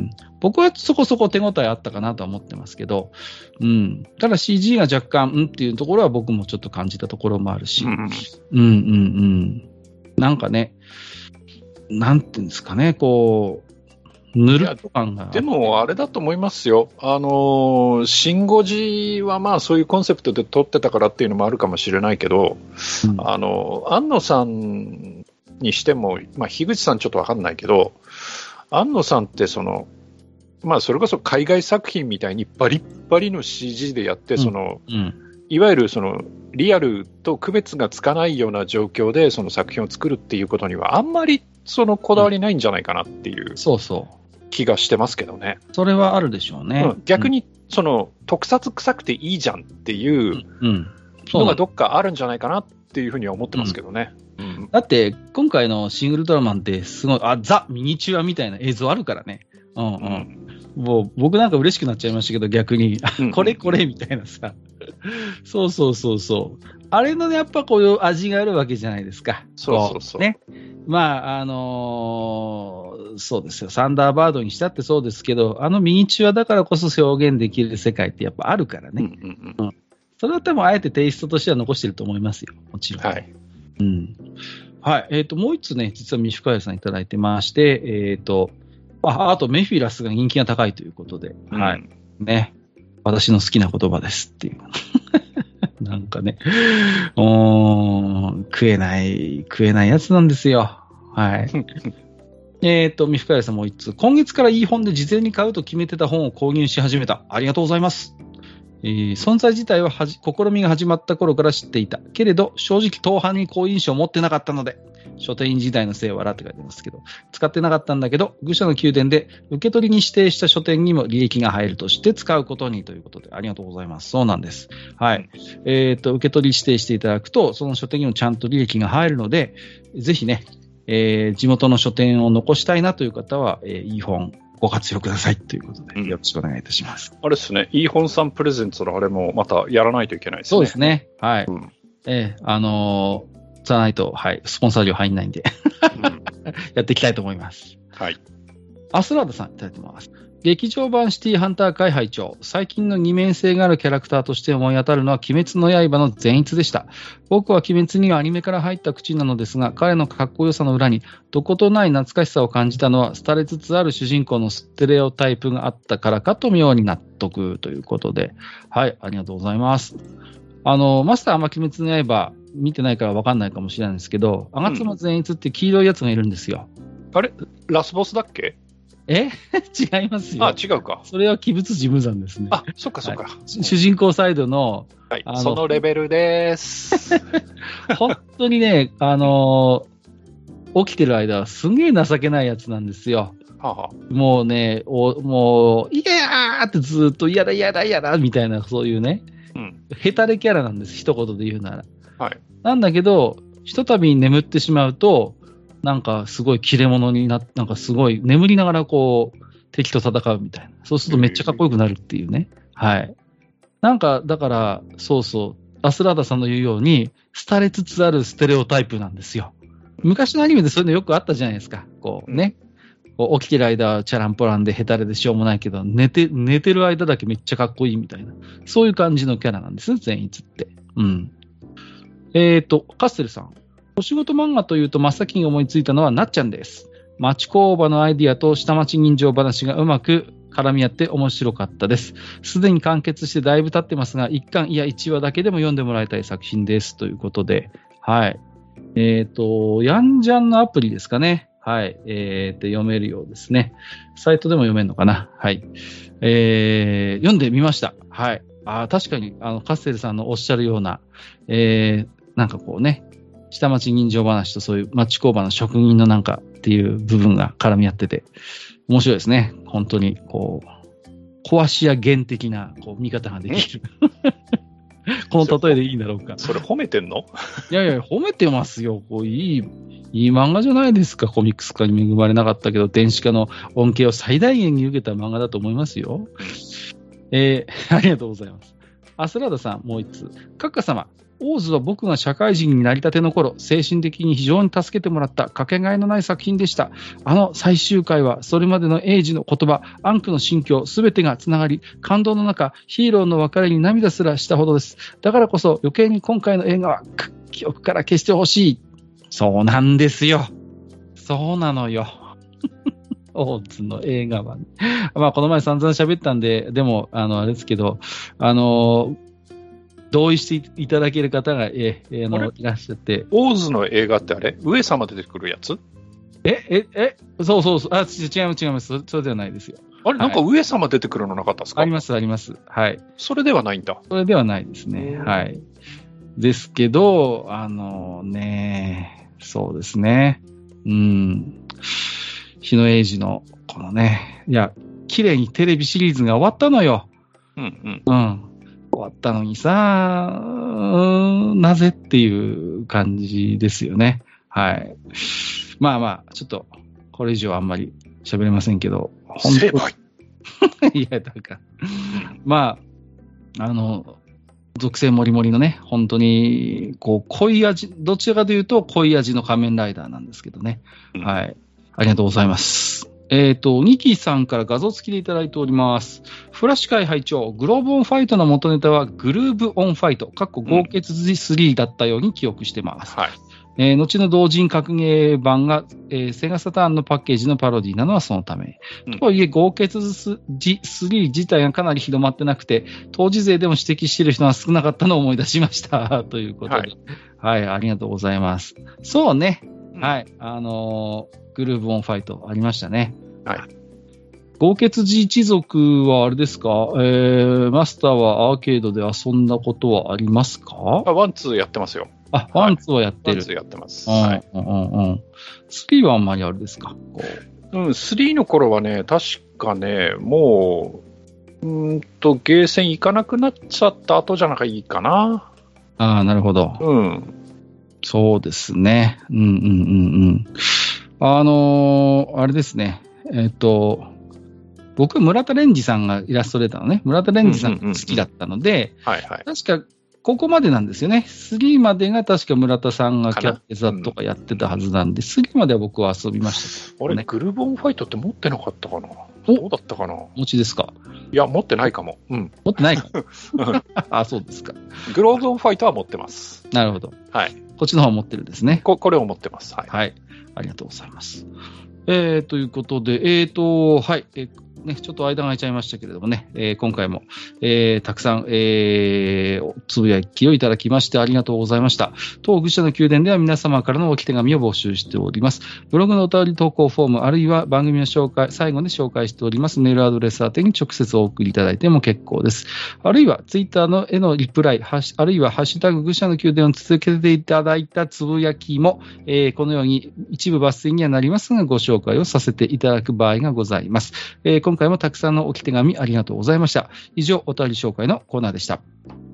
僕はそこそこ手応えあったかなとは思ってますけど、うん。ただ シージー が若干、うんっていうところは僕もちょっと感じたところもあるし、うん、うん、うんうんなんかね、なんていうんですかね、こう、ぬるっと感が。 でもあれだと思いますよ。あの、シンゴジはまあそういうコンセプトで撮ってたからっていうのもあるかもしれないけど、うん、あの、安野さん、にしても、まあ、樋口さんちょっとわかんないけど、安野さんってその、まあ、それこそ海外作品みたいにバリッバリの シージー でやって、その、うんうん、いわゆるそのリアルと区別がつかないような状況でその作品を作るっていうことにはあんまりそのこだわりないんじゃないかなっていう気がしてますけどね。 それはあるでしょうね。 うん、逆にその特撮臭くていいじゃんっていうのがどっかあるんじゃないかなっていうふうには思ってますけどね。 うん、だって、今回のシン・ウルトラマンってすごい、あ、ザ・ミニチュアみたいな映像あるからね。うんうん。うん、もう、僕なんか嬉しくなっちゃいましたけど、逆に。うんうん、これこれみたいなさ。そうそうそうそう。あれのね、やっぱこういう味があるわけじゃないですか。 そうそうそう。 ね。まあ、あのー、そうですよ。サンダーバードにしたってそうですけど、あのミニチュアだからこそ表現できる世界ってやっぱあるからね。うんうんうん。うん、それは多分あえてテイストとしては残してると思いますよ。もちろん。はい。うん。はい。えっ、ー、と、もう一つね、実はミシュカエルさんいただいてまして、えっ、ー、と、あ、あとメフィラスが人気が高いということで、うん、はい。ね。私の好きな言葉ですっていう。なんかね、うーん、食えない、食えないやつなんですよ。はい。えっと、ミフカエルさんもう一つ。今月からいい本で事前に買うと決めてた本を購入し始めた。ありがとうございます。 えー存在自体ははじ試みが始まった頃から知っていた。けれど、正直、当版に好印象を持ってなかったので、書店員時代のせいはらって書いてますけど、使ってなかったんだけど、愚者の宮殿で受け取りに指定した書店にも利益が入るとして使うことにということで、ありがとうございます。そうなんです。はい。えっと、受け取り指定していただくと、その書店にもちゃんと利益が入るので、ぜひね、えー地元の書店を残したいなという方は、えーいい本、ご活用くださいということで、 うんよろしくお願いいたします。 あれですね、イーホンさんプレゼンツのあれもまたやらないといけないですね。 そうですね。はい。 うんえーあのー、じゃないと、はい、スポンサー料入んないんで、 うんやっていきたいと思います。 はい。 アスラーダさんいただいてます。劇場版シティハンター会拝聴、最近の二面性があるキャラクターとして思い当たるのは鬼滅の刃の善逸でした。僕は鬼滅にはアニメから入った口なのですが、彼のかっこよさの裏にどことない懐かしさを感じたのは、廃れつつある主人公のステレオタイプがあったからかと妙に納得ということで、はい、ありがとうございます。あの、マスターあんま鬼滅の刃見てないからわかんないかもしれないんですけど、吾妻善逸って黄色いやつがいるんですよ。 あれラスボスだっけ？ え違いますよ。 あ、違うか。 それは鬼物事務山ですね。 あ、そっかそっか。 はい主人公サイドの、 はいあのそのレベルです。 本当にね、あのー起きてる間はすんげえ情けないやつなんですよ。 はあはもうね、おもう、いやーってずっと嫌だ嫌だ嫌だみたいな、そういうね、 あうん。 ヘタレキャラなんです、一言で言うなら。 はい。 なんだけど、ひとたび眠ってしまうと、なんかすごい切れ者になって、なんかすごい眠りながらこう、敵と戦うみたいな。そうするとめっちゃかっこよくなるっていうね。はい。なんか、だから、そうそう、アスラーダさんの言うように、廃れつつあるステレオタイプなんですよ。昔のアニメでそういうのよくあったじゃないですか。こうね。こう起きてる間はチャランポランでヘタレでしょうもないけど、寝て、寝てる間だけめっちゃかっこいいみたいな。そういう感じのキャラなんですね、善逸って。うん。えーと、カステルさん。お仕事漫画というと真っ先に思いついたのはなっちゃんです。町工場のアイディアと下町人情話がうまく絡み合って面白かったです。すでに完結してだいぶ経ってますが、いっかんいやいちわだけでも読んでもらいたい作品です。ということで、はい。えっ、と、ヤンジャンのアプリですかね。はい。えー、と、読めるようですね。サイトでも読めるのかな。はい。えー、読んでみました。はい。あ、確かに、あの、カステルさんのおっしゃるような、えー、なんかこうね、下町人情話とそういう町工場の職人のなんかっていう部分が絡み合ってて、面白いですね。本当に、こう、壊し屋原的なこう見方ができる。この例えでいいんだろうか。 それ褒めてんの？ いやいや、褒めてますよ。こういい、いい漫画じゃないですか。コミックス化に恵まれなかったけど、電子化の恩恵を最大限に受けた漫画だと思いますよ。えー、ありがとうございます。アスラーダさん、もう一つ。カッカ様、オーズは僕が社会人になりたての頃、精神的に非常に助けてもらったかけがえのない作品でした。あの最終回は、それまでのエイジの言葉、アンクの心境、すべてがつながり、感動の中、ヒーローの別れに涙すらしたほどです。だからこそ余計に今回の映画は、記憶から消してほしい。そうなんですよ。そうなのよ。オーズの映画は、ね、まあこの前散々喋ったんで、でも、あの、あれですけど、あの、同意していただける方が、ええあのいらっしゃって。 オーズの映画ってあれ上様出てくるやつ？ え、え、え、そうそうそう。あ、ち違います、違います。そそうではないですよ。 あれ、なんか上様出てくるのなかったですか？ あります、あります。はい。 それではないんだ。 それではないですね。はい。ですけど、あのね、そうですね。うん。日野英二の、このね、いや、綺麗にテレビシリーズが終わったのよ。 うんうん。 うん。終わったのにさ、うーん、なぜっていう感じですよね。はい。まあまあ、ちょっと、これ以上あんまり喋れませんけど、本成敗。 当いや、だから、まあ、あの、属性もりもりのね、本当に、こう、濃い味、どちらかというと濃い味の仮面ライダーなんですけどね。 うんはい。ありがとうございます。えっ、と、ニキさんから画像付きでいただいております。フラッシュ会拝聴、グローブオンファイトの元ネタはグルーブオンファイト、かっこ合結スリーだったように記憶してます。 はい。 えー後の同人格ゲー版が、えーセガサターンのパッケージのパロディなのはそのため。 うんとはいえ、合結スリー自体がかなり広まってなくて、当時勢でも指摘している人が少なかったのを思い出しました。ということで、 ははい。はい、ありがとうございます。そうね。 うんはい。あのーグルーブオンファイトありましたね。 はい。 豪傑寺一族はあれですか、えー、マスターはアーケードで遊んだことはありますか？ あ、ワン、ツーやってますよ。 あ、ワン、ツーはやってる。 ワン、ツーやってます。 うん、はい。うん、うん、うん。スリーはあんまりあれですか？こううん、スリーの頃はね、確かね、もう、うーんと、ゲーセン行かなくなっちゃった後じゃないかな。 ああ、なるほど。 うん。 そうですね。うん、うん、うん、うん。あのー、あれですね。えっと、僕、村田蓮司さんがイラストレーターのね、村田蓮司さんが好きだったので、 はいはい。 確か、ここまでなんですよね。スリーまでが確か村田さんがキャッテザとかやってたはずなんで、うん、スリーまでは僕は遊びました、ね。 あれ、グルーブオンファイトって持ってなかったかな？どうだったかな？ お持ちですか？ いや、持ってないかも。うん。 持ってないかも。あ、そうですか。 グローブオンファイトは持ってます。 なるほど。 はい。 こっちの方持ってるんですね。 こ、これを持ってます。はい。 はい。ありがとうございます。えー、ということで、えーと、はい。えーね、ちょっと間が空いちゃいましたけれどもね、えー、今回も、えー、たくさん、えー、つぶやきをいただきましてありがとうございました。当愚者の宮殿では皆様からの置き手紙を募集しております。ブログのお便り投稿フォーム、あるいは番組の紹介、最後で紹介しておりますメールアドレス宛てに直接お送りいただいても結構です。あるいはツイッターのへのリプライ、あるいはハッシュタグ愚者の宮殿を続けていただいたつぶやきも、えー、このように一部抜粋にはなりますがご紹介をさせていただく場合がございます。えー、今回もたくさんの置き手紙ありがとうございました。以上、お便り紹介のコーナーでした。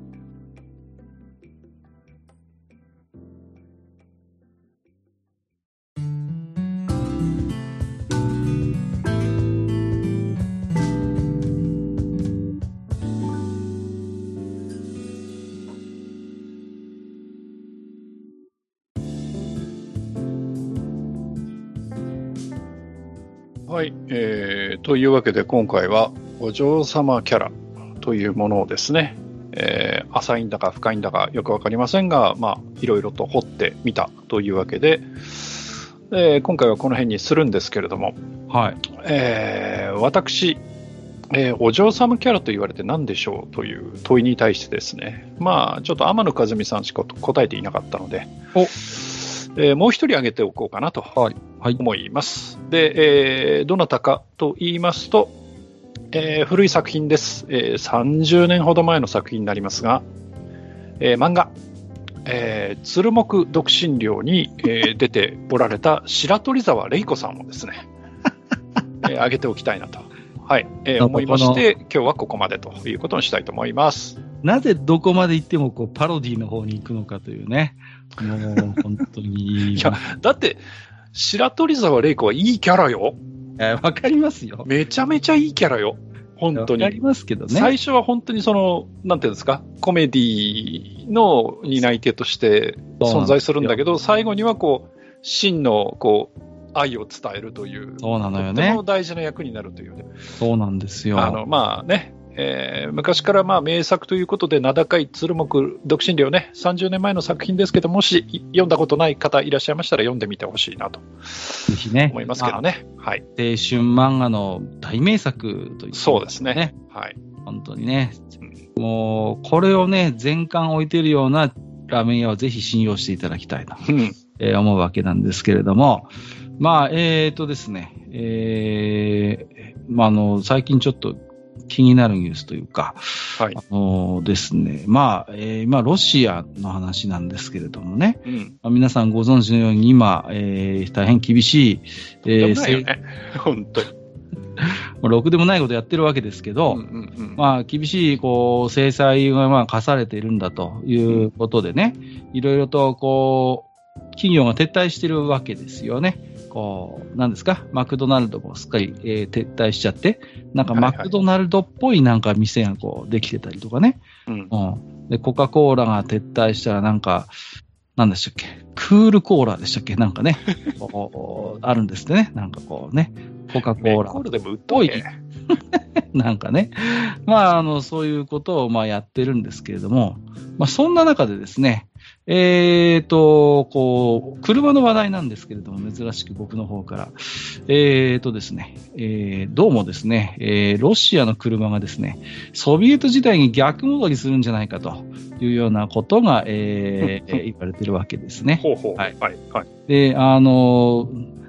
はい、えー、というわけで今回はお嬢様キャラというものをですね、えー、浅いんだか深いんだかよくわかりませんが、まあいろいろと掘ってみたというわけで、えー、今回はこの辺にするんですけれども、 はい、 えー、私、えー、お嬢様キャラと言われて何でしょうという問いに対してですね、まあちょっと天野和美さんしか答えていなかったので、おえー、もう一人挙げておこうかなと思います。はいはい、で、えー、どなたかと言いますと、えー、古い作品です、えー。さんじゅうねんほど前の作品になりますが、えー、漫画、えー、鶴木独身寮に、えー、出ておられた白鳥沢玲子さんをですね、えー、挙げておきたいなと、はいえー、思いまして、今日はここまでということにしたいと思います。 なぜどこまで行ってもこうパロディの方に行くのかというね。もう本当に。 いや、だって、白鳥沢玲子はいいキャラよ。 えー、わかりますよ。 めちゃめちゃいいキャラよ。本当に。 わかりますけどね。 最初は本当にその、なんていうんですか、コメディの担い手として存在するんだけど、最後にはこう、真のこう、愛を伝えるという。 そうなのよね。 とても大事な役になるというね。 そうなんですよ。 あの、まあね。えー、昔からまあ名作ということで名高い鶴木独身寮ね、さんじゅうねんまえの作品ですけど、もし読んだことない方いらっしゃいましたら読んでみてほしいなとぜひ、ね、思いますけどね、はい、 青春漫画の大名作という、ね、 そうですね、はい、 本当にね、うん、もうこれをね全巻置いてるようなラーメン屋はぜひ信用していただきたいと、うんえー、思うわけなんですけれども、まあえーとですね、えーまあ、あの最近ちょっと気になるニュースというか、はい、あのですね、まあ、えー、今、ロシアの話なんですけれどもね、うんまあ、皆さんご存知のように今、えー、大変厳しい、 えー、ないよね、本当に。 ろくでもないことやってるわけですけど、うんうんうん、まあ、厳しい、こう、制裁がまあ課されているんだということでね、うん、いろいろと、こう、企業が撤退してるわけですよね。こう、なんですか、マクドナルドもすっかり、えー、撤退しちゃって、なんかマクドナルドっぽいなんか店がこうできてたりとかね。はいはいうん、で、コカ・コーラが撤退したらなんか、なんでしたっけ、クールコーラでしたっけ、なんかね、こうあるんですってね、なんかこうね、コカ・コーラっぽい。なんかね、まあ、あの、そういうことをまあやってるんですけれども、まあ、そんな中でですね、えーと、こう、車の話題なんですけれども、珍しく僕の方から。えーとですね、えー、どうもですね、えー、ロシアの車がですね、ソビエト時代に逆戻りするんじゃないかというようなことが、えー、言われてるわけですね。 ほうほう。はい、はい、はい。 で、あの、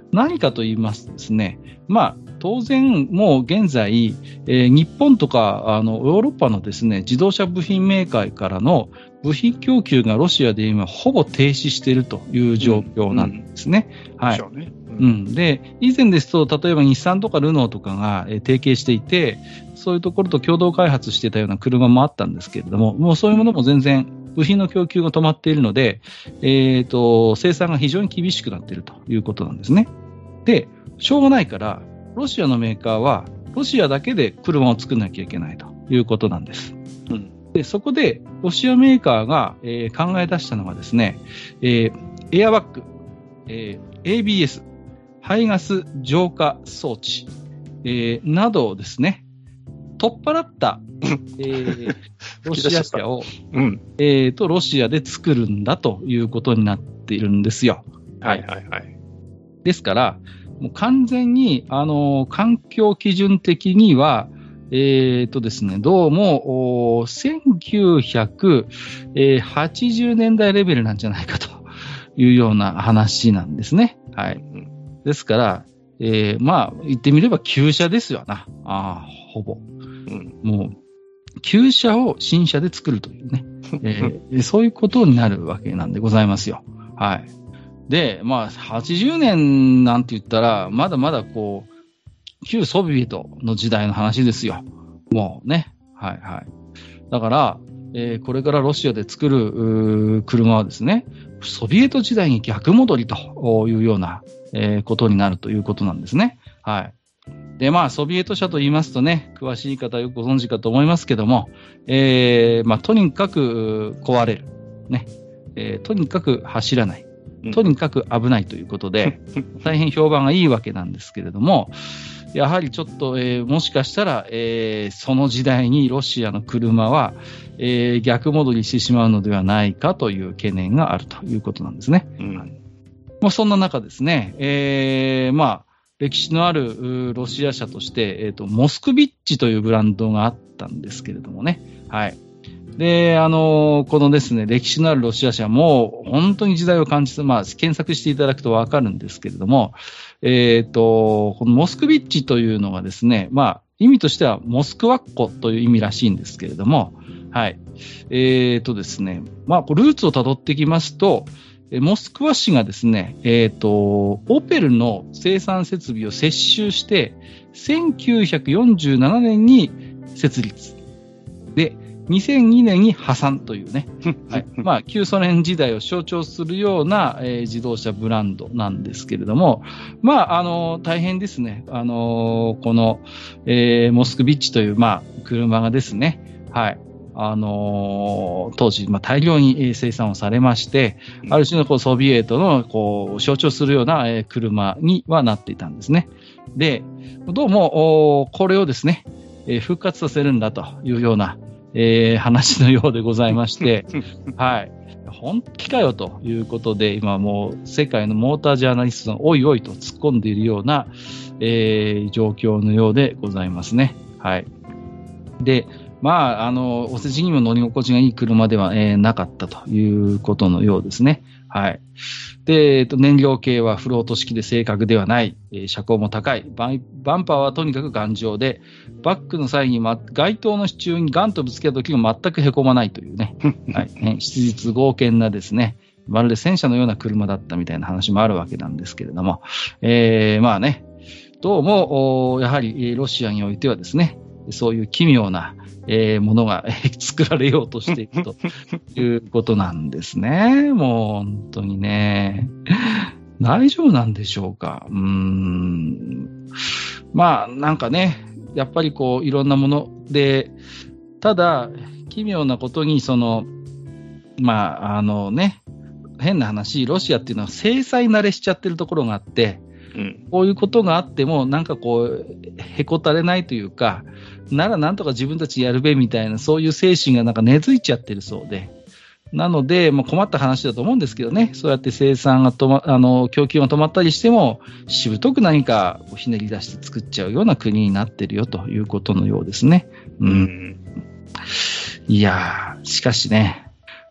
何かと言いますとですね、まあ、当然、もう現在、えー、日本とかあのヨーロッパのですね、自動車部品メーカーからの部品供給がロシアで今、ほぼ停止しているという状況なんですね。うん、はい。うんうん、で、以前ですと、例えば日産とかルノーとかが、えー、提携していて、そういうところと共同開発していたような車もあったんですけれども、もうそういうものも全然、部品の供給が止まっているので、えーと、生産が非常に厳しくなっているということなんですね。で、しょうがないから、ロシアのメーカーは、ロシアだけで車を作らなきゃいけないということなんです。うん、でそこで、ロシアメーカーが、えー、考え出したのがですね、えー、エアバッグ、えー、エービーエス、排ガス浄化装置、えー、などをですね、取っ払った、えー、ロシア車を、うんえー、とロシアで作るんだということになっているんですよ。 はいはいはい。 ですから、もう完全に、あの、環境基準的には、えーとですね、どうも、せんきゅうひゃくはちじゅうねんだいレベルなんじゃないかというような話なんですね。はい。ですから、えー、まあ、言ってみれば旧車ですよな。ああ、ほぼ。うん、もう、旧車を新車で作るというね、えー、そういうことになるわけなんでございますよ。はい。で、まあ、はちじゅうねんなんて言ったら、まだまだこう、旧ソビエトの時代の話ですよ。もうね。はいはい。だから、えー、これからロシアで作る車はですね、ソビエト時代に逆戻りというような、えー、ことになるということなんですね。はい。で、まあ、ソビエト車と言いますとね、詳しい方はよくご存知かと思いますけども、えー、まあ、とにかく壊れる。ね。えー、とにかく走らない。とにかく危ないということで、大変評判がいいわけなんですけれども、やはりちょっと、えー、もしかしたら、えー、その時代にロシアの車は、えー、逆戻りしてしまうのではないかという懸念があるということなんですね。うん、まあ、そんな中ですね、えー、まあ、歴史のあるロシア車として、えーと、モスクビッチというブランドがあったんですけれどもね。はい。で、あの、このですね、歴史のあるロシア車も本当に時代を感じて、まあ、検索していただくとわかるんですけれども、えっと、このモスクビッチというのがですね、まあ、意味としてはモスクワっ子という意味らしいんですけれども、はい。えっとですね、まあ、ルーツをたどってきますと、モスクワ市がですね、えっと、オペルの生産設備を接収して、せんきゅうひゃくよんじゅうななねんに設立。で、にせんにねんに破産というね、はい、まあ、旧ソ連時代を象徴するような、えー、自動車ブランドなんですけれども、まあ、あの、大変ですね。あの、この、えー、モスクビッチという、まあ、車がですね、はい、あの、当時、まあ、大量に生産をされまして、ある種のこうソビエトの、こう、象徴するような、えー、車にはなっていたんですね。で、どうも、これをですね、えー、復活させるんだというような、えー、話のようでございまして、はい。本気かよということで、今もう世界のモータージャーナリストがおいおいと突っ込んでいるような、えー、状況のようでございますね。はい。で、まあ、あの、お世辞にも乗り心地がいい車では、えー、なかったということのようですね。はい。で、えっと、燃料系はフロート式で正確ではない、えー、車高も高い、バン、バンパーはとにかく頑丈で、バックの際に、ま、街灯の支柱にガンとぶつけた時が全く凹まないというね、はい、ね、質実剛健なですね、まるで戦車のような車だったみたいな話もあるわけなんですけれども、えー、まあね、どうも、やはりロシアにおいてはですね、そういう奇妙な、えー、ものが作られようとしていくということなんですね。もう本当にね。大丈夫なんでしょうか。うーん。まあなんかね、やっぱりこういろんなもので、ただ奇妙なことにその、まああのね、変な話、ロシアっていうのは制裁慣れしちゃってるところがあって、うん、こういうことがあってもなんかこうへこたれないというか、ならなんとか自分たちやるべみたいな、そういう精神がなんか根付いちゃってるそうで。なので、まあ、困った話だと思うんですけどね、そうやって生産が止ま、あの、供給が止まったりしても、しぶとく何かひねり出して作っちゃうような国になってるよということのようですね。うん。うん、いやー、しかしね、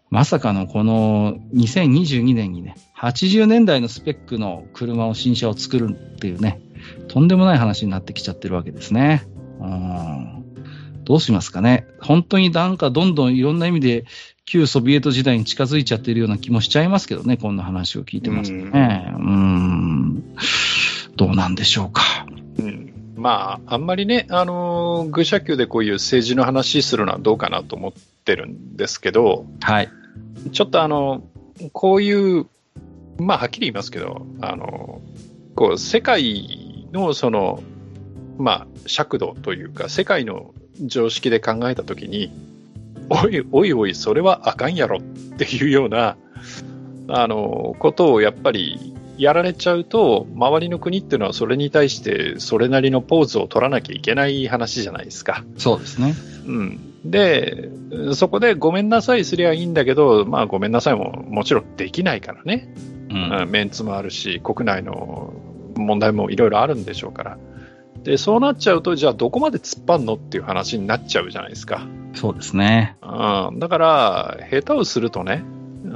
まさかのこのにせんにじゅうにねんにね、はちじゅうねんだいのスペックの車を新車を作るっていうね、とんでもない話になってきちゃってるわけですね。うん、どうしますかね。本当になんかどんどんいろんな意味で旧ソビエト時代に近づいちゃってるような気もしちゃいますけどね、こんな話を聞いてますとね。うーん、どうなんでしょうか。 うん、まあ、あんまりね、あのー、愚者級でこういう政治の話するのはどうかなと思ってるんですけど、 はい。 ちょっとあの、こういう、まあ、はっきり言いますけど、あの、こう、世界のその、まあ、尺度というか、世界の常識で考えたときに、おいおいおい、それはあかんやろっていうような、あの、ことをやっぱりやられちゃうと、周りの国っていうのはそれに対してそれなりのポーズを取らなきゃいけない話じゃないですか。 そうですね。 うん。で、そこでごめんなさいすりゃいいんだけど、まあごめんなさいももちろんできないからね。うん、メンツもあるし、国内の問題もいろいろあるんでしょうから。で、そうなっちゃうと、じゃあどこまで突っ張んのっていう話になっちゃうじゃないですか。 そうですね。 うん、だから、下手をするとね、うん、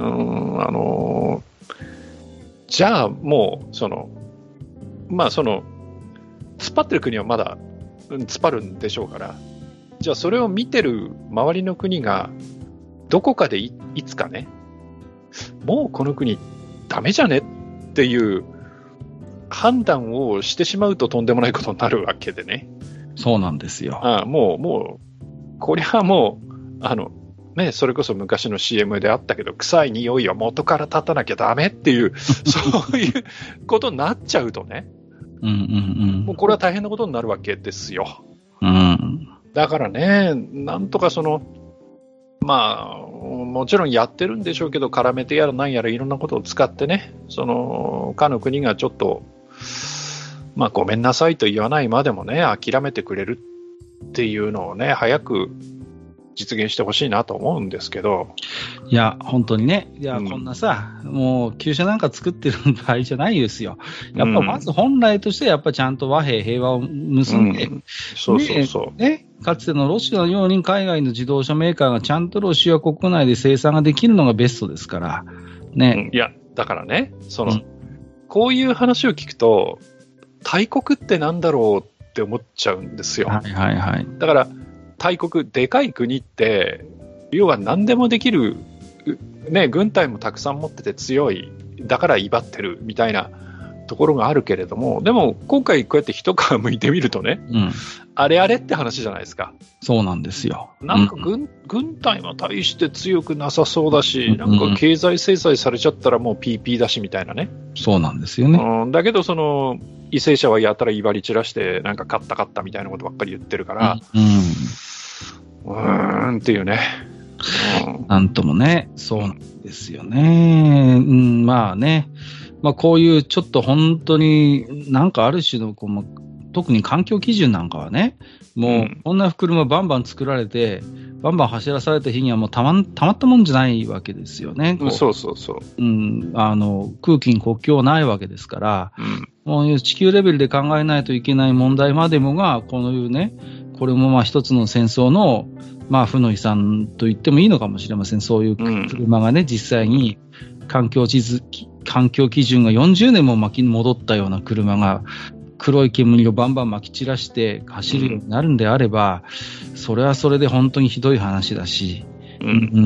あの、じゃあもう、その、まあその、突っ張ってる国はまだ、うん、突っ張るんでしょうから、じゃあそれを見てる周りの国が、どこかで い, いつかね、もうこの国ダメじゃねっていう判断をしてしまうととんでもないことになるわけでね。 そうなんですよ。 ああもう、もう、こりゃもう、あの、ね、それこそ昔の シーエム であったけど、臭い匂いは元から立たなきゃダメっていう、そういうことになっちゃうとね、 うんうんうん、 もうこれは大変なことになるわけですよ。 うん、 だからね、なんとかその、まあ、もちろんやってるんでしょうけど、絡めてやらなんやらいろんなことを使ってね、その、かの国がちょっと、まあ、ごめんなさいと言わないまでもね、諦めてくれるっていうのをね、早く実現してほしいなと思うんですけど。 いや、本当にね、いや、 うん、 こんなさ、もう、旧車なんか作ってる場合じゃないですよ。やっぱまず本来としてやっぱちゃんと和平、平和を結んで、うん、 そうそうそう。 ね、かつてのロシアのように海外の自動車メーカーがちゃんとロシア国内で生産ができるのがベストですから、ね。 うん、いや、だからね、その、うん、こういう話を聞くと、大国ってなんだろうって思っちゃうんですよ。 はいはいはい。 だから、大国、でかい国って、要は何でもできる、ね、軍隊もたくさん持ってて強い、だから威張ってるみたいなところがあるけれども、でも今回こうやって一皮むいてみるとね、うん、あれあれって話じゃないですか。 そうなんですよ。 なんか 軍,、うん、軍隊は大して強くなさそうだし、うん、なんか経済制裁されちゃったらもう ピーピー だしみたいなね。 そうなんですよね。 うん、だけどその、為政者はやたら威張り散らして、なんか勝った勝ったみたいなことばっかり言ってるから、うん、うーんっていうね。 うん、なんともね、そうなんですよね。うん、まあね、まあこういうちょっと本当になんかある種のこう、特に環境基準なんかはね、もうこんな車バンバン作られて、バンバン走らされた日にはもうたまん、たまったもんじゃないわけですよね。 うそうそうそう。 うん、あの、空気に国境ないわけですから、うん、もう地球レベルで考えないといけない問題までもが、このいうね、これもまあ一つの戦争の、まあ負の遺産と言ってもいいのかもしれません。そういう車がね、うん、実際に環境地図、環境基準がよんじゅうねんも巻き戻ったような車が、黒い煙をバンバン撒き散らして走るようになるんであれば、うん、それはそれで本当にひどい話だし、うん、うん、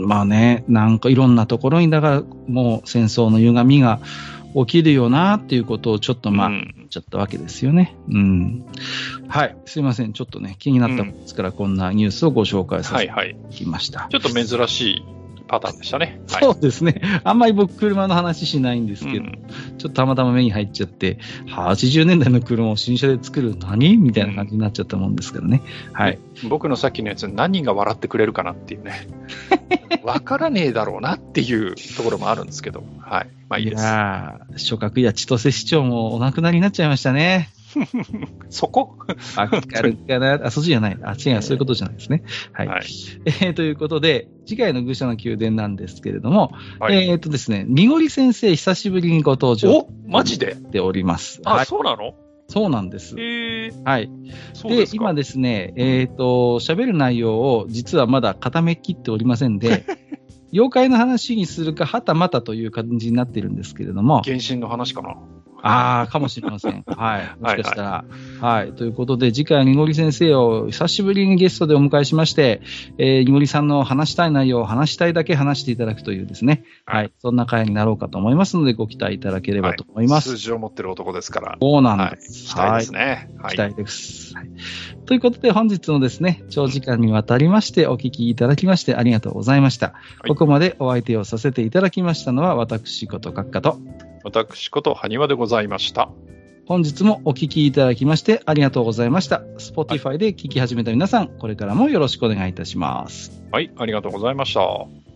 まあね、なんかいろんなところにだからもう戦争の歪みが起きるよなっていうことをちょっとまあ、うん、言っちゃったわけですよね。うん。はい。すいません。ちょっとね、気になったものですからこんなニュースをご紹介させていただきました。 はいはい、ちょっと珍しいパターンでしたね。 はい、そうですね。あんまり僕車の話しないんですけど、うん、ちょっとたまたま目に入っちゃって、はちじゅうねんだいの車を新車で作る何みたいな感じになっちゃったもんですからね。うん、はい。 僕のさっきのやつ何人が笑ってくれるかなっていうね。わからねえだろうなっていうところもあるんですけど、はい。まあいいです。 いやー、諸閣や千歳市長もお亡くなりになっちゃいましたね。 そこわかるかなあ、そっちじゃない。あ、違う、そういうことじゃないですね。はい。はい、えー、ということで、次回の愚者の宮殿なんですけれども、はい、えっ、ー、とですね、みごり先生、久しぶりにご登場。 おマジでしております。 あ、 はい、 そうなのそうなんです。 へー。 はい。で、で今ですね、えっ、ー、と、喋る内容を実はまだ固めきっておりませんで、 妖怪の話にするか、はたまたという感じになってるんですけれども。 原神の話かな。 ああ、かもしれません。はい。もしかしたら。はい、はい。ということで、次回、にごり先生を久しぶりにゲストでお迎えしまして、えー、にごりさんの話したい内容を話したいだけ話していただくというですね。はい。はい、そんな回になろうかと思いますので、ご期待いただければと思います。 はい、数字を持ってる男ですから。 そうなんです。 はい、期待ですね。 はい。期待です。はい。ということで、本日のですね、長時間にわたりましてお聞きいただきましてありがとうございました。はい、ここまでお相手をさせていただきましたのは、私こと閣下と、 私こと埴輪でございました。 本日もお聞きいただきましてありがとうございました。Spotify で聞き始めた皆さん、はい、これからもよろしくお願いいたします。 はい、ありがとうございました。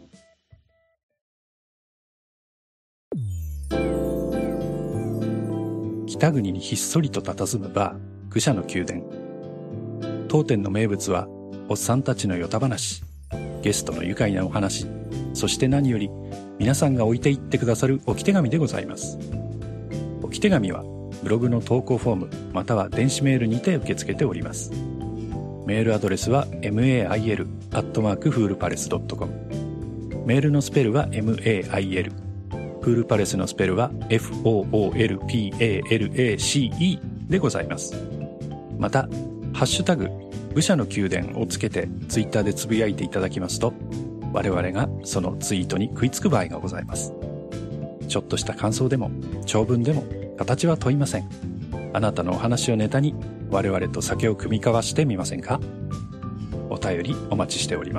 北国にひっそりと佇むバー、愚者の宮殿。当店の名物は、おっさんたちのヨタ話、ゲストの愉快なお話、そして何より、皆さんが置いていってくださる置き手紙でございます。置き手紙は、ブログの投稿フォームまたは電子メールにて受け付けております。メールアドレスは メール アットフールパレス ドットコム。メールのスペルは メール。フールパレスのスペルは エフオーオーエルピーエーエルエーシーイー でございます。また、ハッシュタグ愚者の宮殿をつけてツイッターでつぶやいていただきますと、我々がそのツイートに食いつく場合がございます。ちょっとした感想でも長文でも形は問いません。あなたのお話をネタに我々と酒を酌み交わしてみませんか？お便りお待ちしております。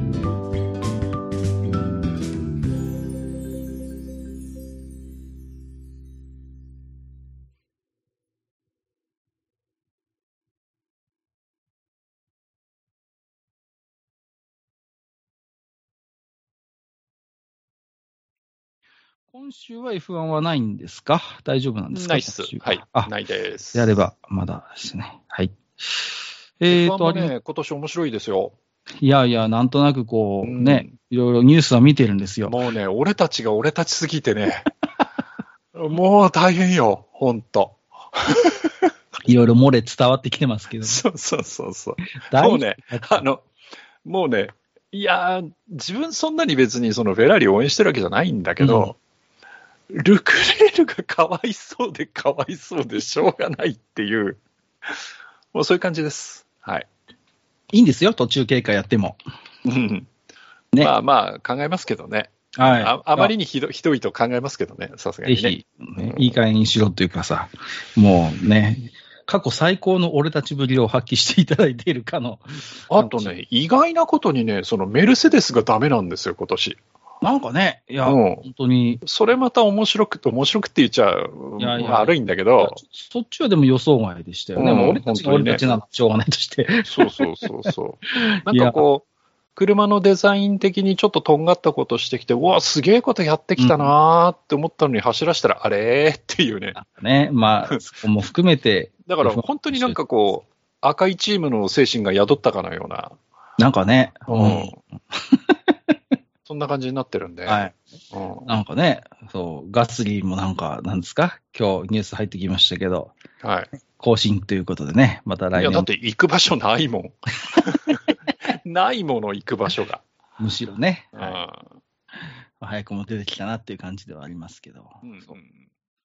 今週は エフワン はないんですか？大丈夫なんですか？ ないっす。はい。あ、ないです。 であれば、まだですね。はい。えーと、ね、今年面白いですよ。 いやいや、なんとなくこう、うん、ね、いろいろニュースは見てるんですよ。 もうね、俺たちが俺たちすぎてね、もう大変よ、ほんと。 いろいろ漏れ伝わってきてますけど、ね。 そうそうそうそう。もうね、あの、もうね、いやー、自分そんなに別にそのフェラーリを応援してるわけじゃないんだけど、うん、ルクレールがかわいそうでかわいそうでしょうがないっていう、もうそういう感じです。はい。 いいんですよ、途中経過やっても。 うんね、まあまあ考えますけどね。はい。あ, あまりにひ ど, ひどいと考えますけどね、さすがにね。ぜひ、 ね、いい加減にしろというかさ、もうね、過去最高の俺たちぶりを発揮していただいているかの。 あとね、意外なことにね、そのメルセデスがダメなんですよ、今年。 なんかね、いや、うん、本当に。 それまた面白くて、面白くって言っちゃいやいや悪いんだけど。 そっちはでも予想外でしたよね。うん、もう俺たちが俺たちなのしょうがないとして。 そうそうそうそう。なんかこう、車のデザイン的にちょっととんがったことしてきて、うわ、すげえことやってきたなーって思ったのに走らせたら、あれーっていうね。 ね、まあ、そこも含めて。 だから本当になんかこう、赤いチームの精神が宿ったかのような。 なんかね。 うん。そんな感じになってるんで。 はい。うん、なんかね、そう、ガスリーもなんか、なんですか？今日ニュース入ってきましたけど。 はい。 更新ということでね、また来年。いや、だって行く場所ないもん。ないもの、行く場所が。 むしろね。 はい、 早くも出てきたなっていう感じではありますけど。 うんうん、